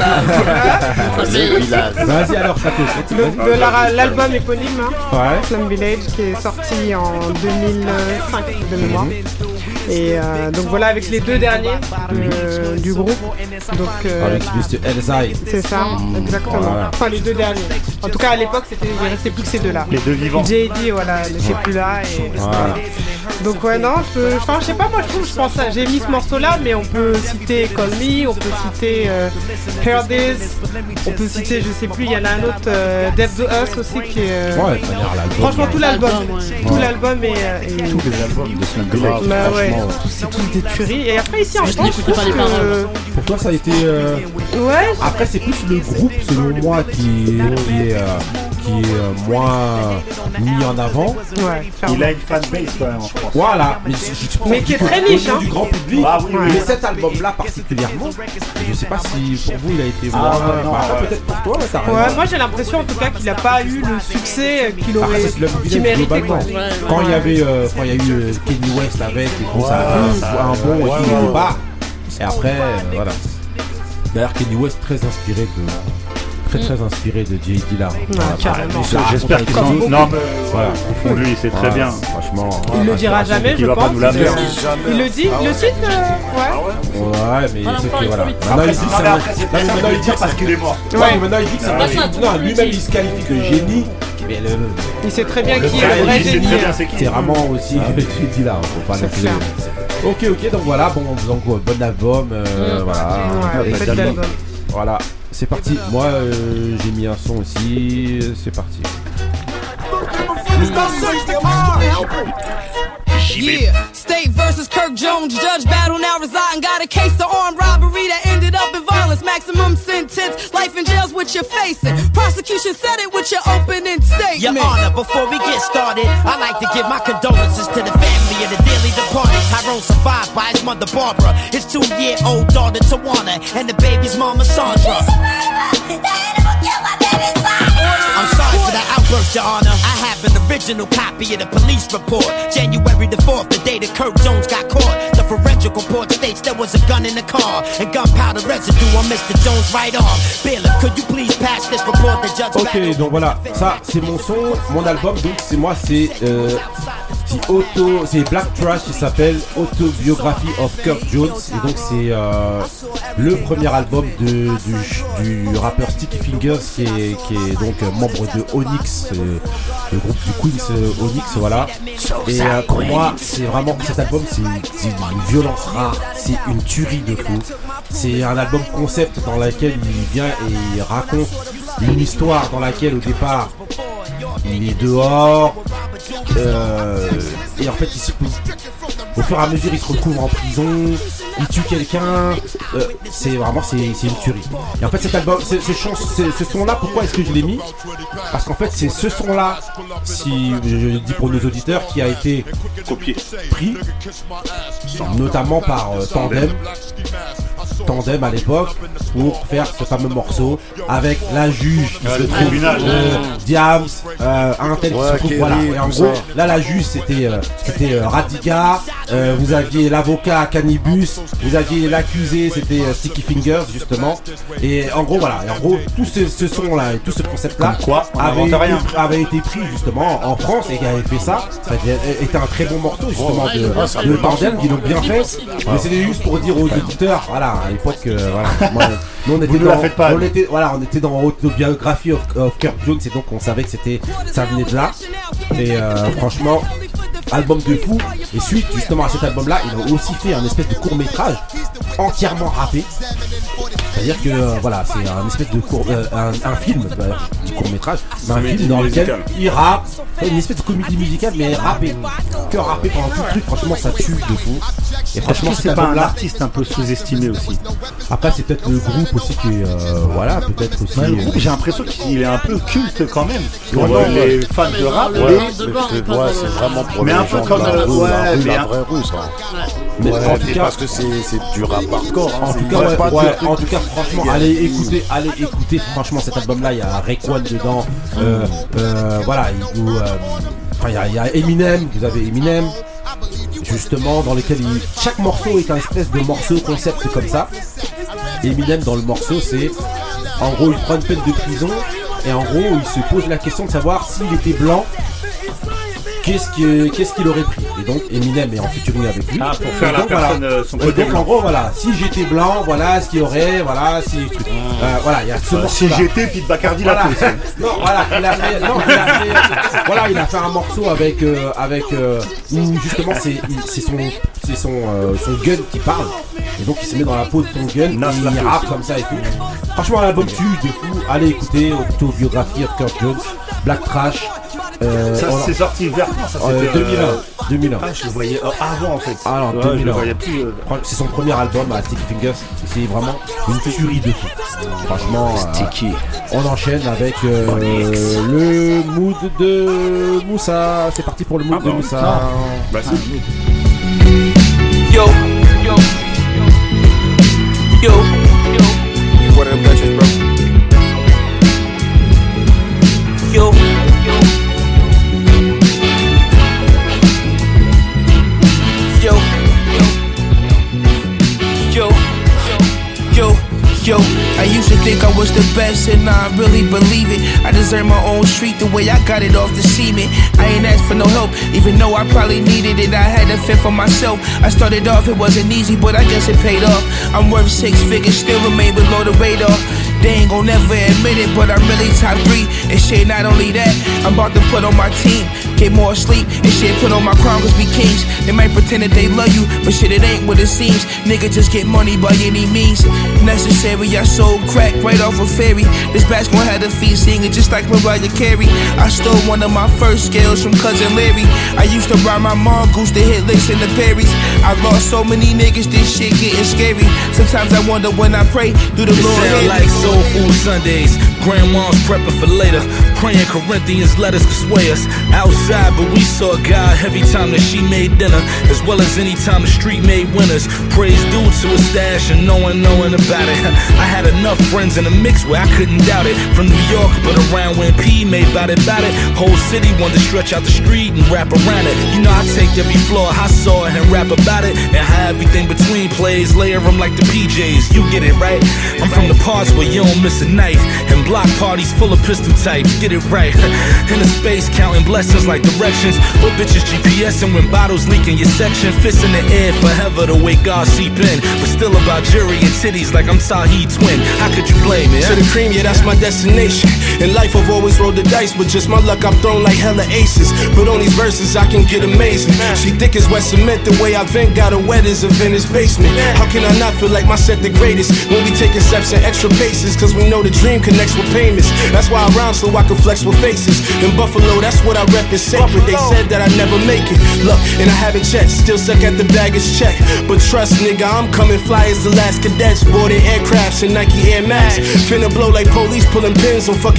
Vas-y alors, Taco. Le- de leur- l'album éponyme, hein, Ouais. Slum Village, qui est sorti en deux mille cinq de mémoire. Et euh, donc voilà, avec les deux derniers euh, du groupe. Donc, euh, Avec mister Elzai. c'est ça, exactement. Voilà. Enfin, les deux derniers. En tout cas, à l'époque, c'était, il restait plus que ces deux-là. Les deux vivants. J D, voilà, n'était plus là. Et... Voilà. Donc, ouais, non, je, enfin, je sais pas, moi, je trouve, je pense, à- j'ai mis ce morceau-là, mais on peut citer Call Me, on peut citer euh, Hear This, on peut citer, je sais plus, il y en a un autre, euh, Death to Us aussi, qui est. euh, Ouais, de manière, l'album. Franchement, tout l'album, tout Ouais. l'album est. euh, est- Tous les albums de Slum Village. Bah ouais, franchement. tous- c'est tous des tueries. Et après, ici, en Je France, je n'écoutais pas trouve les que. paroles. Pour toi, ça a été. euh, Ouais, Après, c'est plus le groupe, selon moi, qui, qui est, euh, qui est euh, moins mis en avant. ouais, Il a une fanbase quand même en France. Voilà, mais, je- je- je- Mais qui est au très niveau niche, hein. du grand public. Ah oui, oui. Mais cet album-là particulièrement, je sais pas si pour vous il a été Ah, moins. ouais, non, bah, ouais. peut-être pour toi, ouais, t'as Ouais, raison. moi j'ai l'impression en tout cas qu'il n'a pas eu le succès qu'il Après, aurait, c'est Slum qu'il Village méritait quoi. globalement. Quand il y avait, euh, quand il y a eu euh, Kanye West avec, et tout, ça a fait ça- un bon et ouais, tout, ouais, ouais. bah. Et après, euh, voilà. D'ailleurs, Kanye West très inspiré de. Très très inspiré de J D là. Voilà, carrément. pareil, ça J'espère raconte qu'ils avec sont. ça. Non, mais Voilà. au fond de lui, c'est très Voilà, bien. Franchement. Il le dira inspiration. jamais, il je va pas pense. nous la faire. Il le dit, il le cite, euh, ouais. Ouais, mais Voilà, c'est encore que une voilà. fois, vite. Maintenant, il Après, dit c'est que non, c'est mais un- après, c'est non, pas mais ça maintenant, de il dit dire que parce qu'il est mort. Ouais, mais maintenant il dit que c'est Ah, un ouais. génie. Non, lui-même il se qualifie de génie. Mais le. Il sait très bien Le qui est vrai, le vrai il sait génie. très bien hein. c'est qui. C'est vraiment aussi J D là, faut pas C'est l'appeler. clair. Ok, ok, donc voilà, bon, donc euh, bon album, euh, voilà. Ouais, Et faites puis, l'album. Voilà, c'est parti. Moi, euh, j'ai mis un son aussi. C'est parti. Yeah, State versus Kirk Jones, judge battle now residing. Got a case of armed robbery that ended up in violence. Maximum sentence, life in jail's what you're facing. Prosecution said it with your opening statement. Your Honor, before we get started, I'd like to give my condolences to the family of the dearly departed. Tyrone survived by his mother Barbara, his two-year-old daughter Tawana, and the baby's mama Sandra. I'm sorry for that outburst, Your Honor. I have an original copy of the police report. January the fourth, the day that Kirk Jones got caught. The forensic report states there was a gun in the car and gunpowder residue on mister Jones' right arm. Bailiff, could you please pass this report to Judge Ok, donc voilà, ça c'est mon son, mon album, donc c'est moi, c'est euh, c'est auto, c'est Black Trash, il s'appelle Autobiography of Kirk Jones, et donc c'est euh, le premier album de, du, du rappeur Sticky Fingers, qui est, qui est donc euh, membre de Onyx, euh, le groupe du Queens euh, Onyx, voilà. Et euh, pour moi, c'est vraiment, cet album, c'est c'est une violence rare, c'est une tuerie de fou. C'est un album concept dans lequel il vient et il raconte une histoire dans laquelle au départ il est dehors euh, et en fait il se, au fur et à mesure il se retrouve en prison, il tue quelqu'un, euh, c'est vraiment c'est, c'est une tuerie. Et en fait cet album, ce, ce, chant, ce, ce son là, pourquoi est-ce que je l'ai mis? Parce qu'en fait c'est ce son là, si je, je dis pour nos auditeurs, qui a été copié, pris notamment par euh, Tandem. tandem à l'époque pour faire ce fameux morceau avec la juge qui Ah, se le trouve, tribunal. euh, Diams, euh, un tel qui Ouais, se trouve, Kelly, voilà. Et en tout gros, ça. là la juge c'était euh, c'était euh, Radiga, euh, vous aviez l'avocat Cannibus, vous aviez l'accusé c'était euh, Sticky Fingers justement. Et en gros voilà, et en gros tout ce, ce son là et tout ce concept là Comme quoi, on avait n'invente été, rien. avait été pris justement en France et qui avait fait ça. Ça avait- était un très bon morceau justement Ouais, de, ouais, ça de peut marcher. Tandem qui l'ont bien fait. Mais c'était juste pour dire aux auditeurs, voilà, à l'époque, euh, voilà, moi, nous on était Vous ne dans, la faites pas, on nous. était, voilà, on était dans l'autobiographie of, of Kirk Jones et donc on savait que c'était, ça venait de là. Et euh, franchement, album de fou. Et suite justement à cet album-là, il a aussi fait un espèce de court métrage entièrement rappé. C'est-à-dire que euh, voilà, c'est un espèce de court, euh, un, un film, euh, je dis court métrage, mais un Comédie film dans lequel musicale. il rappe, une espèce de comédie musicale mais rappé, que rappé pendant tout le truc. Franchement, ça tue de fou. Et franchement, c'est cet pas un album-là, artiste un peu sous-estimé aussi. après c'est peut-être le groupe aussi qui est, euh, voilà, peut-être aussi. Ouais, le euh, groupe, j'ai l'impression qu'il est un peu culte quand même pour Ouais, euh, ouais. les fans de rap. Ouais, mais- le Mais underground, c'est pas ouais, dans c'est le- vraiment pour Mais les un peu gens comme, de la euh, rue, ouais, la rue, mais la un- vraie rue, ça. Mais Ouais, en tout c'est cas- parce que c'est c'est du rap hardcore. hein, En c'est- tout cas, ouais, ouais, pas ouais, du truc en tout cas, franchement, allez écouter, allez écouter, franchement, cet album-là, il y a Rayquan dedans, euh, euh, voilà, il nous, euh, enfin, il y a- il y, a Eminem, vous avez Eminem, justement, dans lequel il, chaque morceau est un espèce de morceau concept comme ça. Eminem, dans le morceau, c'est, en gros, il prend une peine de prison, et en gros, il se pose la question de savoir s'il était blanc, qu'est-ce qu'il qu'est-ce qu'il aurait pris. Et donc Eminem est en featuring avec lui. Ah, pour faire Et la donc, personne, voilà. euh, son Et côté donc blanc. en gros voilà, si j'étais blanc, voilà ce qu'il y aurait, voilà si truc. Euh, voilà, il y a ce Euh, morceau. Si j'étais, Pete Bacardi l'a Voilà. fait aussi. Non, voilà, il a fait, non, il a fait, voilà, il a fait un morceau avec, euh, avec, euh, où justement c'est, il- c'est son, c'est son, euh, son gun qui parle, et donc il se met dans la peau de son gun, Nas et l'a il fait rappe aussi. comme ça et tout. Franchement, l'album tue de fou. Allez écouter autobiographie of Kirk Jones, Black Trash. Euh, Ça, on- c'est sorti vers quand ça euh, c'était deux mille un. euh, deux mille un. Ah, je le voyais euh, avant en fait. Ah non, Ouais, deux mille un. je le voyais plus. euh, Franchement, c'est son premier album à Sticky Fingers. C'est vraiment une tuerie de fou. Franchement, euh, Sticky. on enchaîne avec euh, le mood de Moussa. C'est parti pour le mood Ah de bah, Moussa. Bah, c'est Yo, yo, yo, What are the bitches, bro? yo, yo, yo, yo, yo. I used to think I was the best, and now I really believe it. I deserve my own street the way I got it off the cement. I ain't asked for no help, even though I probably needed it. I had to fend for myself. I started off, it wasn't easy, but I guess it paid off. I'm worth six figures, still remain below the radar. They ain't gon' never admit it, but I'm really top three. And shit, not only that, I'm about to put on my team. Get more sleep and shit, put on my crown cause we kings. They might pretend that they love you, but shit, it ain't what it seems. Nigga just get money by any means necessary. I sold crack right off a ferry. This basketball had a fee singing just like Mariah Carey. I stole one of my first scales from cousin Larry. I used to ride my mongoose to hit licks in the Perrys. I lost so many niggas, this shit getting scary. Sometimes I wonder when I pray, do the It Lord sound hear me? like soul food Sundays. Grandma's prepping for later. Praying Corinthians letters could sway us. Outside, but we saw God every time that she made dinner, as well as any time the street made winners. Praise due to a stash and no one knowing about it. I had enough friends in the mix where I couldn't doubt it. From New York, but around when P made bout it, bout it. Whole city wanted to stretch out the street and rap around it. You know I take every floor I saw it and rap about it, and how everything between plays, layer them like the P Js. You get it right. I'm from the parts where you don't miss a knife, and block parties full of pistol types. Get it right. In the space counting blessings like directions, or bitches GPSing when bottles leak in your section. Fists in the air forever the way God seep in, but still about jury and titties like I'm Tahid Twin. How could you blame it? To the cream, yeah, that's my destination. In life, I've always rolled the dice, but just my luck, I've thrown like hella aces. But on these verses, I can get amazing. She thick as wet cement, the way I vent got her wet as a Venice basement. How can I not feel like my set the greatest when we taking steps and extra paces? Cause we know the dream connects with payments. That's why I rhyme so I can flex with faces. In Buffalo, that's what I rep is sacred. They said that I never make it. Look, and I haven't checked, still suck at the baggage check. But trust, nigga, I'm coming fly as the last cadets. Boarding aircrafts and Nike Air Max. Finna blow like police pulling pins on fucking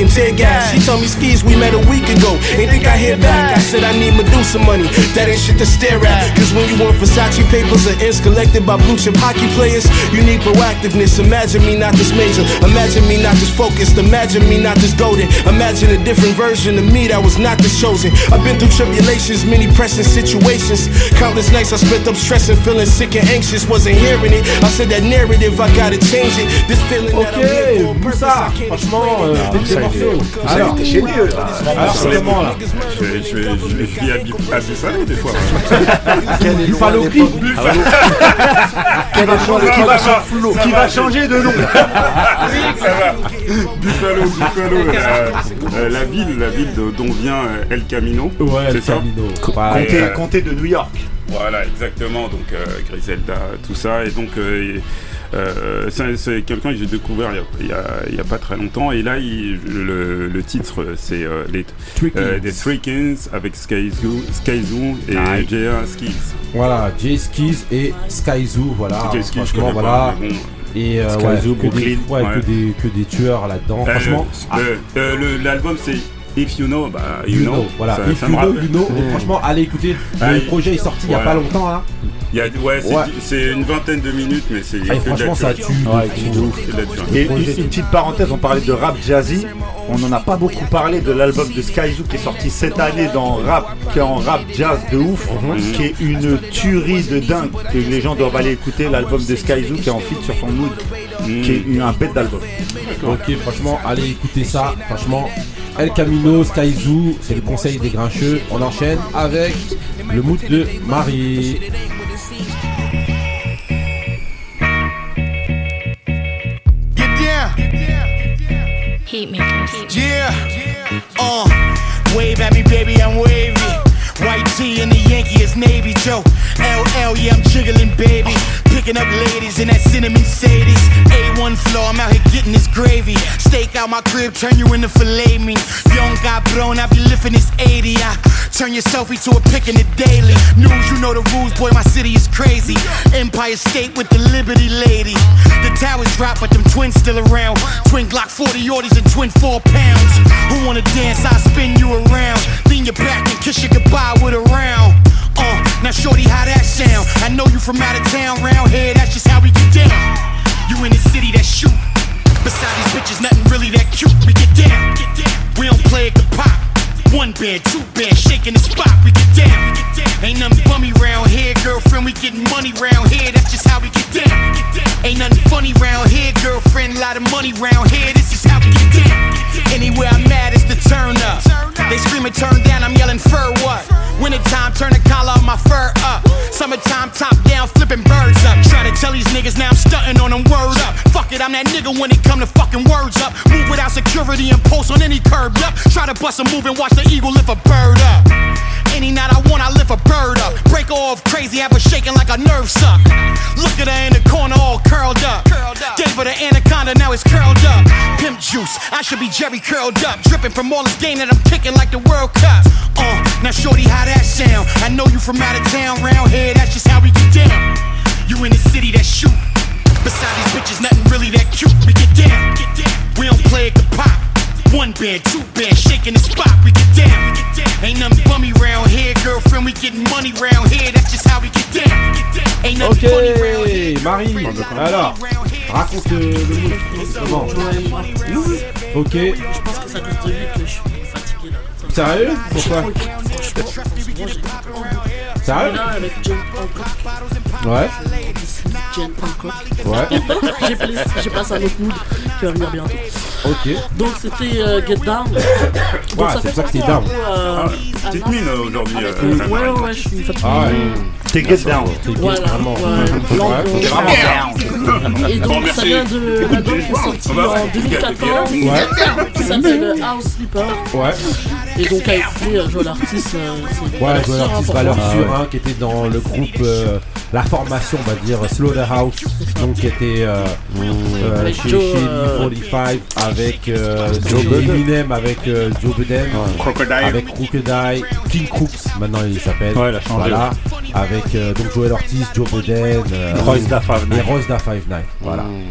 tear gas. She told me skis, we met a week ago. Ain't think I hit back. I said I need Medusa money. That ain't shit to stare at. Cause when you want Versace papers or ends collected by blue chip hockey players, you need proactiveness. Imagine me not this major. Imagine me not this focused. Imagine me not this golden. Imagine a different version of me that was not this chosen. I've been through tribulations, many pressing situations. Countless nights I spent up stressing, feeling sick and anxious. Wasn't hearing it. I said that narrative, I gotta change it. This feeling that I'm here for a purpose. Ça, franchement, euh, des morceaux. Alors, t'es chez lui, là. Alors, c'est comment là? Je vais, je vais, je vais vis à Buffalo des fois. Buffalo Creek. Qui va changer de nom. Ça va. Buffalo, Buffalo, euh, euh, la ville, la ville de, dont vient euh, El Camino. Ouais, c'est El ça. Camino. Comté, euh, comté de New York. Voilà, exactement. Donc euh, Griselda, tout ça, et donc. Euh, et, Euh, c'est, c'est quelqu'un que j'ai découvert il y a, il y a pas très longtemps, et là il, le, le titre c'est euh, les euh, des Three Kings avec Skyzoo, Skyzoo et ah, Jay Skis. Voilà, Jay Skis et Skyzoo, voilà. Jay Skis, franchement, voilà. Bon, et euh, Skyzoo, ouais, que, des, ouais, ouais. que, des, que des tueurs là-dedans, euh, franchement. Euh, euh, le, l'album c'est If You Know, bah You, you know, know. Voilà, ça, If ça You Know, rappelle. You Know. Et franchement, allez écouter. Ah, le projet est sorti il ouais. y a pas longtemps là. Il y a, ouais, c'est, ouais. c'est une vingtaine de minutes, mais c'est ah, franchement ça tue. Ouais, de ouf. Et une, une petite parenthèse, on parlait de rap jazzy. On n'en a pas beaucoup parlé de l'album de Skyzoo qui est sorti cette année dans rap, qui est en rap jazz de ouf, mm-hmm. qui est une tuerie de dingue que les gens doivent aller écouter. L'album de Skyzoo qui est en feat sur son mood, mm. qui est un bête d'album. Ok, franchement, allez écouter ça. Franchement, El Camino, Skyzoo, c'est le conseil des grincheux. On enchaîne avec le mood de Marie. Heatmakers. Yeah. Uh, wave at me, baby, I'm wavy. White tee and the Yankee is Navy Joe. L L, yeah, I'm jiggling, baby. Picking up ladies in that cinnamon Sadies. A one floor, I'm out here getting this gravy. Steak out my crib, turn you into filet me. Young cabrón, I be lifting this eighty. I turn your selfie to a pic in the daily. News, you know the rules, boy, my city is crazy. Empire State with the Liberty Lady. The towers drop, but them twins still around. Twin Glock forty orders and twin four pounds. Who wanna dance? I'll spin you around. Lean your back and kiss you goodbye with a round. Uh, now shorty, how that sound? I know you from out of town, round here, that's just how we get down. You in the city that shoot. Beside these bitches, nothing really that cute. We get down. We don't play it to pop. One band, two band, shaking the spot, we get down. Ain't nothing bummy round here, girlfriend, we getting money round here, that's just how we get down. Ain't nothing funny round here, girlfriend, lot of money round here, this is how we get down. Anywhere I'm at, it's the turn up. They screaming turn down, I'm yelling fur what? Wintertime, turn the collar of my fur up. Summertime, top down, flipping birds up. Try to tell these niggas now I'm stunting on them, word up. Fuck it, I'm that nigga when it come to fucking words up. Move without security and post on any curb, yup. Try to bust a move and watch the eagle lift a bird up. Any night I want, I lift a bird up. Break off crazy, have her shaking like a nerve suck. Look at her in the corner, all curled up. Gave her the anaconda, now it's curled up. Pimp juice, I should be Jerry curled up. Dripping from all this game that I'm kicking like the World Cup. Uh, now shorty, how that sound? I know you from out of town, round here, that's just how we get down. You in the city that shoot. Beside these bitches, nothing really that cute. We get down. We don't play it to pop. One band, two band, shaking the spot, we get down. Ain't nothing bummy round here, girlfriend, we getting money round here, that's just how we get down. Ain't nothing funny round here. Ok, Marie, alors, raconte le mood. Comment? Ok. Je pense que ça cause de lui que je suis fatigué là. Sérieux? Pourquoi? Sérieux? Là avec Jen Hancock. Ouais. Jen Hancock. Ouais. j'ai, pla- j'ai passé un autre mood qui va venir bientôt. Ok. Donc c'était euh, Get Down. Donc, ouais, ça c'est fait ça que t'es penser down. un peu, euh, ah, petite mine euh, aujourd'hui. avec, Euh, euh, ouais, ouais, ouais, je suis fatigué. Ah ouais. T'es Get Down. T'es get Voilà, vraiment. ouais. Blanc, Ouais. T'es vraiment down. Et donc ça vient de l'album qui est sorti en deux mille quatorze, Ouais. qui s'appelle House Sleeper. Ouais. Et donc avec euh, Joel Artis, euh, c'est Ouais, valeur Joel sûre, Artis, hein, valeur pour moi. sûre, hein, qui était dans le groupe, euh, la formation, on va dire, Slaughterhouse, donc qui était euh, euh, Avec chez, Joe, chez euh, B quarante-cinq, avec euh, Joe chez Budden. Eminem, avec euh, Joe Budden, Crocodile. avec Crocodile, King Crooks, maintenant il s'appelle. Ouais, il a changé. Voilà, avec euh, donc Joel Ortiz, Joe Budden, euh, Royce da Five et Nine. Royce da Five Nine. Voilà.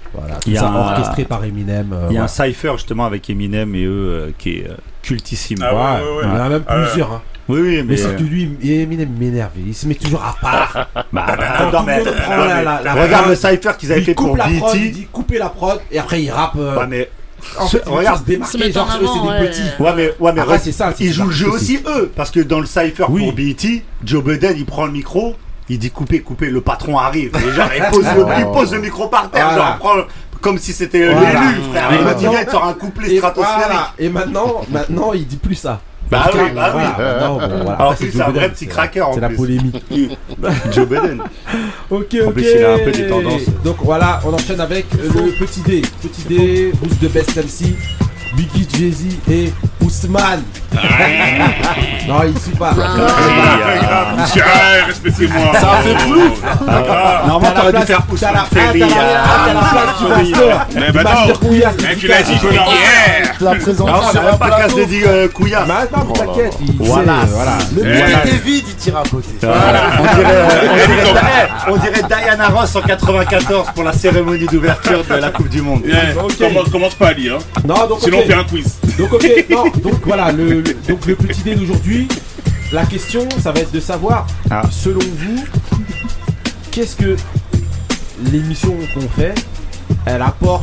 Voilà, tout Il y a ça un- orchestré par Eminem. euh, Il y a un ouais. cypher justement avec Eminem et eux euh, qui est euh, cultissime. Ah ouais, ouais, ouais, il y en a même Ah ouais. plusieurs. Hein. Oui, oui, mais. Mais surtout lui, Eminem m'énerve. Il se met toujours à part. Bah, Quand non, tout le mais- monde prend non, la- mais la- la regarde prod, le cypher qu'ils avaient il fait coupe pour la prod, B E T. il dit couper la prod et après il rappe. euh, Ouais, mais. En Ce- fait, il veut regarde, se démarquer, genre eux, c'est des petits. Ouais, mais, ouais, mais Après, re- c'est ça, c'est ils jouent le jeu aussi. aussi, eux. Parce que dans le cypher pour B E T, Joe Budden, il prend le micro, il dit couper, couper, le patron arrive. Et genre, il pose, le, il pose le micro par terre, Voilà. genre, prend le- comme si c'était Voilà. l'élu, frère. Et Il va maintenant- direct sur un couplet et stratosphérique. voilà. Et maintenant, maintenant, il dit plus ça. Bah Parce oui, que, bah oui. voilà, maintenant, bon, voilà. Alors Après, que c'est c'est un Joe vrai Budden, petit c'est- cracker en C'est la plus. polémique. Joe Budden. Ok, En ok. plus, il a un peu des tendances. Donc voilà, on enchaîne avec le petit D. Petit D, boost de Best M C, Biggie, Jay-Z et Ousmane. Non, il suit pas. Ah, respectez-moi. Ça fait plus. Ah, normalement, t'aurais dû faire T'as la Ousmane Ferry. t'as la place du master. Mais Du bah non. master Couillasse. Mais tu l'as dit, je l'ai dit hier. La présence Non, on sur n'a un même pas plateau. cassé dit euh, Couillasse. Mais attends, mais t'inquiète. il Voilà. sait, voilà. Le Eh, mec voilà. était vide, il tire à côté. Voilà. On dirait, euh, on, dirait, on dirait Diana Ross en quatre-vingt-quatorze pour la cérémonie d'ouverture de la Coupe du Monde. Eh, Ok. commence, commence pas à lire. Hein. Non, donc Sinon, ok. on fait un quiz. Donc ok, non, donc voilà, le, le- donc le petit dé d'aujourd'hui, la question, ça va être de savoir, Ah. selon vous, qu'est-ce que l'émission qu'on fait, elle apporte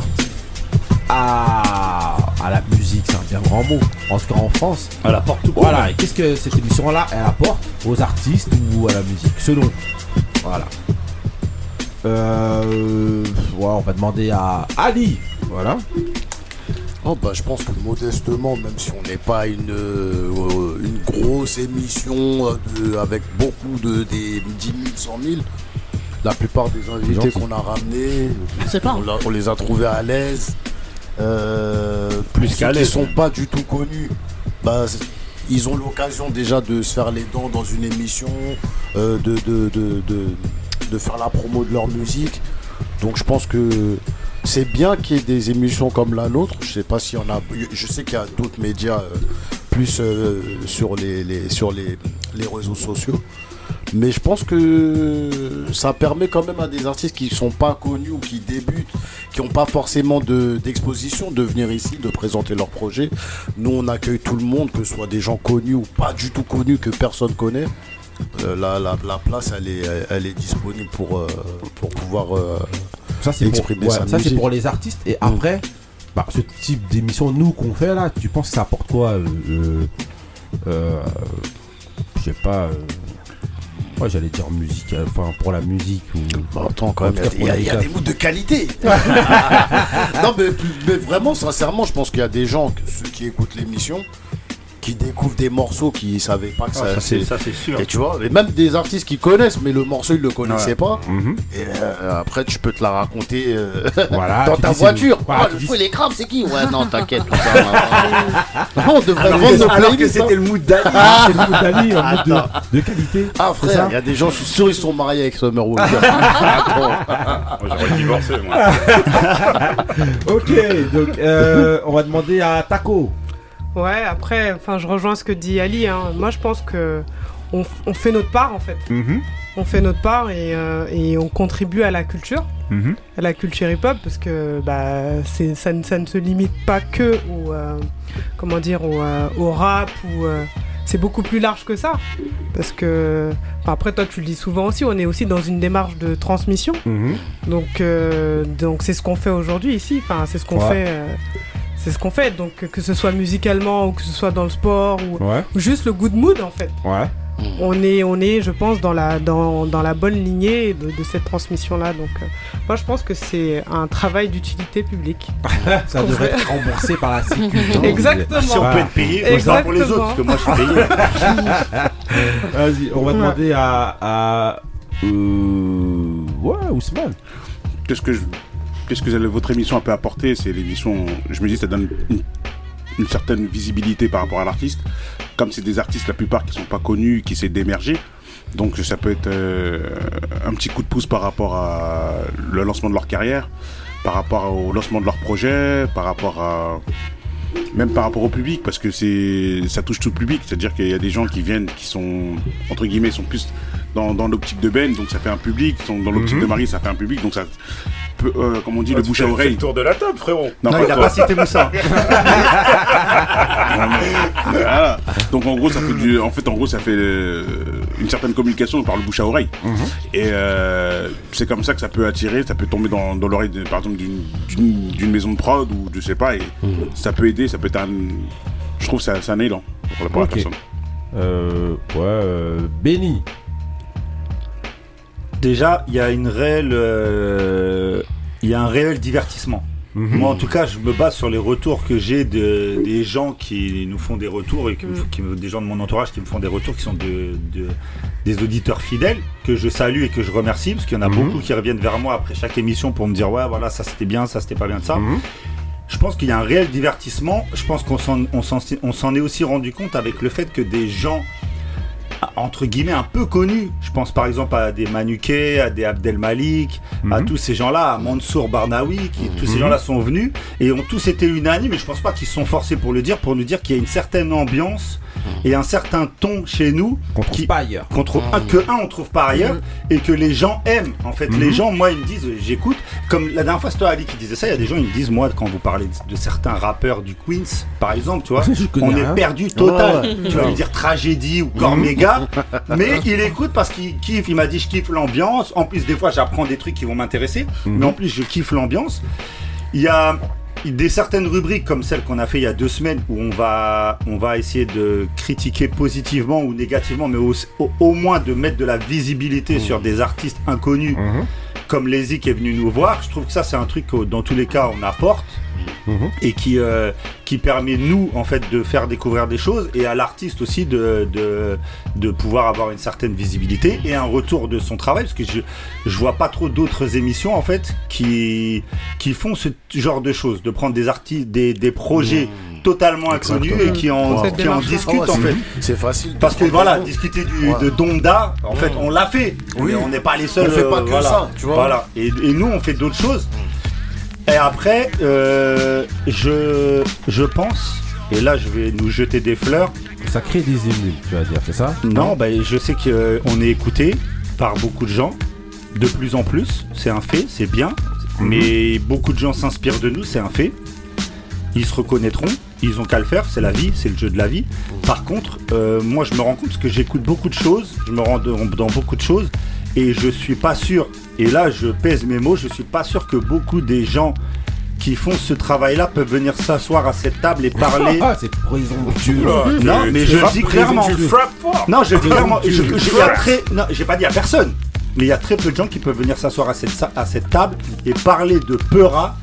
à, à la musique, c'est un bien grand mot, en tout cas en France. Elle apporte tout. Voilà, et qu'est-ce que cette émission-là, elle apporte aux artistes ou à la musique, selon vous. Voilà. Euh, ouais, on va demander à Ali, voilà. Oh bah je pense que modestement, même si on n'est pas une, euh, une grosse émission euh, de- avec beaucoup de des dix mille, cent mille, la plupart des invités gentil. qu'on a ramenés, C'est pas. on, l'a- on les a trouvés à l'aise. Euh, Plus ceux qu'à qui l'aise. sont pas du tout connus, bah, c'est- ils ont l'occasion déjà de se faire les dents dans une émission, euh, de, de, de, de, de faire la promo de leur musique. Donc je pense que c'est bien qu'il y ait des émissions comme la nôtre. Je sais pas s'il y en a. Je sais qu'il y a d'autres médias euh, plus euh, sur les, les sur les, les réseaux sociaux. Mais je pense que ça permet quand même à des artistes qui sont pas connus ou qui débutent, qui n'ont pas forcément de- d'exposition, de venir ici, de présenter leur projet. Nous, on accueille tout le monde, que ce soit des gens connus ou pas du tout connus, que personne connaît. Euh, la, la, la place, elle est, elle est disponible pour, euh, pour pouvoir euh, Ça c'est pour, exprimer ouais, sa ça, c'est musique. pour les artistes. Et après, bah, ce type d'émission, nous qu'on fait là, tu penses que ça apporte quoi euh, euh, euh, Je sais pas. euh, ouais, j'allais dire musique, euh, enfin pour la musique ou. Bah, attends, quand en même, tout cas, il y a, pour il y a les des mots de qualité. Non, mais, mais vraiment, sincèrement, je pense qu'il y a des gens, ceux qui écoutent l'émission, qui découvrent des morceaux qu'ils ne savaient pas que Ah, ça, ça, c'est- ça, c'est sûr. Et tu vois, et même des artistes qui connaissent, mais le morceau, ils ne le connaissaient Ouais. pas. Mhm. Et euh, après, tu peux te la raconter euh, Voilà, dans tu ta dis c'est voiture. le- voilà, Ah, tu le dis fou et c'est- les crabes, c'est qui? Ouais, non, t'inquiète. tout ça, on devrait Alors vendre que- nos alors que playlists, c'était hein. le mood d'Ali. Ah, c'est le mood d'Ali en mode Attends. de, de qualité. Ah, c'est frère, ça il y a des gens, je suis sûr, ils sont mariés avec Summer Walker. Moi, j'aurais divorcé, moi. Ok, donc euh, on va demander à Taco. Ouais, après, enfin, je rejoins ce que dit Ali. Hein. Moi, je pense que on, on fait notre part en fait. Mhm. On fait notre part et, euh, et on contribue à la culture, Mhm. à la culture hip-hop, parce que bah, c'est, ça, ne- ça ne se limite pas que au, euh, comment dire, au, euh, au rap ou euh, c'est beaucoup plus large que ça. Parce que enfin, après, toi, tu le dis souvent aussi, on est aussi dans une démarche de transmission. Mhm. Donc, euh, donc c'est ce qu'on fait aujourd'hui ici. Enfin, c'est ce qu'on Ouais. fait. euh, c'est ce qu'on fait. Donc, que ce soit musicalement ou que ce soit dans le sport ou, Ouais. ou juste le good mood en fait. Ouais. On est, on est, je pense, dans la, dans, dans la bonne lignée de, de cette transmission-là. Donc, euh, moi, je pense que c'est un travail d'utilité publique. Ça Qu'on devrait fait. être remboursé par la Sécu. non Exactement. Si on peut être payé, faut le faire pour les autres, parce que moi, je suis payé. Vas-y, on va Ouais. demander à. à euh, ouais, Ousmane. Qu'est-ce que je- qu'est-ce que votre émission peut apporter? C'est l'émission, je me dis, ça donne une, une certaine visibilité par rapport à l'artiste. Comme c'est des artistes, la plupart qui sont pas connus, qui essaient d'émerger. Donc ça peut être euh, un petit coup de pouce par rapport à le lancement de leur carrière, par rapport au lancement de leur projet, par rapport à même par rapport au public, parce que c'est ça touche tout le public. C'est-à-dire qu'il y a des gens qui viennent, qui sont entre guillemets, sont plus dans, dans l'optique de Ben, donc ça fait un public. Sont dans l'optique Mhm. de Marie, ça fait un public. Donc ça, peu, euh, comme on dit, Ah, le tu bouche fais- à fais oreille. le tour de la table, frérot. Non, il a pas cité Moussa. Voilà. Donc en gros, ça fait du, en fait, en gros, ça fait euh, une certaine communication par le bouche à oreille. Et euh, c'est comme ça que ça peut attirer, ça peut tomber dans, dans l'oreille, de, par exemple, d'une, d'une, d'une maison de prod ou je sais pas, et ça peut aider, ça peut être un, je trouve que c'est, c'est un élan pour la, pour la Ok. personne. Euh, ouais, euh, Benny. Déjà, il y a une réelle, euh, il y a un réel divertissement. Mhm. Moi, en tout cas, je me base sur les retours que j'ai de, des gens qui nous font des retours et qui me, qui me- des gens de mon entourage qui me font des retours, qui sont de, de- des auditeurs fidèles que je salue et que je remercie parce qu'il y en a Mhm. beaucoup qui reviennent vers moi après chaque émission pour me dire ouais, voilà, ça c'était bien, ça c'était pas bien de ça. Je pense qu'il y a un réel divertissement. Je pense qu'on s'en, on s'en, on s'en est aussi rendu compte avec le fait que des gens entre guillemets un peu connus, je pense par exemple à des Manuké, à des Abdel Malik, à tous ces gens-là, à Mansour Barnaoui, qui, tous ces gens-là sont venus et ont tous été unanimes, et je pense pas qu'ils se sont forcés pour le dire, pour nous dire qu'il y a une certaine ambiance et un certain ton chez nous qu'on trouve pas ailleurs, qu'on trouve, un, que un on trouve pas ailleurs, et que les gens aiment. En fait, les gens, moi, ils me disent, j'écoute, comme la dernière fois c'était Ali qui disait ça, il y a des gens, ils me disent, moi, quand vous parlez de, de certains rappeurs du Queens, par exemple, tu vois, on connais est rien. perdu total. Ouais, ouais. Tu vas lui dire Tragédie ou Cormega, mais il écoute parce qu'il kiffe. Il m'a dit, je kiffe l'ambiance. En plus, des fois, j'apprends des trucs qui vont m'intéresser, mais en plus, je kiffe l'ambiance. Il y a des certaines rubriques comme celle qu'on a fait il y a deux semaines où on va, on va essayer de critiquer positivement ou négativement, mais au, au, au moins de mettre de la visibilité sur des artistes inconnus comme Lazy qui est venu nous voir. Je trouve que ça c'est un truc que dans tous les cas on apporte et qui, euh, qui permet nous en fait de faire découvrir des choses et à l'artiste aussi de, de, de pouvoir avoir une certaine visibilité et un retour de son travail, parce que je, je vois pas trop d'autres émissions en fait qui, qui font ce genre de choses, de prendre des artistes, des, des projets totalement inconnus et qui en, Wow. qui en discutent Ah ouais, en fait. C'est facile. de Parce que prendre voilà, des- discuter du, Ouais. de Donda, en fait, Ouais. on l'a fait. Oui. Mais on n'est pas les seuls. On fait pas euh, que voilà. ça, tu vois. Voilà. Et, et nous, on fait d'autres choses. Et après, euh, je, je pense, et là, je vais nous jeter des fleurs. Ça crée des émules, tu vas dire, c'est ça? Non, bah, je sais qu'on est écouté par beaucoup de gens, de plus en plus. C'est un fait, c'est bien. Mais beaucoup de gens s'inspirent de nous, c'est un fait. Ils se reconnaîtront, ils ont qu'à le faire, c'est la vie, c'est le jeu de la vie. Par contre, euh, moi je me rends compte parce que j'écoute beaucoup de choses, je me rends dans, dans beaucoup de choses et je suis pas sûr, et là je pèse mes mots, je suis pas sûr que beaucoup des gens qui font ce travail-là peuvent venir s'asseoir à cette table et parler. Ah, c'est présomptueux. Non, mais je le dis clairement. Tu frappes fort. Non, je le dis clairement. Je, je, je- il y a très, non, j'ai pas dit à personne, mais il y a très peu de gens qui peuvent venir s'asseoir à cette, sa- à cette table et parler de Peura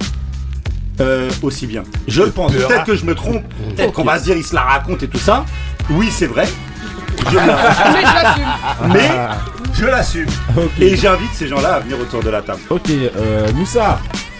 euh, aussi bien. Je le pense. Peura. Peut-être que je me trompe. Peut-être qu'on va se dire il se la raconte et tout ça. Oui, c'est vrai. Je Mais je l'assume. Mais je l'assume. Et j'invite ces gens-là à venir autour de la table. Ok, euh, Moussa.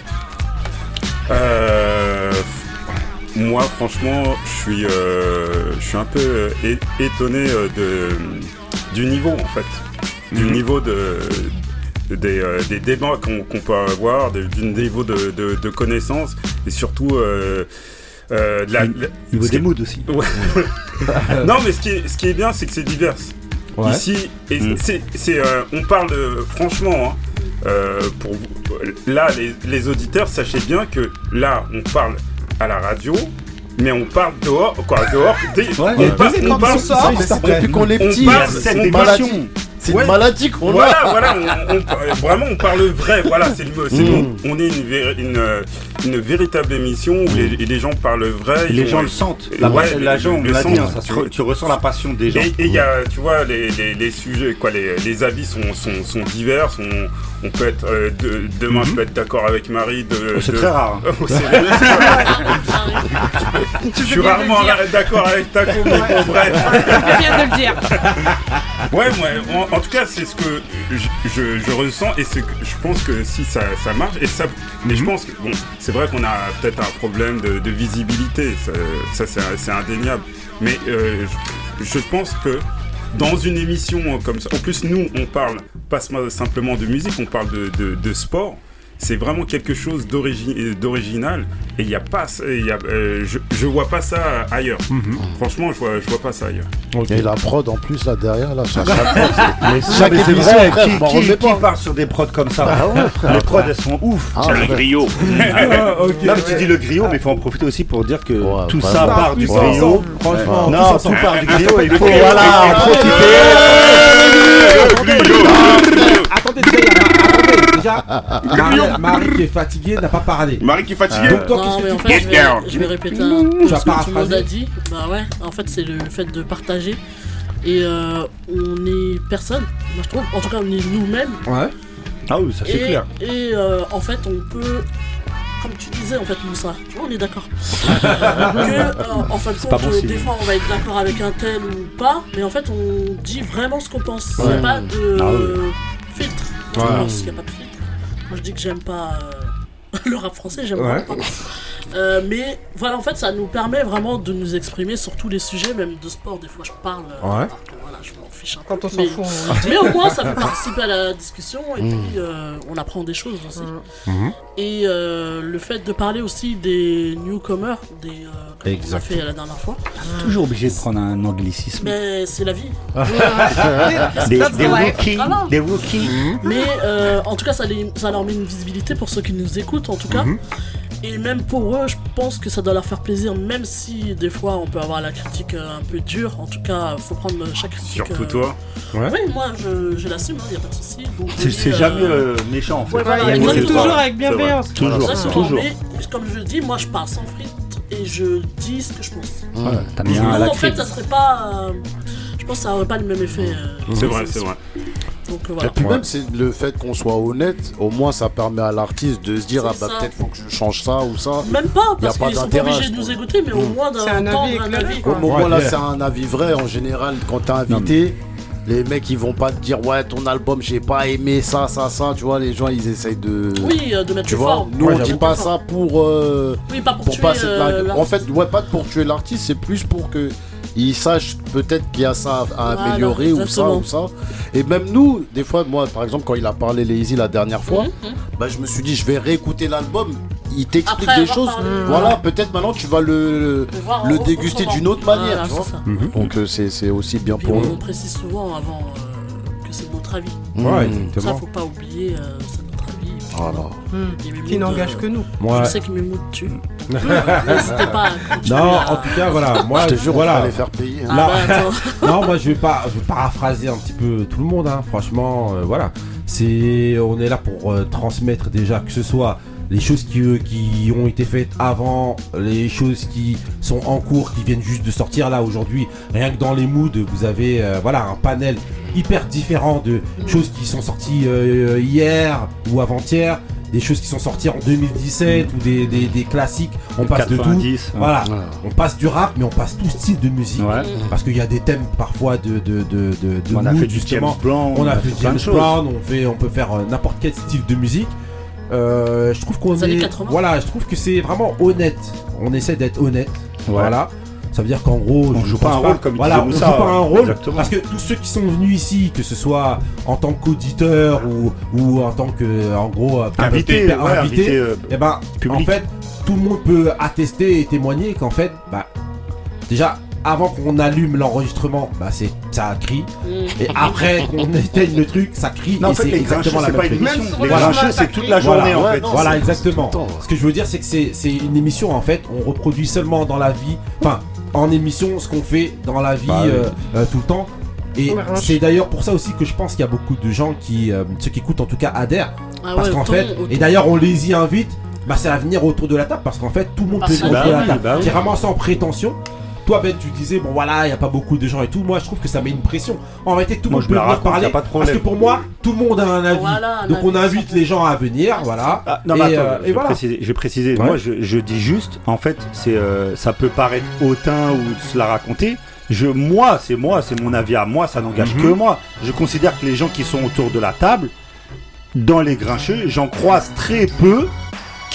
Euh, moi, franchement, je suis, euh, je suis un peu euh, é- étonné euh, de, du niveau, en fait. Du Mhm. niveau de, des, euh, des débats qu'on qu'on peut avoir, de- du niveau de, de, de connaissances, et surtout... Euh, euh, de la, la- Niveau ce des qui- moods aussi. Ouais. Non, mais ce qui est, ce qui est bien, c'est que c'est divers. Ouais. Ici, et Mm. c'est, c'est, euh, on parle de, franchement, hein, euh, pour vous- là, les, les auditeurs, sachez bien que là, on parle à la radio, mais on parle dehors, quoi, dehors. Des, Ouais, on mais parle- depuis on qu'on parle- sort, mais c'est depuis qu'on est on petit, parle- c'est on une parle- maladie. C'est une Ouais. maladie qu'on voilà, a. Voilà, on, on- vraiment, on parle vrai. Voilà, c'est le mot. c'est Mm. bon. On est une, vé- une, euh, une véritable émission où les, et les gens parlent vrai. Et ils les ont- gens le sentent. Ouais, La, le- la gens, on le me l'a dit, sentent, hein, ça tu se vois. re- tu ressens la passion des gens. Et il y a, tu vois, les, les, les sujets, quoi, les, les avis sont, sont, sont divers. sont- on peut être, euh, de- demain, je peux être d'accord avec Marie. De, Oh, c'est de- très rare, hein. Oh, c'est- Je suis rarement d'accord avec Taco, mais bon, bref. Tu viens de le dire. Ouais, moi, en, en tout cas, c'est ce que je, je, je ressens et c'est que je pense que si ça, ça marche et ça, mais je pense que bon, c'est vrai qu'on a peut-être un problème de, de visibilité, ça, ça c'est, c'est indéniable. Mais euh, je, je pense que dans une émission comme ça, en plus nous on parle pas simplement de musique, on parle de, de, de sport. c'est vraiment quelque chose d'origi- d'original et il y a pas, y a, euh, je, je vois pas ça ailleurs. Mm-hmm. Franchement, je vois, je vois pas ça ailleurs. Okay. Et la prod en plus là derrière là, chaque mais chaque mais c'est vrai, frère, qui, qui, qui, qui part sur des prods comme ça? Ah ouais, frère, les prods elles sont ouf. Ah, le griot. ah, okay. Non mais tu dis le griot, mais il faut en profiter aussi pour dire que ouais, tout ça part du griot. Franchement, non, tout part du griot et il faut voilà en profiter. Attendez déjà, déjà Marie qui est fatiguée n'a pas parlé. Marie qui est fatiguée. Donc toi, non, mais en fait, je vais, je vais répéter un peu ce que tout le monde a dit. Bah ouais, en fait, c'est le fait de partager. Et euh, on est personne, moi je trouve. En tout cas, on est nous-mêmes. Ouais. Ah oui, ça c'est et, clair. Et euh, en fait, on peut, comme tu disais, en fait, Moussa, tu vois, on est d'accord. que, euh, en fin de compte, bon des fois, on va être d'accord avec un tel ou pas, mais en fait, on dit vraiment ce qu'on pense. Il ouais. n'y a pas de ah oui. filtre. Ouais. Il n'y a pas de filtre. Moi, je dis que j'aime pas euh, le rap français, j'aime ouais. pas. Euh, mais voilà, en fait, ça nous permet vraiment de nous exprimer sur tous les sujets, même de sport. Des fois, je parle. Euh, ouais. Voilà, je m'en fiche un peu. Quand on s'en mais, fout. On... mais au moins, ça peut participer à la discussion et mmh. puis euh, on apprend des choses aussi. Mmh. Et euh, le fait de parler aussi des newcomers, des euh, comme on a fait la dernière fois. Mmh. Toujours obligé de prendre un anglicisme. Mais c'est la vie. des, des rookies. Des rookies. Mmh. Mais euh, en tout cas, ça, les, ça leur met une visibilité pour ceux qui nous écoutent, en tout cas. Mmh. Et même pour eux, je pense que ça doit leur faire plaisir, même si des fois on peut avoir la critique un peu dure. En tout cas, faut prendre chaque critique. Surtout euh... toi. Ouais. Oui, moi je, je l'assume, il hein, n'y a pas de souci. C'est, c'est euh... jamais euh, méchant en fait. Ouais, voilà, ouais, c'est toujours avec bienveillance. Toujours, toujours. toujours. Mais comme je dis, moi je parle sans frites et je dis ce que je pense. Ouais, t'as bien non, à la en fait, ça serait pas. Euh... Je pense que ça n'aurait pas le même effet. Euh, c'est vrai, c'est vrai. Donc, euh, voilà. Et puis ouais. même c'est le fait qu'on soit honnête, au moins ça permet à l'artiste de se dire c'est ah bah ça. peut-être faut que je change ça ou ça. Même pas parce qu'ils sont pas obligés de nous écouter, mais au moins d'entendre un avis. Au moins là c'est un avis vrai en général quand t'es invité. Les mecs ils vont pas te dire ouais ton album j'ai pas aimé ça ça ça tu vois les gens ils essayent de oui de mettre tu les vois formes. Nous ouais, on dit pas ça pour euh, oui pas pour, pour tuer passer euh, la... en fait ouais pas pour tuer l'artiste c'est plus pour que ils sachent peut-être qu'il y a ça à améliorer voilà, ou ça ou ça et même nous des fois moi par exemple quand il a parlé Lazy la dernière fois mm-hmm. bah je me suis dit je vais réécouter l'album il t'explique après, des choses parlé, voilà euh... peut-être maintenant tu vas le le, le déguster d'une autre voilà, manière tu vois mm-hmm. donc euh, c'est c'est aussi bien puis pour on, nous on précise souvent avant euh, que c'est notre avis ouais mmh. ça faut pas oublier euh, c'est notre avis voilà. Mmh. Qui n'engage euh, que nous. Moi... Je sais que mes moods tuent. N'hésitez pas à non, à... en tout cas, voilà. Moi, je te jure, voilà. on va les faire payer. Hein. Là... Ah bah, non, moi, je vais pas, je vais paraphraser un petit peu tout le monde. Hein. Franchement, euh, voilà. C'est, on est là pour euh, transmettre déjà que ce soit les choses qui, euh, qui ont été faites avant, les choses qui sont en cours, qui viennent juste de sortir là aujourd'hui. Rien que dans les moods, vous avez euh, voilà un panel hyper différent de choses qui sont sorties euh, hier ou avant-hier, des choses qui sont sorties en deux mille dix-sept mmh. ou des, des, des classiques. On passe de tout. Ouais. Voilà, ouais. On passe du rap, mais on passe tout style de musique. Ouais. Parce qu'il y a des thèmes parfois de de de de. de on mood, a fait du justement. James Brown. On, on a, a fait, fait James Brown. On fait, on peut faire euh, n'importe quel style de musique. Euh, je trouve qu'on est, voilà, je trouve que c'est vraiment honnête. On essaie d'être honnête. Ouais. Voilà. Ça veut dire qu'en gros, on je joue pas un rôle comme voilà, on joue pas un rôle exactement. Parce que tous ceux qui sont venus ici, que ce soit en tant qu'auditeur ou, ou en tant que, en gros, invité, euh, ouais, invité, invité euh, et ben, public. en fait, tout le monde peut attester et témoigner qu'en fait, bah, déjà. Avant qu'on allume l'enregistrement, bah c'est ça crie. Mmh. Et après qu'on éteigne le truc, ça crie. Non, et en fait, c'est les exactement la même chose. Les voilà. grincheux, c'est toute la journée voilà, en ouais, fait. Non, voilà, c'est, exactement. C'est Ce que je veux dire, c'est que c'est, c'est une émission en fait. On reproduit seulement dans la vie, enfin, en émission, ce qu'on fait dans la vie bah, oui. euh, euh, tout le temps. Et ouais, c'est d'ailleurs pour ça aussi que je pense qu'il y a beaucoup de gens qui, euh, ceux qui écoutent en tout cas, adhèrent. Ah parce ouais, qu'en autant, fait, autant. Et d'ailleurs, on les y invite. Bah, c'est à venir autour de la table parce qu'en fait, tout le monde ah, peut venir autour de la table. Bah, c'est vraiment sans prétention. Toi Ben tu disais bon voilà il y a pas beaucoup de gens et tout, moi je trouve que ça met une pression. En réalité tout le monde peut venir parler parce que pour moi tout le monde a un avis, voilà, donc on invite les gens à venir, voilà. Ah, non, et, attends, euh, et voilà. Préciser, je vais préciser, ouais. moi je, je dis juste en fait c'est euh, ça peut paraître hautain ou se la raconter. Je moi c'est moi c'est mon avis à moi, ça n'engage mm-hmm. que moi. Je considère que les gens qui sont autour de la table, dans les grincheux, j'en croise très peu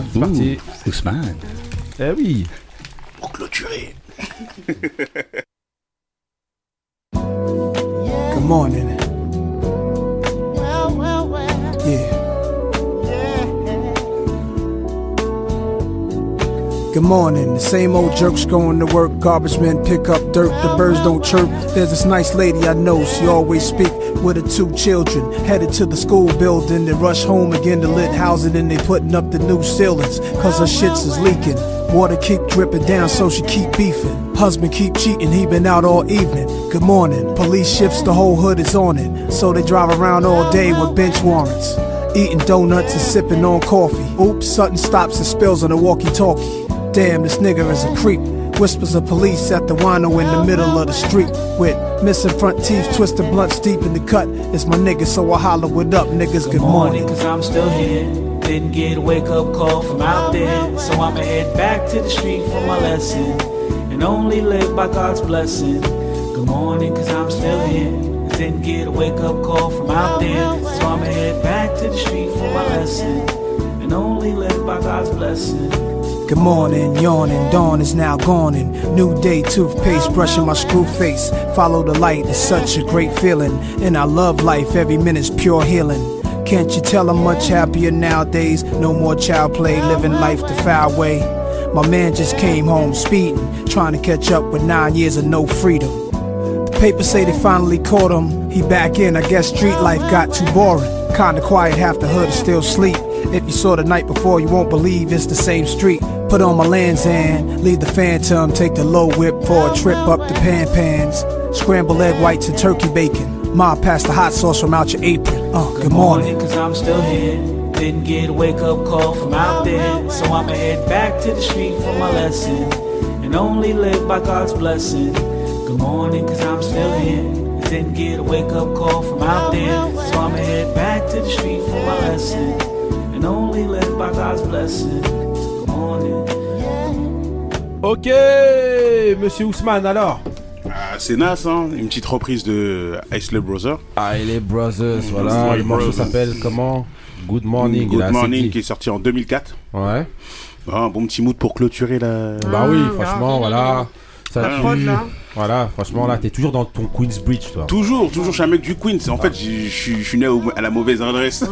Ousmane, c'est parti. Ousmane. Eh oui. Pour clôturer. Good morning. Yeah. Good morning, the same old jerks going to work, garbage men pick up dirt, the birds don't chirp. There's this nice lady I know, she always speak with her two children, headed to the school building, then rush home again to lit housing, and they putting up the new ceilings, cause her shits is leaking. Water keep dripping down, so she keep beefing. Husband keep cheating, he been out all evening. Good morning, police shifts, the whole hood is on it, so they drive around all day with bench warrants, eating donuts and sipping on coffee. Oops, Sutton stops and spills on a walkie-talkie. Damn, this nigga is a creep. Whispers of police at the wino in the middle of the street, with missing front teeth, twisted blunts deep in the cut. It's my nigga, so I holler, what up, niggas, good, good morning. Cause I'm still here, didn't get a wake up call from out there, so I'ma head back to the street for my lesson, and only live by God's blessing. Good morning, cause I'm still here, didn't get a wake up call from out there, so I'ma head back to the street for my lesson, and only live by God's blessing. Good morning, yawning, dawn is now gawning. New day, toothpaste, brushing my screw face. Follow the light, it's such a great feeling. And I love life, every minute's pure healing. Can't you tell I'm much happier nowadays? No more child play, living life the foul way. My man just came home speeding, trying to catch up with nine years of no freedom. The papers say they finally caught him. He back in, I guess street life got too boring. Kinda quiet, half the hood is still asleep. If you saw the night before, you won't believe it's the same street. Put on my Lands End, leave the Phantom, take the low whip for a trip up the Pan Pans. Scrambled egg whites and turkey bacon. Ma passed the hot sauce from out your apron. Oh, good, good morning. Cause I'm still here, didn't get a wake up call from out there, so I'ma head back to the street for my lesson, and only live by God's blessing. Good morning, cause I'm still here, didn't get a wake up call from out there, so I'ma head back to the street for my lesson, and only live by God's blessing. Good morning. Ok, monsieur Ousmane, alors ah, c'est Nas, hein, une petite reprise de Isley Brothers. Isley Brothers, voilà, le morceau s'appelle comment? Good Morning. Good Morning, qui est sorti en deux mille quatre. Ouais. Ah, un bon petit mood pour clôturer la... Bah oui, franchement, voilà. Ça tue. Voilà, franchement, là, t'es toujours dans ton Queensbridge, toi. Toujours, toujours, je suis un mec du Queens. En fait, je suis né au, à la mauvaise adresse.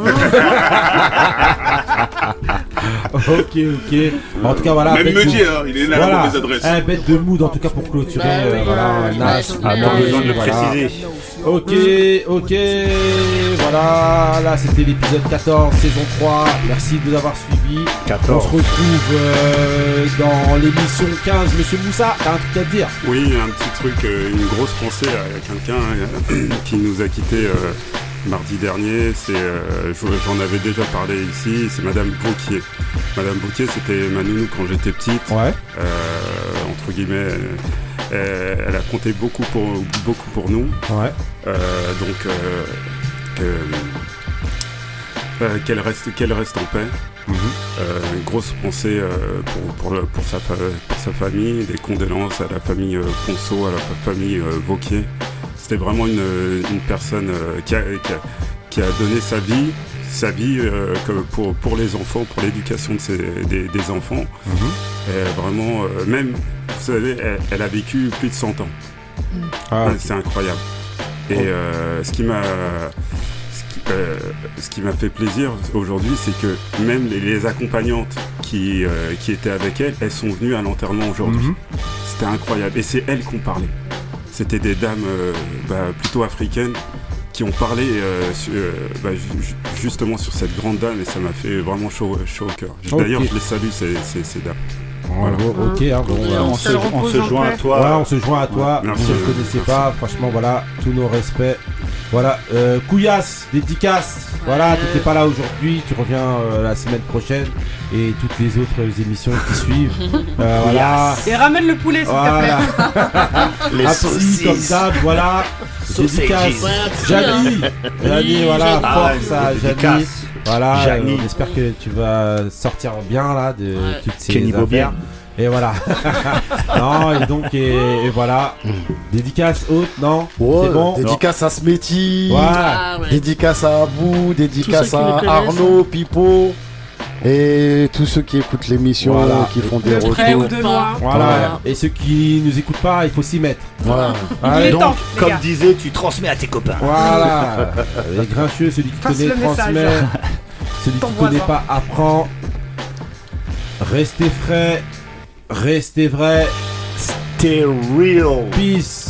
Ok, ok. En tout cas, voilà. Même me dit, hein, il est né à voilà. la mauvaise adresse. Un bête de mood, en tout cas, pour clôturer. Bah, oui, euh, voilà, Nas. Ah, non, besoin de le voilà. préciser. Ok, ok. Voilà, là, c'était l'épisode quatorze, saison trois. Merci de nous avoir suivis. quatorze. On se retrouve euh, dans l'émission quinze. Monsieur Moussa, t'as un truc à te dire? Oui, un petit truc, euh, une grosse pensée à quelqu'un euh, qui nous a quittés euh, mardi dernier. C'est, euh, j'en avais déjà parlé ici, c'est Madame Bouquier. Madame Bouquier, c'était ma nounou quand j'étais petite. Ouais. Euh, entre guillemets, elle, elle a compté beaucoup pour, beaucoup pour nous. Ouais. Euh, donc, euh, que, euh, qu'elle, reste, qu'elle reste en paix. Mmh. Euh, une grosse pensée euh, pour, pour, le, pour, sa, pour sa famille, des condoléances à la famille euh, Ponceau, à la famille euh, Vauquier. C'était vraiment une, une personne euh, qui, a, qui, a, qui a donné sa vie, sa vie euh, que pour, pour les enfants, pour l'éducation de ses, des, des enfants. Mmh. Et vraiment, euh, même, vous savez, elle, elle a vécu plus de cent ans. Mmh. Ah, okay. C'est incroyable. Et euh, ce qui m'a... Euh, ce qui m'a fait plaisir aujourd'hui, c'est que même les, les accompagnantes qui, euh, qui étaient avec elle, elles sont venues à l'enterrement aujourd'hui. Mm-hmm. C'était incroyable. Et c'est elles qu'on parlait. C'était des dames euh, bah, plutôt africaines qui ont parlé euh, sur, euh, bah, ju- justement sur cette grande dame, et ça m'a fait vraiment chaud, chaud au cœur. Okay. D'ailleurs, je les salue, ces, ces, ces dames. Voilà. Ok, hein, bon, on, on, se, on se joint à toi. Voilà, on se joint à toi. Ouais, vous ne le connaissez merci. Pas, franchement, voilà, tous nos respects. Voilà, euh, Couillasse, dédicace. Ouais. Voilà, tu n'étais pas là aujourd'hui, tu reviens euh, la semaine prochaine et toutes les autres émissions qui suivent. Euh, voilà. Et ramène le poulet, s'il voilà. te plaît. Les saucisses. Comme d'hab, voilà. Dédicace. Jani. Jani, voilà, ah, force à Jani. Voilà, euh, on espère que tu vas sortir bien là de ouais. toutes ces Kenny affaires. Et voilà. Non, et donc, et, et voilà. Dédicace haute, non ouais, c'est bon. Dédicace non. à Smetty. Voilà. Ah, ouais. Dédicace à Abou. Dédicace à Arnaud, Pipo. Et tous ceux qui écoutent l'émission, Voilà. qui font des De près retours. ou de loin. Voilà. Voilà. Et ceux qui nous écoutent pas, il faut s'y mettre. Voilà. Il est Donc, temps, les comme gars. disait, tu transmets à tes copains. Voilà. Les grincheux, celui qui Passe connaît le transmet. message. Celui qui T'envoies connaît ça. pas apprend. Restez frais. Restez vrai. Stay real. Peace.